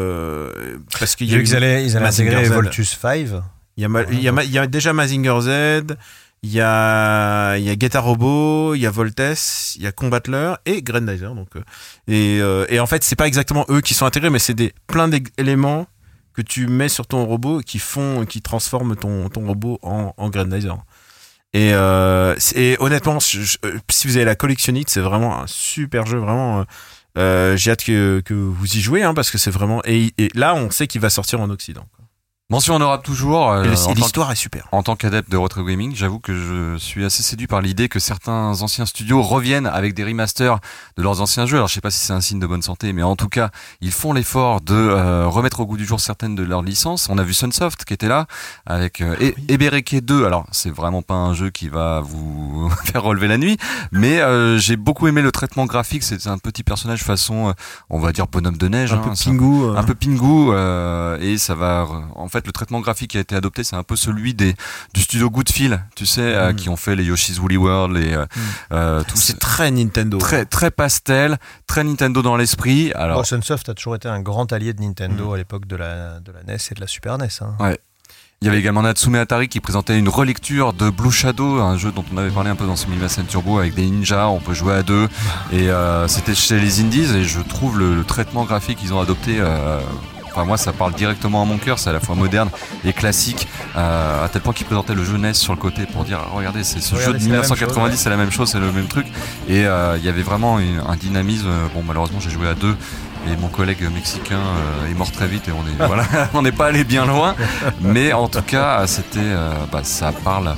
Parce qu'il y a ils allaient intégrer Voltus 5. Il y a déjà Mazinger Z. Il y a Geta Robo, il y a Voltes, il y a Combattler et Grandizer. Donc, et en fait, c'est pas exactement eux qui sont intégrés, mais c'est plein d'éléments que tu mets sur ton robot qui transforment ton robot en Grandizer. Et honnêtement, si vous avez la collectionnite, c'est vraiment un super jeu. Vraiment, j'ai hâte que vous y jouez, parce que c'est vraiment. Et là, on sait qu'il va sortir en Occident. Mention en Europe toujours. Et l'histoire est super. En tant qu'adepte de retro gaming, j'avoue que je suis assez séduit par l'idée que certains anciens studios reviennent avec des remasters de leurs anciens jeux. Alors je sais pas si c'est un signe de bonne santé, mais en tout cas, ils font l'effort de remettre au goût du jour certaines de leurs licences. On a vu Sunsoft qui était là avec Ebereke 2. Alors c'est vraiment pas un jeu qui va vous faire relever la nuit, mais j'ai beaucoup aimé le traitement graphique. C'est un petit personnage façon, on va dire bonhomme de neige, un peu Pingu, et ça va en fait le traitement graphique qui a été adopté, c'est un peu celui du studio Goodfield, tu sais, qui ont fait les Yoshi's Woolly World et tout. C'est très Nintendo, très pastel, très Nintendo dans l'esprit. Alors Sunsoft a toujours été un grand allié de Nintendo à l'époque de la NES et de la Super NES. Ouais. Il y avait également Natsume Atari qui présentait une relecture de Blue Shadow, un jeu dont on avait parlé un peu dans Sumimasen Turbo avec des ninjas, on peut jouer à deux, et c'était chez les Indies, et je trouve le traitement graphique qu'ils ont adopté. Enfin, moi, ça parle directement à mon cœur. C'est à la fois moderne et classique, à tel point qu'ils présentaient le jeu NES sur le côté pour dire regardez, c'est ce jeu de 1990, c'est la même chose, c'est le même truc. Et il y avait vraiment un dynamisme. Bon, malheureusement, j'ai joué à deux. et mon collègue mexicain est mort très vite et on n'est pas allé bien loin. Mais en tout cas, c'était, ça parle,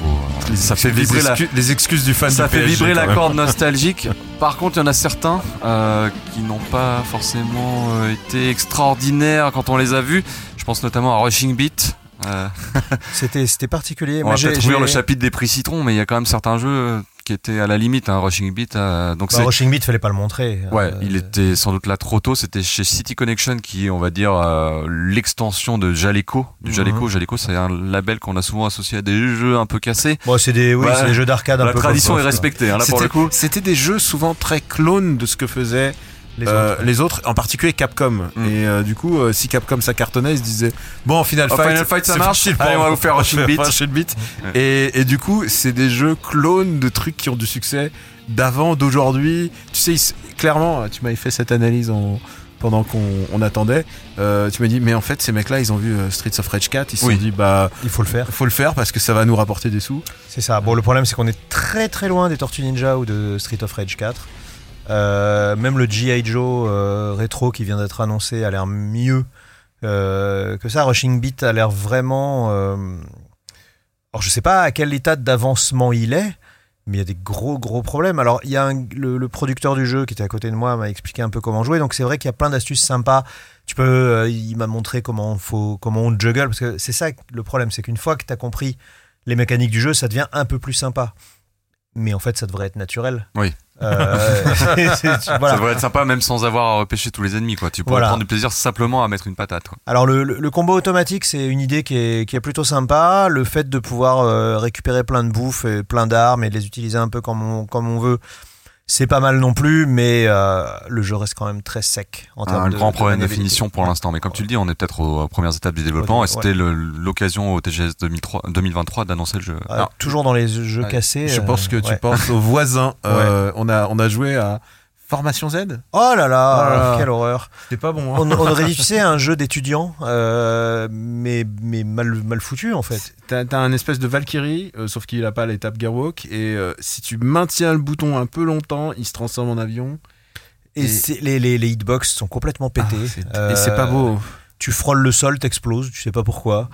ça fait vibrer les excuses du fan. Ça du fait PSG, vibrer la quand corde nostalgique. Par contre, il y en a certains qui n'ont pas forcément été extraordinaires quand on les a vus. Je pense notamment à Rushing Beat. C'était particulier. On va peut-être ouvrir le chapitre des prix citron, mais il y a quand même certains jeux qui étaient à la limite. Rushing Beat, Rushing Beat, fallait pas le montrer. Ouais, il était sans doute là trop tôt. C'était chez City Connection, qui est, on va dire, l'extension de Jaleco. Jaleco, c'est un label qu'on a souvent associé à des jeux un peu cassés. Bon, c'est des jeux d'arcade un peu. La tradition est respectée, là, pour le coup. C'était des jeux souvent très clones de ce que faisaient les autres, en particulier Capcom. Et du coup, si Capcom ça cartonnait, ils se disaient bon, Final Fight ça marche. Allez, on va vous faire Rushing Beat. Et du coup, c'est des jeux clones de trucs qui ont du succès d'avant, d'aujourd'hui. Tu sais, clairement, tu m'avais fait cette analyse pendant qu'on attendait. Tu m'as dit, mais en fait, ces mecs-là, ils ont vu Streets of Rage 4, ils se sont dit, il faut le faire. Il faut le faire parce que ça va nous rapporter des sous. C'est ça. Bon, le problème, c'est qu'on est très très loin des Tortues Ninja ou de Street of Rage 4. Même le G.I. Joe rétro qui vient d'être annoncé a l'air mieux que ça. Rushing Beat a l'air vraiment... Alors je sais pas à quel état d'avancement il est, mais il y a des gros problèmes. Alors il y a le producteur du jeu qui était à côté de moi m'a expliqué un peu comment jouer, donc c'est vrai qu'il y a plein d'astuces sympas. Il m'a montré comment on juggle, parce que c'est ça le problème, c'est qu'une fois que tu as compris les mécaniques du jeu, ça devient un peu plus sympa. Mais en fait, ça devrait être naturel. Oui. Voilà. Ça devrait être sympa même sans avoir à repêcher tous les ennemis, quoi. Tu pourrais prendre du plaisir simplement à mettre une patate, quoi. Alors le combo automatique, c'est une idée qui est plutôt sympa. Le fait de pouvoir récupérer plein de bouffe et plein d'armes et de les utiliser un peu comme on veut, c'est pas mal non plus, mais le jeu reste quand même très sec en termes de grand problème de finition pour l'instant. Mais comme tu le dis, on est peut-être aux premières étapes du développement, et c'était l'occasion au TGS 2023 d'annoncer le jeu. Toujours dans les jeux cassés. Je pense que tu penses aux voisins. On a joué à Formation Z. Oh là là, quelle horreur. C'était pas bon. On aurait dit, tu sais, un jeu d'étudiants, mais mal foutu en fait. T'as un espèce de Valkyrie, sauf qu'il a pas l'étape Gearwalk, et si tu maintiens le bouton un peu longtemps, il se transforme en avion. Et les hitbox sont complètement pétés. Et c'est pas beau. Tu frôles le sol, t'exploses, tu sais pas pourquoi.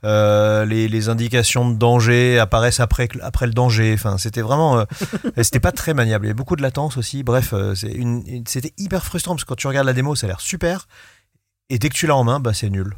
Les indications de danger apparaissent après le danger. Enfin, c'était vraiment, c'était pas très maniable. Il y avait beaucoup de latence aussi. Bref, c'était hyper frustrant parce que quand tu regardes la démo, ça a l'air super. Et dès que tu l'as en main, c'est nul.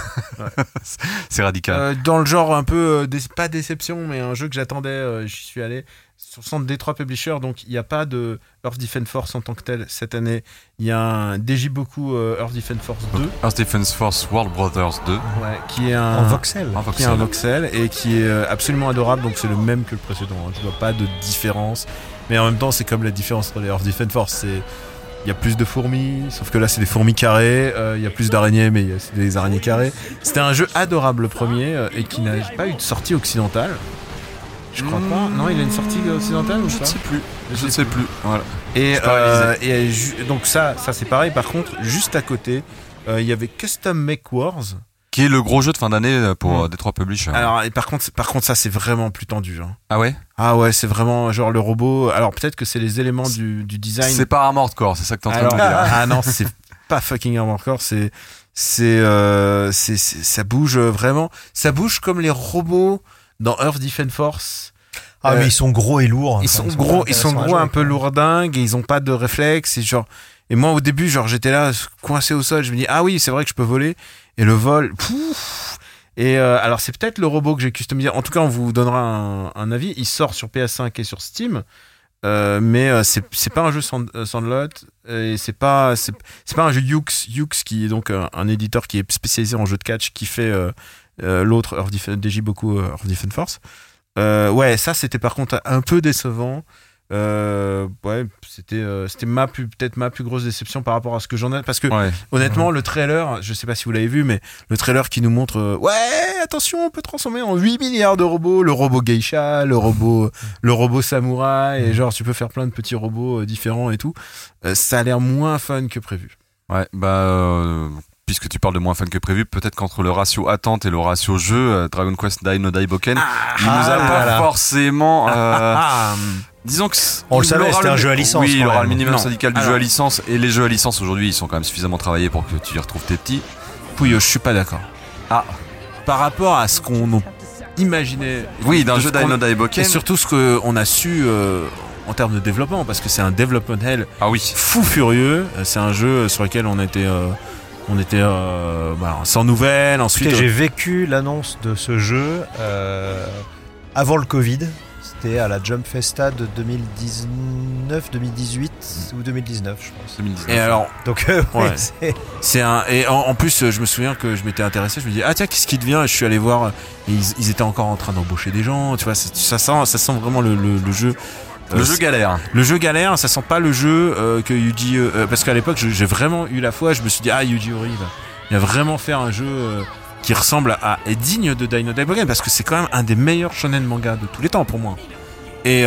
C'est radical. Dans le genre un peu, pas déception, mais un jeu que j'attendais, j'y suis allé. Sur Centre D3 Publisher, donc il n'y a pas de Earth Defense Force en tant que tel cette année. Il y a un Daijiboku Earth Defense Force 2. Earth Defense Force World Brothers 2. Qui est en voxel et qui est absolument adorable. Donc c'est le même que le précédent. Je vois pas de différence. Mais en même temps, c'est comme la différence entre les Earth Defense Force. Il y a plus de fourmis, sauf que là c'est des fourmis carrées. Il y a plus d'araignées, mais c'est des araignées carrées. C'était un jeu adorable le premier et qui n'a pas eu de sortie occidentale. Je crois pas. Non, il a une sortie occidentale ou je pas ? Je ne sais plus. Voilà. Et donc ça c'est pareil. Par contre, juste à côté, il y avait Custom Make Wars, qui est le gros jeu de fin d'année pour D3 Publishers. Alors, et par contre, ça c'est vraiment plus tendu. Hein. Ah ouais ? Ah ouais, c'est vraiment genre le robot. Alors peut-être que c'est les éléments du design. C'est pas Armored Core, c'est ça que t'es en train de me dire. Ah non, c'est pas fucking Armored Core. Ça bouge vraiment. Ça bouge comme les robots dans Earth Defense Force. Mais ils sont gros et lourds. Ils sont gros, un peu lourdingues, et ils ont pas de réflexes. Et moi au début, j'étais là coincé au sol. Je me dis oui, c'est vrai que je peux voler. Et le vol, pouf. Et alors c'est peut-être le robot que j'ai customisé. En tout cas, on vous donnera un avis. Il sort sur PS5 et sur Steam. Mais c'est pas un jeu Sandlot et c'est pas un jeu Yux qui est donc un éditeur qui est spécialisé en jeu de catch, qui fait l'autre Daijiboku Earth Defense Force. Ça c'était par contre un peu décevant. C'était peut-être ma plus grosse déception par rapport à ce que j'en ai, parce que honnêtement le trailer, je sais pas si vous l'avez vu, mais le trailer qui nous montre attention, on peut transformer en 8 milliards de robots, le robot geisha, le robot samouraï, et genre tu peux faire plein de petits robots différents et tout. Ça a l'air moins fun que prévu. Puisque tu parles de moins fun que prévu, peut-être qu'entre le ratio attente et le ratio jeu, Dragon Quest Dai no Daiboken, il nous a pas forcément Disons que On le savait, c'était un jeu à licence. Oui, il quand aura même. le minimum Non. syndical du Alors- jeu à licence. Et les jeux à licence aujourd'hui, ils sont quand même suffisamment travaillés pour que tu y retrouves tes petits. Pouillot, je suis pas d'accord. Ah. Par rapport à ce qu'on imaginait. Oui, d'un de jeu ce qu'on- d'Aino Daiboken. Et surtout ce qu'on a su en termes de développement, parce que c'est un development hell Ah oui. fou furieux. C'est un jeu sur lequel on était sans nouvelles. Ensuite, Écoutez, j'ai vécu l'annonce de ce jeu avant le Covid. C'était à la Jump Festa de 2019, 2018 ou 2019, je pense. 2019. et alors, Donc, Ouais. c'est... c'est un. Et en plus, je me souviens que je m'étais intéressé. Je me dis, ah tiens, qu'est-ce qui devient? Et je suis allé voir. Et ils étaient encore en train d'embaucher des gens. Tu vois, ça sent vraiment le jeu. Le jeu galère. Le jeu galère, ça sent pas le jeu que Yuji. Parce qu'à l'époque, j'ai vraiment eu la foi. Je me suis dit, ah, Yuji Horii, il va vraiment faire un jeu qui ressemble à est digne de Dino Daiboken, parce que c'est quand même un des meilleurs shonen manga de tous les temps pour moi. Et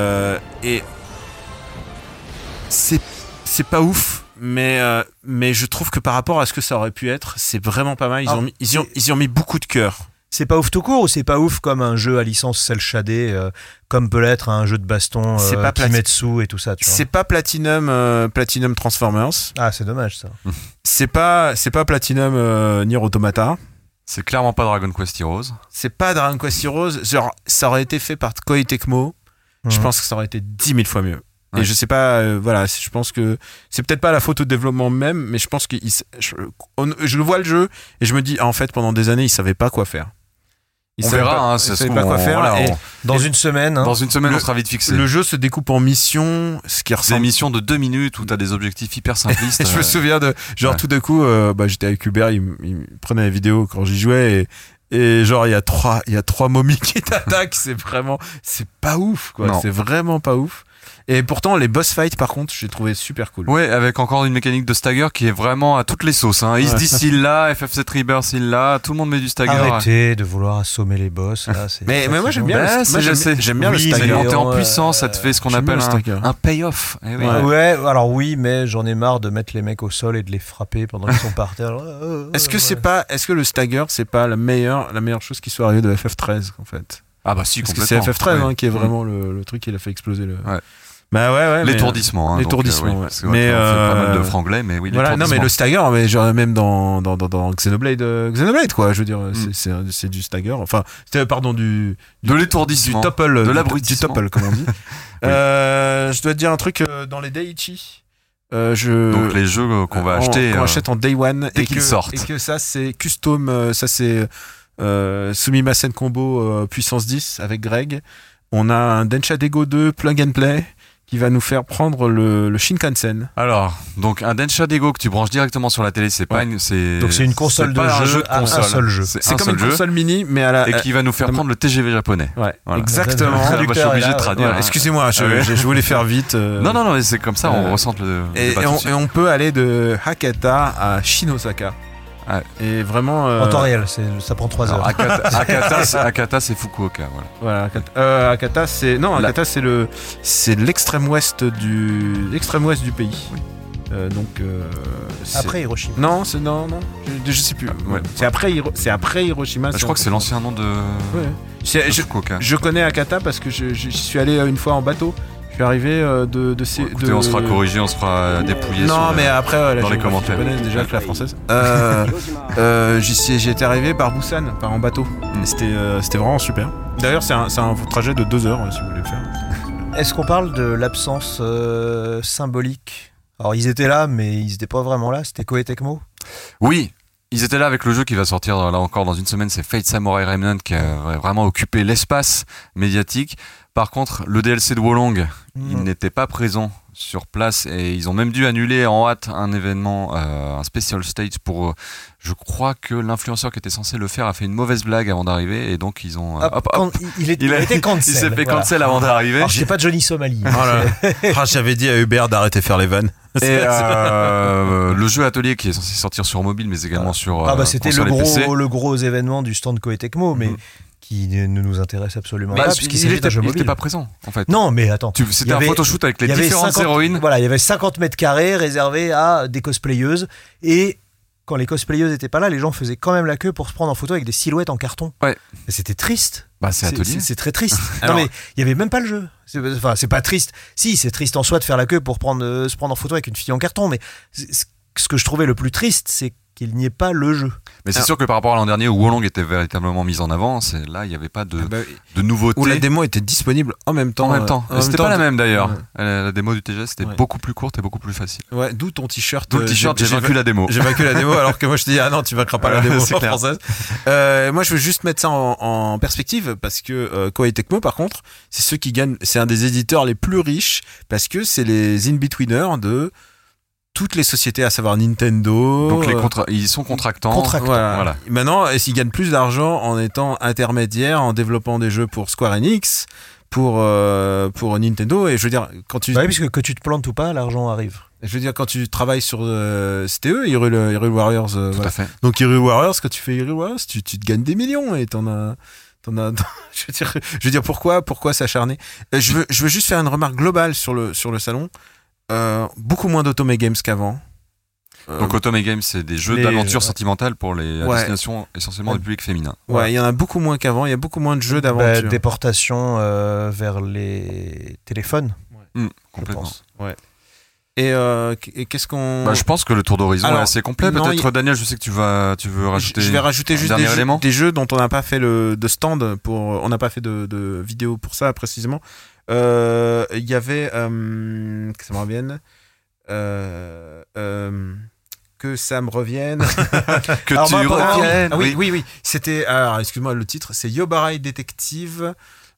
c'est pas ouf, mais je trouve que par rapport à ce que ça aurait pu être, c'est vraiment pas mal. Ils y ont mis beaucoup de cœur. C'est pas ouf tout court ou c'est pas ouf comme un jeu à licence cel shadé, comme peut l'être un jeu de baston C'est pas Kimetsu et tout ça, tu vois. C'est pas Platinum Transformers. Ah, c'est dommage ça. C'est pas Platinum Nier Automata. C'est clairement pas Dragon Quest Heroes. C'est pas Dragon Quest Heroes. Genre, ça aurait été fait par Koei Tecmo. Je pense que ça aurait été 10 000 fois mieux. Ouais. Et je sais pas, je pense que c'est peut-être pas la faute au développement même, mais je pense que je vois le jeu et je me dis, en fait, pendant des années, ils savaient pas quoi faire. On verra, ça ils se savaient trouve, pas quoi faire. voilà, Et Dans une semaine. Hein. Dans une semaine, on sera vite fixé. le jeu se découpe en missions, ce qui Des ressemble. missions de 2 minutes où t'as des objectifs hyper simplistes. Et je me souviens de, genre, Ouais. tout d'un coup, j'étais avec Hubert, il me prenait la vidéo quand j'y jouais et genre, il y a trois momies qui t'attaquent, c'est pas ouf, quoi. Non. C'est vraiment pas ouf. Et pourtant, les boss fights, par contre, j'ai trouvé super cool. Ouais, avec encore une mécanique de stagger qui est vraiment à toutes les sauces. Hein. Is il l'a, FF7 Rebirth il l'a, tout le monde met du stagger. Arrêtez de vouloir assommer les boss. Là, Mais moi, j'aime bien. Ouais, Moi, j'aime bien le Oui, C'est stagger. une montée en Ouais, puissance, ça te fait ce qu'on j'aime bien appelle le stagger. un payoff. Eh oui. Ouais, alors oui, mais j'en ai marre de mettre les mecs au sol et de les frapper pendant qu'ils sont par terre. Est-ce que le stagger, c'est pas la meilleure chose qui soit arrivée de FF13, en fait? Ah bah si, Parce que complètement. c'est FF13 Ouais. hein, qui est vraiment le truc qui l'a fait exploser le. Ouais. Bah ouais. mais- L'étourdissement. Hein, l'étourdissement, donc, ouais. parce que, ouais, Mais, on fait pas mal de euh, franglais, mais oui, Voilà, non mais l'étourdissement. le stagger, mais genre même dans Xenoblade quoi, je veux dire, c'est du stagger, enfin, c'était pardon du l'étourdissement. topple, de du l'abrutissement. topple comme on dit. Je dois te dire un truc dans les Daiichi. Donc les jeux qu'on va acheter. qu'on achète en day one dès qu'ils sortent. et que ça c'est custom, ça c'est Sumimasen combo puissance 10 avec Greg. On a un Densha Dego 2 plug and play qui va nous faire prendre le Shinkansen. Alors, donc un Densha Dego que tu branches directement sur la télé, c'est pas Ouais. une, Donc c'est une console c'est de pas un jeu jeu de à un console. seul jeu. C'est un comme seul une jeu console mini, mais à la. et qui va nous faire prendre le TGV japonais. Ouais, Voilà. exactement. Ah, bah, je suis obligé de traduire. Voilà, hein. excusez-moi, Ah ouais. je voulais faire vite. Non, mais c'est comme ça, on ressent le. Et débat tout de suite. on peut aller de Hakata à Shinosaka. Ouais. Et vraiment. En temps réel, ça prend 3 Alors, heures. Akata, c'est Fukuoka. Voilà. Voilà, Hakata, Hakata, c'est l'extrême ouest du pays. Oui. C'est- Après Hiroshima. Non, je sais plus. Ouais. C'est après Hiroshima. Je crois que c'est l'ancien nom de Ouais. de Fukuoka. Je connais Hakata parce que je suis allé une fois en bateau. Je suis arrivé Écoutez, on sera corrigé, on sera dépouillé. Non, sur mais après, la dans les géographie commentaires. japonaise, déjà que la française. J'y étais arrivé par Busan, en bateau. Et c'était vraiment super. D'ailleurs, c'est un trajet de 2 heures si vous voulez le faire. Est-ce qu'on parle de l'absence symbolique? Alors ils étaient là, mais ils étaient pas vraiment là. C'était Koei Tecmo. Oui, ils étaient là avec le jeu qui va sortir là encore dans une semaine, c'est Fate Samurai Remnant qui a vraiment occupé l'espace médiatique. Par contre, le DLC de Wolong, il n'était pas présent sur place et ils ont même dû annuler en hâte un événement, un special stage pour. Je crois que l'influenceur qui était censé le faire a fait une mauvaise blague avant d'arriver et donc ils ont. Il a été cancel. Il s'est fait voilà. cancel avant d'arriver. Alors j'étais pas Johnny Somali. J'avais dit à Hubert d'arrêter de faire les vannes. Et le jeu atelier qui est censé sortir sur mobile mais également sur. C'était console et PC. le gros événement du stand Koei Tecmo, mais qui ne nous intéresse absolument pas puisqu'il s'agit d'un jeu il mobile. était pas présent en fait. Non, mais attends. C'était un photoshoot avec les il y avait différentes 50 héroïnes. Voilà, il y avait 50 mètres carrés réservés à des cosplayeuses et quand les cosplayeuses étaient pas là, les gens faisaient quand même la queue pour se prendre en photo avec des silhouettes en carton. Ouais. Et c'était triste. Bah, c'est Atelier. C'est très triste. Alors- Non mais il y avait même pas le jeu. Enfin, c'est pas triste. Si, c'est triste en soi de faire la queue pour se prendre en photo avec une fille en carton, mais ce que je trouvais le plus triste, c'est qu'il n'y ait pas le jeu. Mais c'est sûr que par rapport à l'an dernier où Wolong était véritablement mise en avant, là il n'y avait pas de nouveauté. Où la démo était disponible en même temps. En même temps. Et c'était pas la même d'ailleurs. Ouais. La démo du TGS était Ouais. beaucoup plus courte et beaucoup plus facile. Ouais, d'où ton t-shirt. D'où le t-shirt, j'ai vaincu la démo. J'ai vaincu la démo, alors que moi je te dis, ah non, tu vaincras pas la démo C'est clair. française. Moi je veux juste mettre ça en perspective, parce que Koei Tecmo, par contre, c'est ceux qui gagnent, c'est un des éditeurs les plus riches, parce que c'est les in-betweeners de toutes les sociétés, à savoir Nintendo. Donc ils sont contractants. Voilà. Maintenant, ils gagnent plus d'argent en étant intermédiaires, en développant des jeux pour Square Enix, pour Nintendo. Et je veux dire, quand tu, Bah oui, puisque que tu te plantes ou pas, l'argent arrive. je veux dire, quand tu travailles sur, c'était eux, Hyrule Warriors. Tout voilà. à fait. Donc Hyrule Warriors, quand tu fais Hyrule Warriors, tu te gagnes des millions et t'en as. Je veux dire, pourquoi s'acharner? Je veux juste faire une remarque globale sur le salon. Beaucoup moins d'Otome Games qu'avant. Donc Otome Games, c'est des jeux d'aventure sentimentale pour les destinations essentiellement du public féminin. Ouais, il y en a beaucoup moins qu'avant. Il y a beaucoup moins de jeux d'aventure. Déportation vers les téléphones. Complètement. Ouais. Et qu'est-ce qu'on... Bah, je pense que le tour d'horizon Alors, est assez complet. non, Peut-être Daniel, je sais que tu veux rajouter. Je vais rajouter juste dernier élément. des jeux dont on n'a pas fait de stand on n'a pas fait de vidéo pour ça précisément. Il y avait que ça me revienne. Que ça me revienne. Que Alors, tu reviennes. reviennes. Oui. C'était. Alors, excuse-moi, le titre, c'est Yobarai Detective.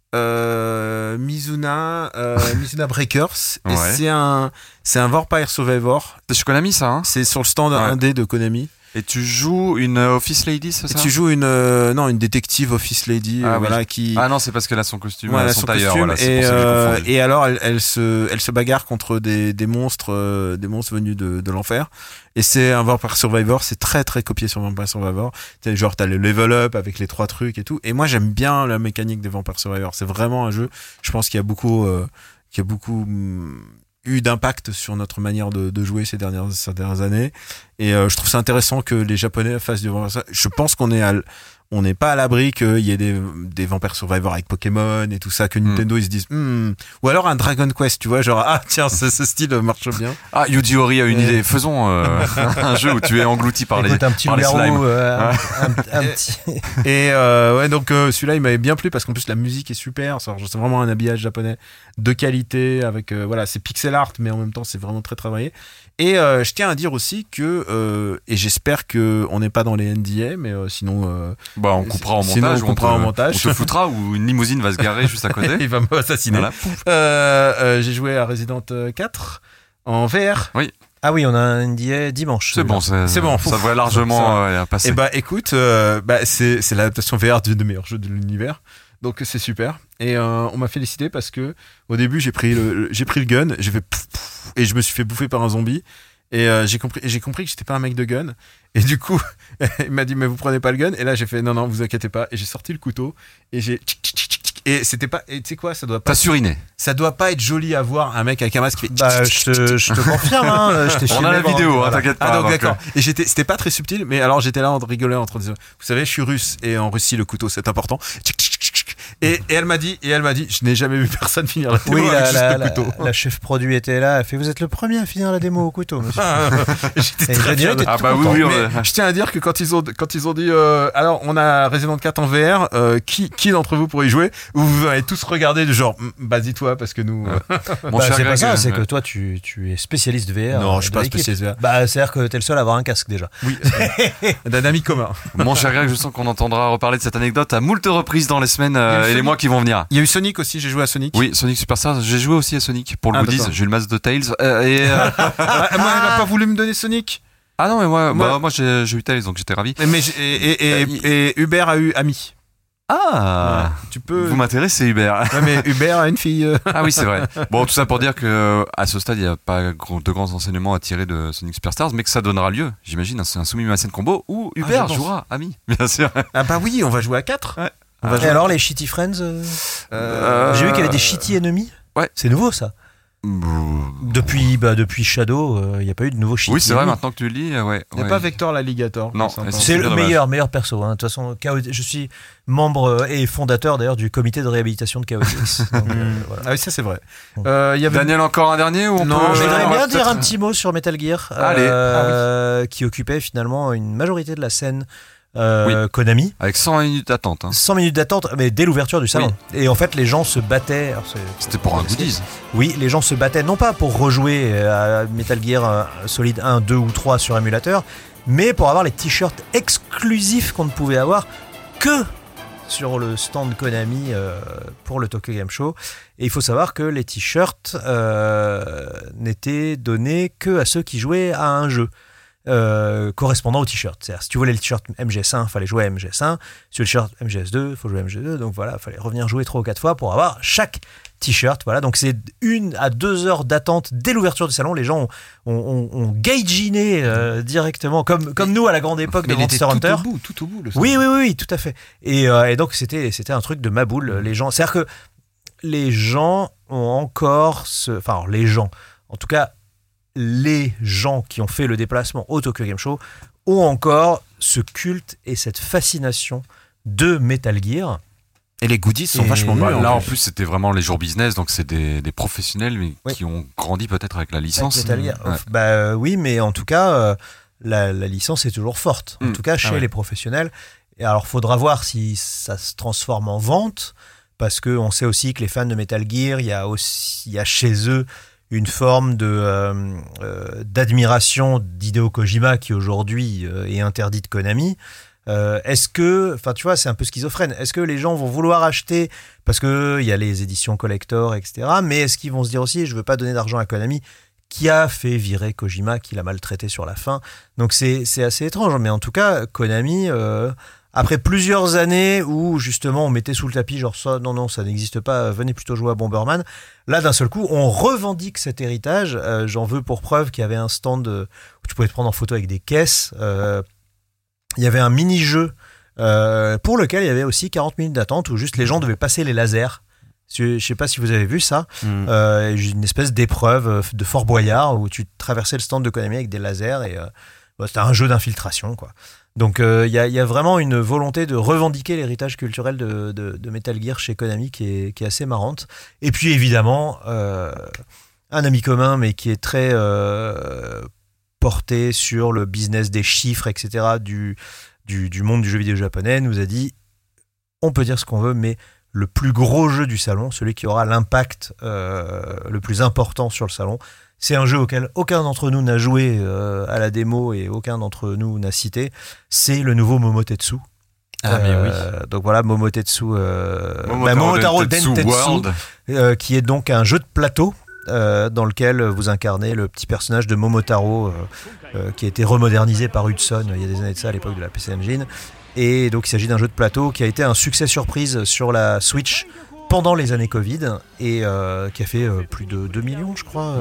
Mizuna Breakers. Et Ouais. c'est un Vampire Survivor. C'est chez Konami, ça, hein? C'est sur le stand Ouais. indé de Konami. Et tu joues une Office Lady, c'est Et ça? tu joues une détective Office Lady, Ah, oui. voilà, qui. Ah non, c'est parce qu'elle a son costume, Ouais, elle a son son tailleur. costume, Voilà, c'est pour ça que j'ai confondu. et alors elle se bagarre contre des monstres venus de l'enfer. Et c'est un Vampire Survivor, c'est très très copié sur Vampire Survivor. Genre t'as le level up avec les 3 trucs et tout. Et moi j'aime bien la mécanique des Vampire Survivor. C'est vraiment un jeu, je pense qu'il y a beaucoup eu d'impact sur notre manière de jouer ces dernières années. Et je trouve ça intéressant que les Japonais fassent du Vampire. Je pense qu'on n'est pas à l'abri qu'il y ait des Vampire Survivor avec Pokémon et tout ça, que Nintendo ils se disent ou alors un Dragon Quest, tu vois, genre tiens, ce style marche bien. Ah, Yuji Horii a une idée. Faisons un jeu où tu es englouti par Écoute, un petit par les slimes. loup-garou, un petit. Et donc celui-là il m'avait bien plu parce qu'en plus la musique est super, c'est vraiment un habillage japonais de qualité avec voilà, c'est pixel art mais en même temps c'est vraiment très travaillé. Et je tiens à dire aussi que et j'espère que on n'est pas dans les NDA, mais sinon Bah, on coupera en sinon, montage. on coupera en montage. On te foutra où une limousine va se garer juste à côté. il va m'assassiner. Voilà. J'ai joué à Resident 4 en VR. Ah oui, on a un NDA dimanche. C'est bon, C'est bon, ça devrait largement passer. Et bah écoute, c'est l'adaptation VR d'un des meilleurs jeux de l'univers. Donc c'est super. Et on m'a félicité parce que au début j'ai pris le gun, j'ai fait pouf, pouf, et je me suis fait bouffer par un zombie. Et j'ai compris que j'étais pas un mec de gun. Et du coup, il m'a dit mais vous prenez pas le gun. Et là j'ai fait non vous inquiétez pas. Et j'ai sorti le couteau et j'ai et c'était pas, et tu sais quoi, ça doit pas être joli à voir un mec avec un masque qui fait Bah, je te confirme, hein, je t'ai On filmé a la pendant- vidéo, hein, voilà. t'inquiète pas. Ah donc donc, d'accord. Et c'était pas très subtil, mais alors j'étais là en rigolant en train de dire, vous savez, je suis russe et en Russie le couteau c'est important. Et elle m'a dit, je n'ai jamais vu personne finir la démo Oui, avec juste le couteau. la chef produit était là. Elle fait, vous êtes le premier à finir la démo au couteau, monsieur. J'étais Et très je fier dirais, de Ah tout bah oui, content. oui, mais je tiens à dire que quand ils ont dit alors on a Resident 4 en VR, qui d'entre vous pourrait y jouer, vous allez tous regarder du genre dis-toi parce que nous Mon Bah, cher c'est pas Greg, ça, c'est que toi, tu es spécialiste VR. non, je suis de pas l'équipe. spécialiste VR. Bah, c'est-à-dire que t'es le seul à avoir un casque déjà. Oui, d'un ami commun. Mon cher Greg, je sens qu'on entendra reparler de cette anecdote à moult reprises dans les semaines y a eu et les Sonic. mois qui vont venir. Il y a eu Sonic aussi, j'ai joué à Sonic. Oui, Sonic Superstars, j'ai joué aussi à Sonic pour le Ah, goodies, d'accord. j'ai eu le masque de Tails. Moi, elle n'a pas voulu me donner Sonic. Ah non, mais moi Moi- j'ai eu Tails donc j'étais ravi. Mais et Hubert a eu Ami. Ah, Tu peux. vous m'intéressez Hubert. Ouais, mais Hubert a une fille. Ah oui, c'est vrai. Bon, tout ça pour dire que à ce stade, il n'y a pas de grands enseignements à tirer de Sonic Superstars, mais que ça donnera lieu, j'imagine, un Sumimasen combo où Hubert je pense. jouera ami, bien sûr. Ah bah oui, on va jouer à 4. Ouais. On va Et jouer. alors, les Shitty Friends J'ai vu qu'il y avait des Shitty ennemis. Ouais. C'est nouveau, ça. Depuis Shadow, il n'y a pas eu de nouveau shit. Oui, c'est vrai, maintenant que tu le dis, ouais. Il n'y a pas Vector l'alligator. Non, c'est le meilleur perso. Hein. De toute façon, je suis membre et fondateur d'ailleurs du comité de réhabilitation de KOTX. Donc, voilà. Ah oui, ça c'est vrai. Daniel, encore un dernier ou je voudrais bien dire un petit mot sur Metal Gear, qui occupait finalement une majorité de la scène. Konami avec 100 minutes d'attente 100 minutes d'attente, mais dès l'ouverture du salon. Et en fait les gens se battaient, c'était pour un goodies. Oui, les gens se battaient non pas pour rejouer à Metal Gear Solid 1, 2 ou 3 sur émulateur, mais pour avoir les t-shirts exclusifs qu'on ne pouvait avoir que sur le stand Konami pour le Tokyo Game Show. Et il faut savoir que les t-shirts n'étaient donnés que à ceux qui jouaient à un jeu correspondant au t-shirt. C'est-à-dire, si tu voulais le t-shirt MGS1, il fallait jouer à MGS1. Si tu veux le t-shirt MGS2, il faut jouer à MGS2. Donc voilà, il fallait revenir jouer 3 ou 4 fois pour avoir chaque t-shirt. Voilà, donc c'est 1 à 2 heures d'attente dès l'ouverture du salon. Les gens ont gaiginé directement, comme nous à la grande époque de Monster Hunter. Tout au bout. Oui, tout à fait. Et donc c'était un truc de maboule. Les gens, c'est-à-dire que les gens ont encore en tout cas, les gens qui ont fait le déplacement au Tokyo Game Show ont encore ce culte et cette fascination de Metal Gear. Et les goodies sont vachement mieux. Là, en plus, c'était vraiment les jours business, donc c'est des professionnels mais qui ont grandi peut-être avec la licence. Avec Metal Gear. Oui, mais en tout cas, la licence est toujours forte. En tout cas, chez les professionnels. Et alors, faudra voir si ça se transforme en vente, parce qu'on sait aussi que les fans de Metal Gear, il y a chez eux une forme d'admiration d'Hideo Kojima qui aujourd'hui est interdit de Konami. Est-ce que, tu vois, c'est un peu schizophrène. Est-ce que les gens vont vouloir acheter parce que il y a les éditions collector, etc. Mais est-ce qu'ils vont se dire aussi, je veux pas donner d'argent à Konami qui a fait virer Kojima, qui l'a maltraité sur la fin. Donc c'est assez étrange. Mais en tout cas, Konami, après plusieurs années où justement on mettait sous le tapis genre ça, non, ça n'existe pas, venez plutôt jouer à Bomberman. Là, d'un seul coup, on revendique cet héritage. J'en veux pour preuve qu'il y avait un stand où tu pouvais te prendre en photo avec des caisses. Il y avait un mini-jeu pour lequel il y avait aussi 40 minutes d'attente où juste les gens devaient passer les lasers. Je sais pas si vous avez vu ça. Une espèce d'épreuve de Fort Boyard où tu traversais le stand de Konami avec des lasers et c'était un jeu d'infiltration, quoi. Donc il y a vraiment une volonté de revendiquer l'héritage culturel de Metal Gear chez Konami qui est assez marrante. Et puis évidemment, un ami commun mais qui est très porté sur le business des chiffres, etc. du monde du jeu vidéo japonais, nous a dit, on peut dire ce qu'on veut, mais le plus gros jeu du salon, celui qui aura l'impact le plus important sur le salon, c'est un jeu auquel aucun d'entre nous n'a joué à la démo et aucun d'entre nous n'a cité. C'est le nouveau Momotetsu. Mais oui. Donc voilà, Momotetsu, Momotaro Dentetsu, qui est donc un jeu de plateau dans lequel vous incarnez le petit personnage de Momotaro qui a été remodernisé par Hudson il y a des années de ça, à l'époque de la PC Engine. Et donc il s'agit d'un jeu de plateau qui a été un succès surprise sur la Switch pendant les années Covid et qui a fait plus de 2 millions, je crois.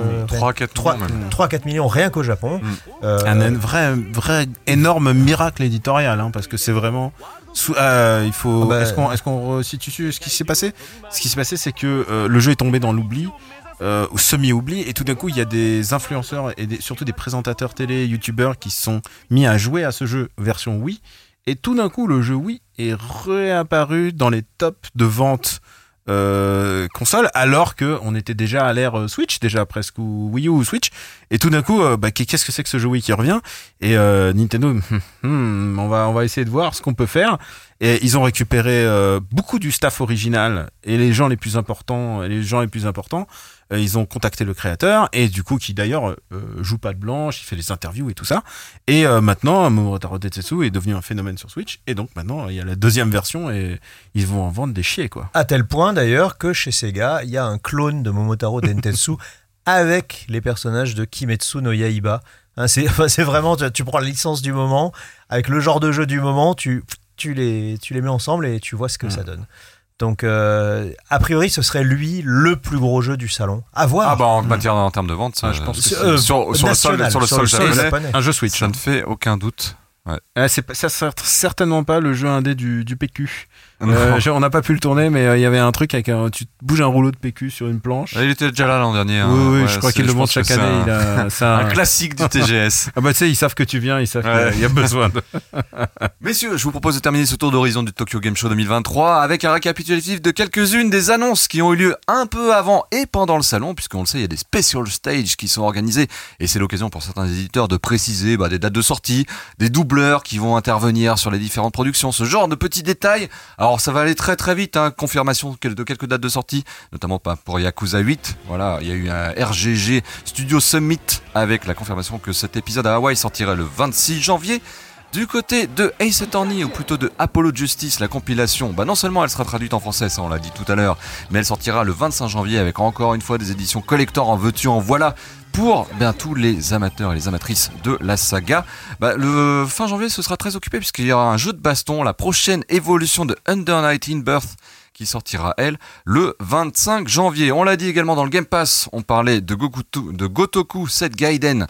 3-4 millions rien qu'au Japon. Un vrai énorme miracle éditorial, hein, parce que c'est vraiment... il faut... Est-ce qu'on resitue ce qui s'est passé ? Ce qui s'est passé, c'est que le jeu est tombé dans l'oubli, ou semi-oubli, et tout d'un coup, il y a des influenceurs et surtout des présentateurs télé, youtubeurs qui se sont mis à jouer à ce jeu version Wii. Et tout d'un coup, le jeu Wii est réapparu dans les tops de vente console, alors que on était déjà à l'ère Switch, déjà presque, ou Wii U ou Switch. Et tout d'un coup, qu'est-ce que c'est que ce jeu Wii qui revient ? Et Nintendo, on va essayer de voir ce qu'on peut faire. Et ils ont récupéré beaucoup du staff original et les gens les plus importants. Ils ont contacté le créateur et du coup qui d'ailleurs joue pas de blanche, il fait des interviews et tout ça. Et maintenant, Momotaro Densetsu est devenu un phénomène sur Switch. Et donc maintenant, il y a la deuxième version et ils vont en vendre des chiers, quoi. À tel point d'ailleurs que chez Sega, il y a un clone de Momotaro Densetsu avec les personnages de Kimetsu no Yaiba. Hein, c'est vraiment, tu prends la licence du moment avec le genre de jeu du moment, tu les mets ensemble et tu vois ce que ça donne. Donc, a priori, ce serait lui le plus gros jeu du salon. À voir. En termes de vente, ça, je pense que sur le sol japonais, un jeu Switch. Ça ne fait aucun doute. Ouais. Ça sert certainement pas le jeu indé du PQ. On n'a pas pu le tourner, mais il y avait un truc avec tu bouges un rouleau de PQ sur une planche. Il était déjà là l'an dernier. Oui, je crois qu'il le montre chaque année. C'est un classique du TGS. Ah bah tu sais, ils savent que tu viens, ils savent qu'il y a besoin de... Messieurs, je vous propose de terminer ce tour d'horizon du Tokyo Game Show 2023 avec un récapitulatif de quelques-unes des annonces qui ont eu lieu un peu avant et pendant le salon, puisqu'on le sait, il y a des special stages qui sont organisés et c'est l'occasion pour certains éditeurs de préciser des dates de sortie, des doubleurs qui vont intervenir sur les différentes productions, ce genre de petits détails. Alors ça va aller très très vite, confirmation de quelques dates de sortie, notamment pour Yakuza 8. Voilà, il y a eu un RGG Studio Summit avec la confirmation que cet épisode à Hawaï sortirait le 26 janvier. Du côté de Ace Attorney, ou plutôt de Apollo Justice, la compilation, non seulement elle sera traduite en français, ça on l'a dit tout à l'heure, mais elle sortira le 25 janvier avec encore une fois des éditions collector en veux-tu en voilà pour tous les amateurs et les amatrices de la saga. Le fin janvier ce sera très occupé puisqu'il y aura un jeu de baston, la prochaine évolution de Under 19 Birth, qui sortira, elle, le 25 janvier. On l'a dit également dans le Game Pass, on parlait de Gotoku Set Gaiden,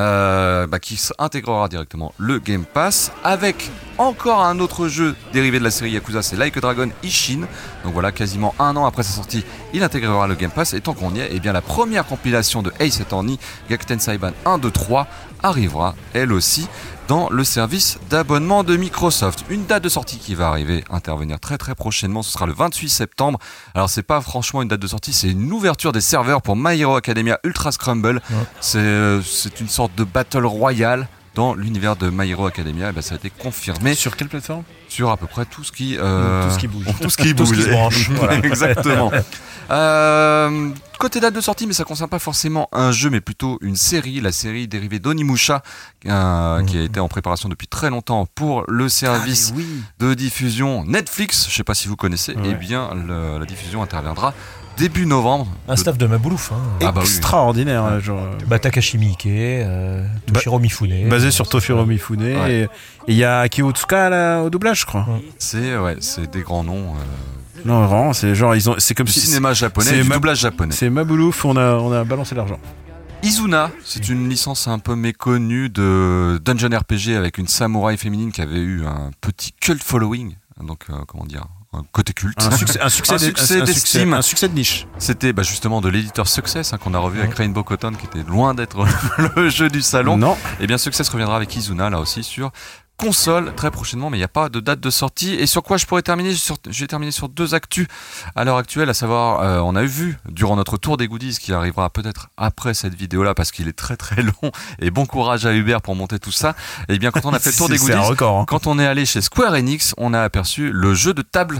qui intégrera directement le Game Pass, avec encore un autre jeu dérivé de la série Yakuza, c'est Like a Dragon Ishin. Donc voilà, quasiment un an après sa sortie, il intégrera le Game Pass, et tant qu'on y est, la première compilation de Ace Attorney, Gakuten Saiban 1, 2, 3, arrivera, elle aussi, dans le service d'abonnement de Microsoft. Une date de sortie qui va intervenir très très prochainement, ce sera le 28 septembre. Alors c'est pas franchement une date de sortie, c'est une ouverture des serveurs pour My Hero Academia Ultra Scramble. Ouais. C'est une sorte de battle royale dans l'univers de My Hero Academia. Ça a été confirmé. Sur quelle plateforme ? Sur à peu près tout ce qui bouge. Tout ce qui branche. Voilà. Exactement. Côté date de sortie, mais ça ne concerne pas forcément un jeu, mais plutôt une série, la série dérivée d'Onimusha, qui a été en préparation depuis très longtemps pour le service de diffusion Netflix. Je ne sais pas si vous connaissez. Ouais. La diffusion interviendra début novembre. Un staff de Maboulouf. Extraordinaire. Takashi Miike, Toshiro Mifune. Basé sur Toshiro Mifune. Ouais. Et il y a Akio Otsuka au doublage, je crois. Ouais. C'est des grands noms. Non, vraiment, c'est genre, c'est comme si. Cinéma japonais, du doublage japonais. C'est Maboulouf, on a balancé l'argent. Izuna, c'est une licence un peu méconnue de dungeon RPG avec une samouraï féminine qui avait eu un petit cult following. Donc, un côté culte. Un succès de niche. C'était justement de l'éditeur Success qu'on a revu avec Rainbow Cotton, qui était loin d'être le jeu du salon. Non. Et bien Success reviendra avec Izuna, là aussi, sur console très prochainement, mais il n'y a pas de date de sortie. Et sur quoi je pourrais terminer ? Je vais terminer sur deux actus à l'heure actuelle, à savoir, on a vu durant notre tour des goodies, qui arrivera peut-être après cette vidéo-là, parce qu'il est très très long, et bon courage à Hubert pour monter tout ça. Et bien quand on a fait le tour des goodies, quand on est allé chez Square Enix, on a aperçu le jeu de table,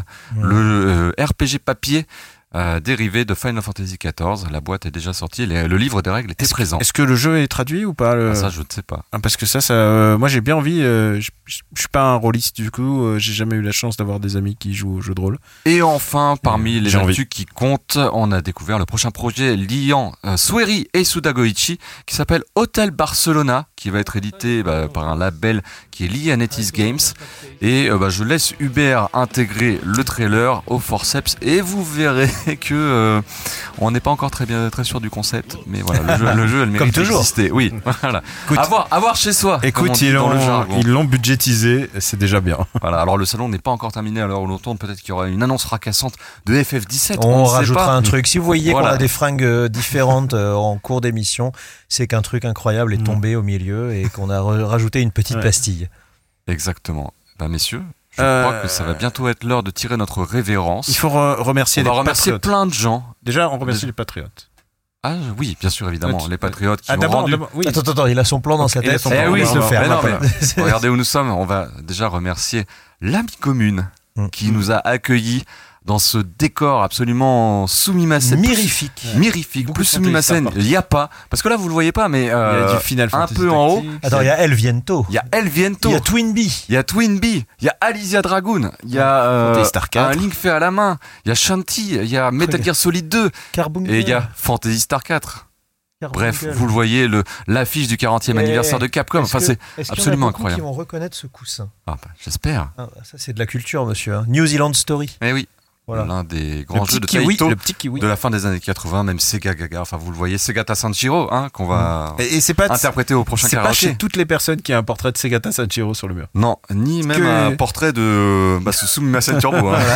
le RPG papier, dérivé de Final Fantasy XIV. La boîte est déjà sortie, le livre des règles était présent. Est-ce que le jeu est traduit ou pas Ça, je ne sais pas. Parce que ça moi j'ai bien envie. Je suis pas un rôliste du coup. J'ai jamais eu la chance d'avoir des amis qui jouent au jeu de rôle. Et enfin, parmi les actus qui comptent, on a découvert le prochain projet liant Sueri et Sudagoichi, qui s'appelle Hotel Barcelona, qui va être édité par un label qui est lié à NetEase Games. Et je laisse Hubert intégrer le trailer au forceps et vous verrez que on n'est pas encore très sûr du concept, mais voilà, le jeu elle mérite d'exister. Oui, voilà. Écoute, à voir chez soi. Écoute, ils l'ont budgétisé, c'est déjà bien. Voilà, alors le salon n'est pas encore terminé à l'heure où l'on tourne, peut-être qu'il y aura une annonce fracassante de FF17. On rajoutera un truc. Si vous voyez qu'on a des fringues différentes en cours d'émission, c'est qu'un truc incroyable est tombé au milieu et qu'on a rajouté une petite pastille. Exactement. Messieurs, je crois que ça va bientôt être l'heure de tirer notre révérence. Il faut remercier les patriotes. On va remercier plein de gens. Déjà, on remercie les patriotes. Ah oui, bien sûr, évidemment. Les patriotes qui ont rendu... Attends, il a son plan dans sa tête. Oui, regardez où nous sommes. On va déjà remercier l'ami commune qui nous a accueillis dans ce décor absolument Sumimasen. Mirifique. Plus Sumimasen, il n'y a pas. Parce que là, vous le voyez pas, mais il y a du Final Fantasy un peu en haut. Attends, il y a El Viento. Il y a El Viento. Il y a Twinbee. Il y a Twinbee. Il y a Alizia Dragoon. Il y a un Link fait à la main. Il y a Shanty. Il y a Metal Gear Solid 2. Et il y a Phantasy Star 4. Bref, vous le voyez, l'affiche du 40e anniversaire de Capcom. C'est absolument incroyable. Qui vont reconnaître ce coussin. J'espère. Ça, c'est de la culture, monsieur. New Zealand Story. Eh oui. Voilà. L'un des grands jeux de kiwi, Taito le petit kiwi. de la fin des années 80, même Sega Gaga. Enfin, vous le voyez, Segata Sanshiro, hein, qu'on va Et c'est pas interpréter au prochain c'est pas karaoké. chez toutes les personnes qui a un portrait de Segata Sanshiro sur le mur. Non, ni même que- un portrait de Sumimasen Turbo. Hein.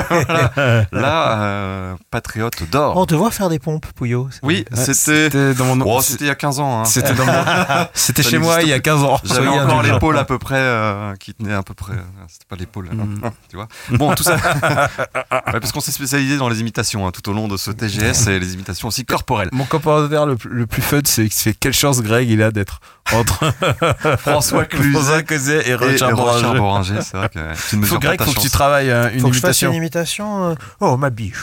Là, Patriote d'or. On te voit faire des pompes, Pouillot. Oui, Ouais, c'était. dans mon Oh, c'était il y a 15 ans. Hein. C'était dans mon... C'était Ça chez moi n'existe il y a 15 ans. J'avais Soyez encore indulgents. l'épaule à peu près qui tenait à peu près. C'était pas l'épaule, tu vois. Bon, tout ça. Ouais, parce qu'on s'est spécialisé dans les imitations hein, tout au long de ce TGS et les imitations aussi corporelles. Mon commentaire le plus fun, c'est quelle chance Greg il a d'être entre François Cluzet Cluzet et et Richard Richard Boranger. Boringer, c'est vrai que tu ne mesures pas Greg, ta faut que tu chance. travailles une Faut que je fasse imitation. une imitation. Oh, ma biche.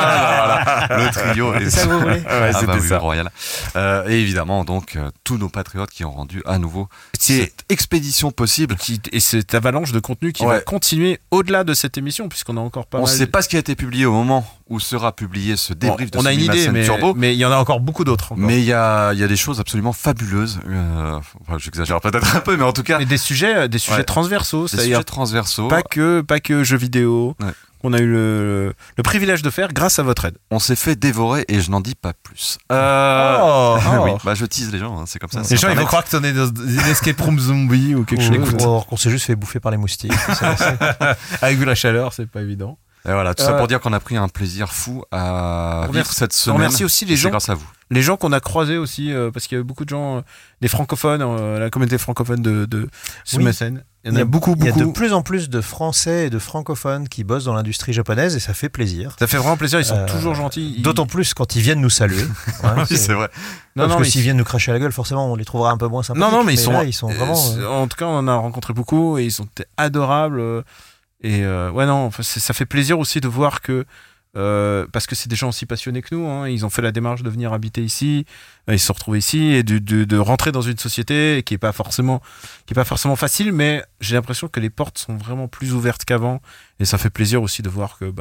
Ah, voilà, le trio. C'est ça que vous voulez Ouais, Ah c'était bah oui, ça. royal. Et évidemment, donc, tous nos patriotes qui ont rendu à nouveau C'est- cette expédition possible. Et cette avalanche de contenu qui Ouais. va continuer au-delà de cette émission, puisqu'on a encore pas On ne mal. sait pas ce qui a été publié au moment où sera publié ce Bon, débrief de on a une idée, Sumimasen Turbo. mais il y en a encore beaucoup d'autres. encore. Mais il y a des choses absolument fabuleuses. Enfin, j'exagère peut-être un peu, mais en tout cas, Mais des sujets Ouais. transversaux, des c'est-à-dire sujets transversaux. pas que jeux vidéo. Ouais. On a eu le privilège de faire grâce à votre aide. On s'est fait dévorer et je n'en dis pas plus. Oui, bah je tease les gens, hein, c'est comme ça. Les c'est gens ils vont Internet. croire que t'en es dans une escape room zombie ou quelque chose. Ou alors qu'on s'est juste fait bouffer par les moustiques. Avec de la chaleur, c'est pas évident. Et voilà, tout ça pour dire qu'on a pris un plaisir fou à vivre cette On semaine. remercie aussi les C'est gens, grâce à vous. les gens qu'on a croisés aussi, parce qu'il y avait beaucoup de gens, des francophones, la communauté francophone de Sumimasen. Il y en a beaucoup. Il y a de plus en plus de Français et de francophones qui bossent dans l'industrie japonaise et ça fait plaisir. Ça fait vraiment plaisir, ils sont toujours gentils. D'autant plus quand ils viennent nous saluer. Ouais, Oui, c'est vrai. parce que s'ils viennent nous cracher à la gueule, forcément, on les trouvera un peu moins sympathiques. Non, mais ils sont, là, ils sont vraiment. En tout cas, on en a rencontré beaucoup et ils sont adorables. Ouais, non, enfin, ça fait plaisir aussi de voir que. Parce que c'est des gens aussi passionnés que nous, hein, ils ont fait la démarche de venir habiter ici, ils se sont retrouvés ici et de rentrer dans une société qui est pas forcément facile, mais j'ai l'impression que les portes sont vraiment plus ouvertes qu'avant et ça fait plaisir aussi de voir que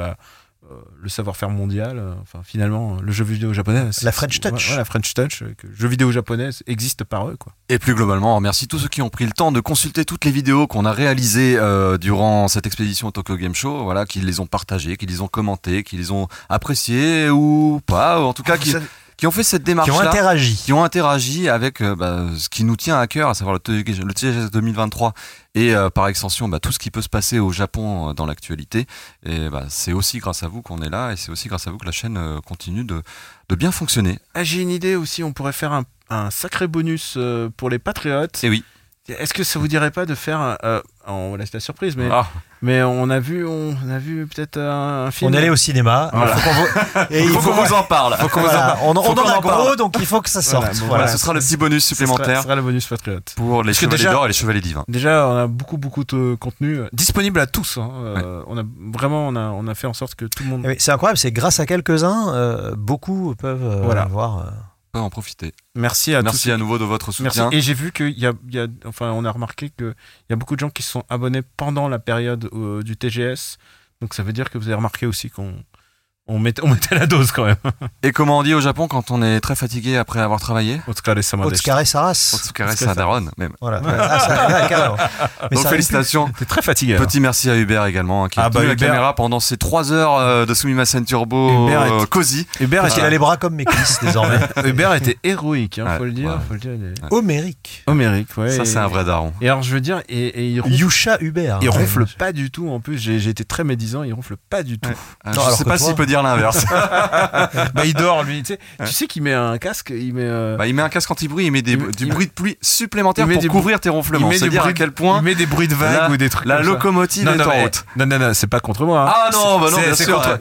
le savoir-faire mondial, enfin finalement le jeu vidéo japonais, La French Touch. la French Touch, que le jeu vidéo japonais existe par eux, quoi. Et plus globalement, on remercie tous ceux qui ont pris le temps de consulter toutes les vidéos qu'on a réalisées durant cette expédition au Tokyo Game Show, voilà, qui les ont partagées, qui les ont commentées, qui les ont appréciées ou pas, ou en tout cas qui ont fait cette Qui démarche-là. ont interagi. Qui ont interagi avec ce qui nous tient à cœur, à savoir le TGS 2023 et par extension tout ce qui peut se passer au Japon dans l'actualité. Et c'est aussi grâce à vous qu'on est là et c'est aussi grâce à vous que la chaîne continue de bien fonctionner. Ah, j'ai une idée aussi, on pourrait faire un sacré bonus pour les patriotes. Et oui. Est-ce que ça vous dirait pas de faire on laisse la surprise, mais Ah, on a vu peut-être un film. On est allé au cinéma. Voilà. Et il faut qu'on vous en parle. voilà, on Faut en qu'on a en parle. gros, donc il faut que ça sorte. Voilà, bon, Voilà, ce sera le petit bonus Ce supplémentaire sera le bonus patriote. pour les Parce que chevaliers déjà- d'or et les chevaliers divins. Déjà, on a beaucoup de contenu disponible à tous. Hein. On a vraiment, on a fait en sorte que tout le monde. Eh oui, c'est incroyable, c'est grâce à quelques-uns, beaucoup peuvent Voilà. voir. On peut en profiter. Merci à tous. Merci à nouveau de votre Merci. soutien. Et j'ai vu qu'il y a, enfin, on a remarqué qu'il y a beaucoup de gens qui se sont abonnés pendant la période du TGS. Donc ça veut dire que vous avez remarqué aussi qu'on mettait la dose quand même. Et comment on dit au Japon quand on est très fatigué après avoir travaillé? Otsukare sama deshita. Otsukare Saras. Otsukare Sadaron, même. Voilà. Ah, ça, carrément. Mais Donc ça félicitations. T'es très fatigué. alors. Petit merci à Hubert également, qui a tenu la Hubert. caméra pendant ces 3 heures de Sumimasen Turbo Hubert est- cosy. Hubert Parce qu'il a les bras comme mes cuisses désormais. Hubert était héroïque, hein, Ouais, faut le dire. ouais. Faut le dire, il est Homérique. homérique, ouais. Ça, et- c'est un vrai daron. Et alors, je veux dire, et il ronfle, Yusha Hubert. il ronfle pas du tout. En plus, j'ai été très médisant. Il ronfle pas du tout. Je alors sais que pas toi- s'il peut dire l'inverse. Il dort lui. Tu sais qu'il met un casque. Il met. Il met un casque anti-bruit, il met du bruit de pluie supplémentaire il met pour des couvrir tes ronflements. il met des C'est-à-dire à bruits- quel point il met des bruits de vagues la- ou des trucs. la comme ça. locomotive Non, est non, en mais- route. Non, c'est pas contre moi. hein. Ah non, bah non, C'est- bien c'est sûr. contre-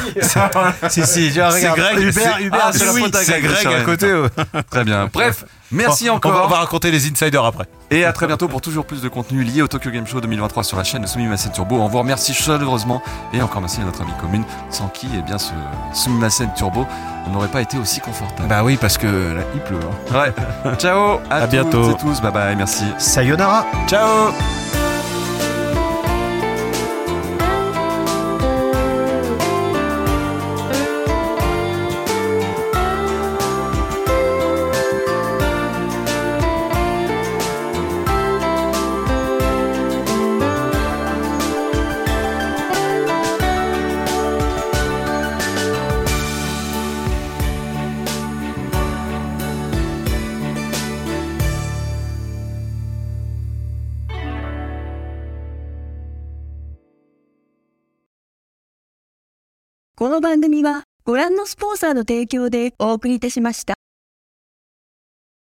Si, je regarde. Greg, Hubert, c'est- Hubert, Ah, c'est la oui. faute à C'est Greg, Greg à c'est côté. Très bien. Bref, merci On encore. va raconter les insiders après. Et à très bientôt pour toujours plus de contenu lié au Tokyo Game Show 2023 sur la chaîne de Sumimasen Turbo. On vous remercie chaleureusement et encore merci à notre amie commune sans qui ce Sumimasen Turbo n'aurait pas été aussi confortable. Bah oui, parce que là, il pleut. hein. Ouais. Ciao à toutes bientôt. et tous. Bye bye. Merci. Sayonara. Ciao. この番組はご覧のスポンサーの提供でお送りいたしました。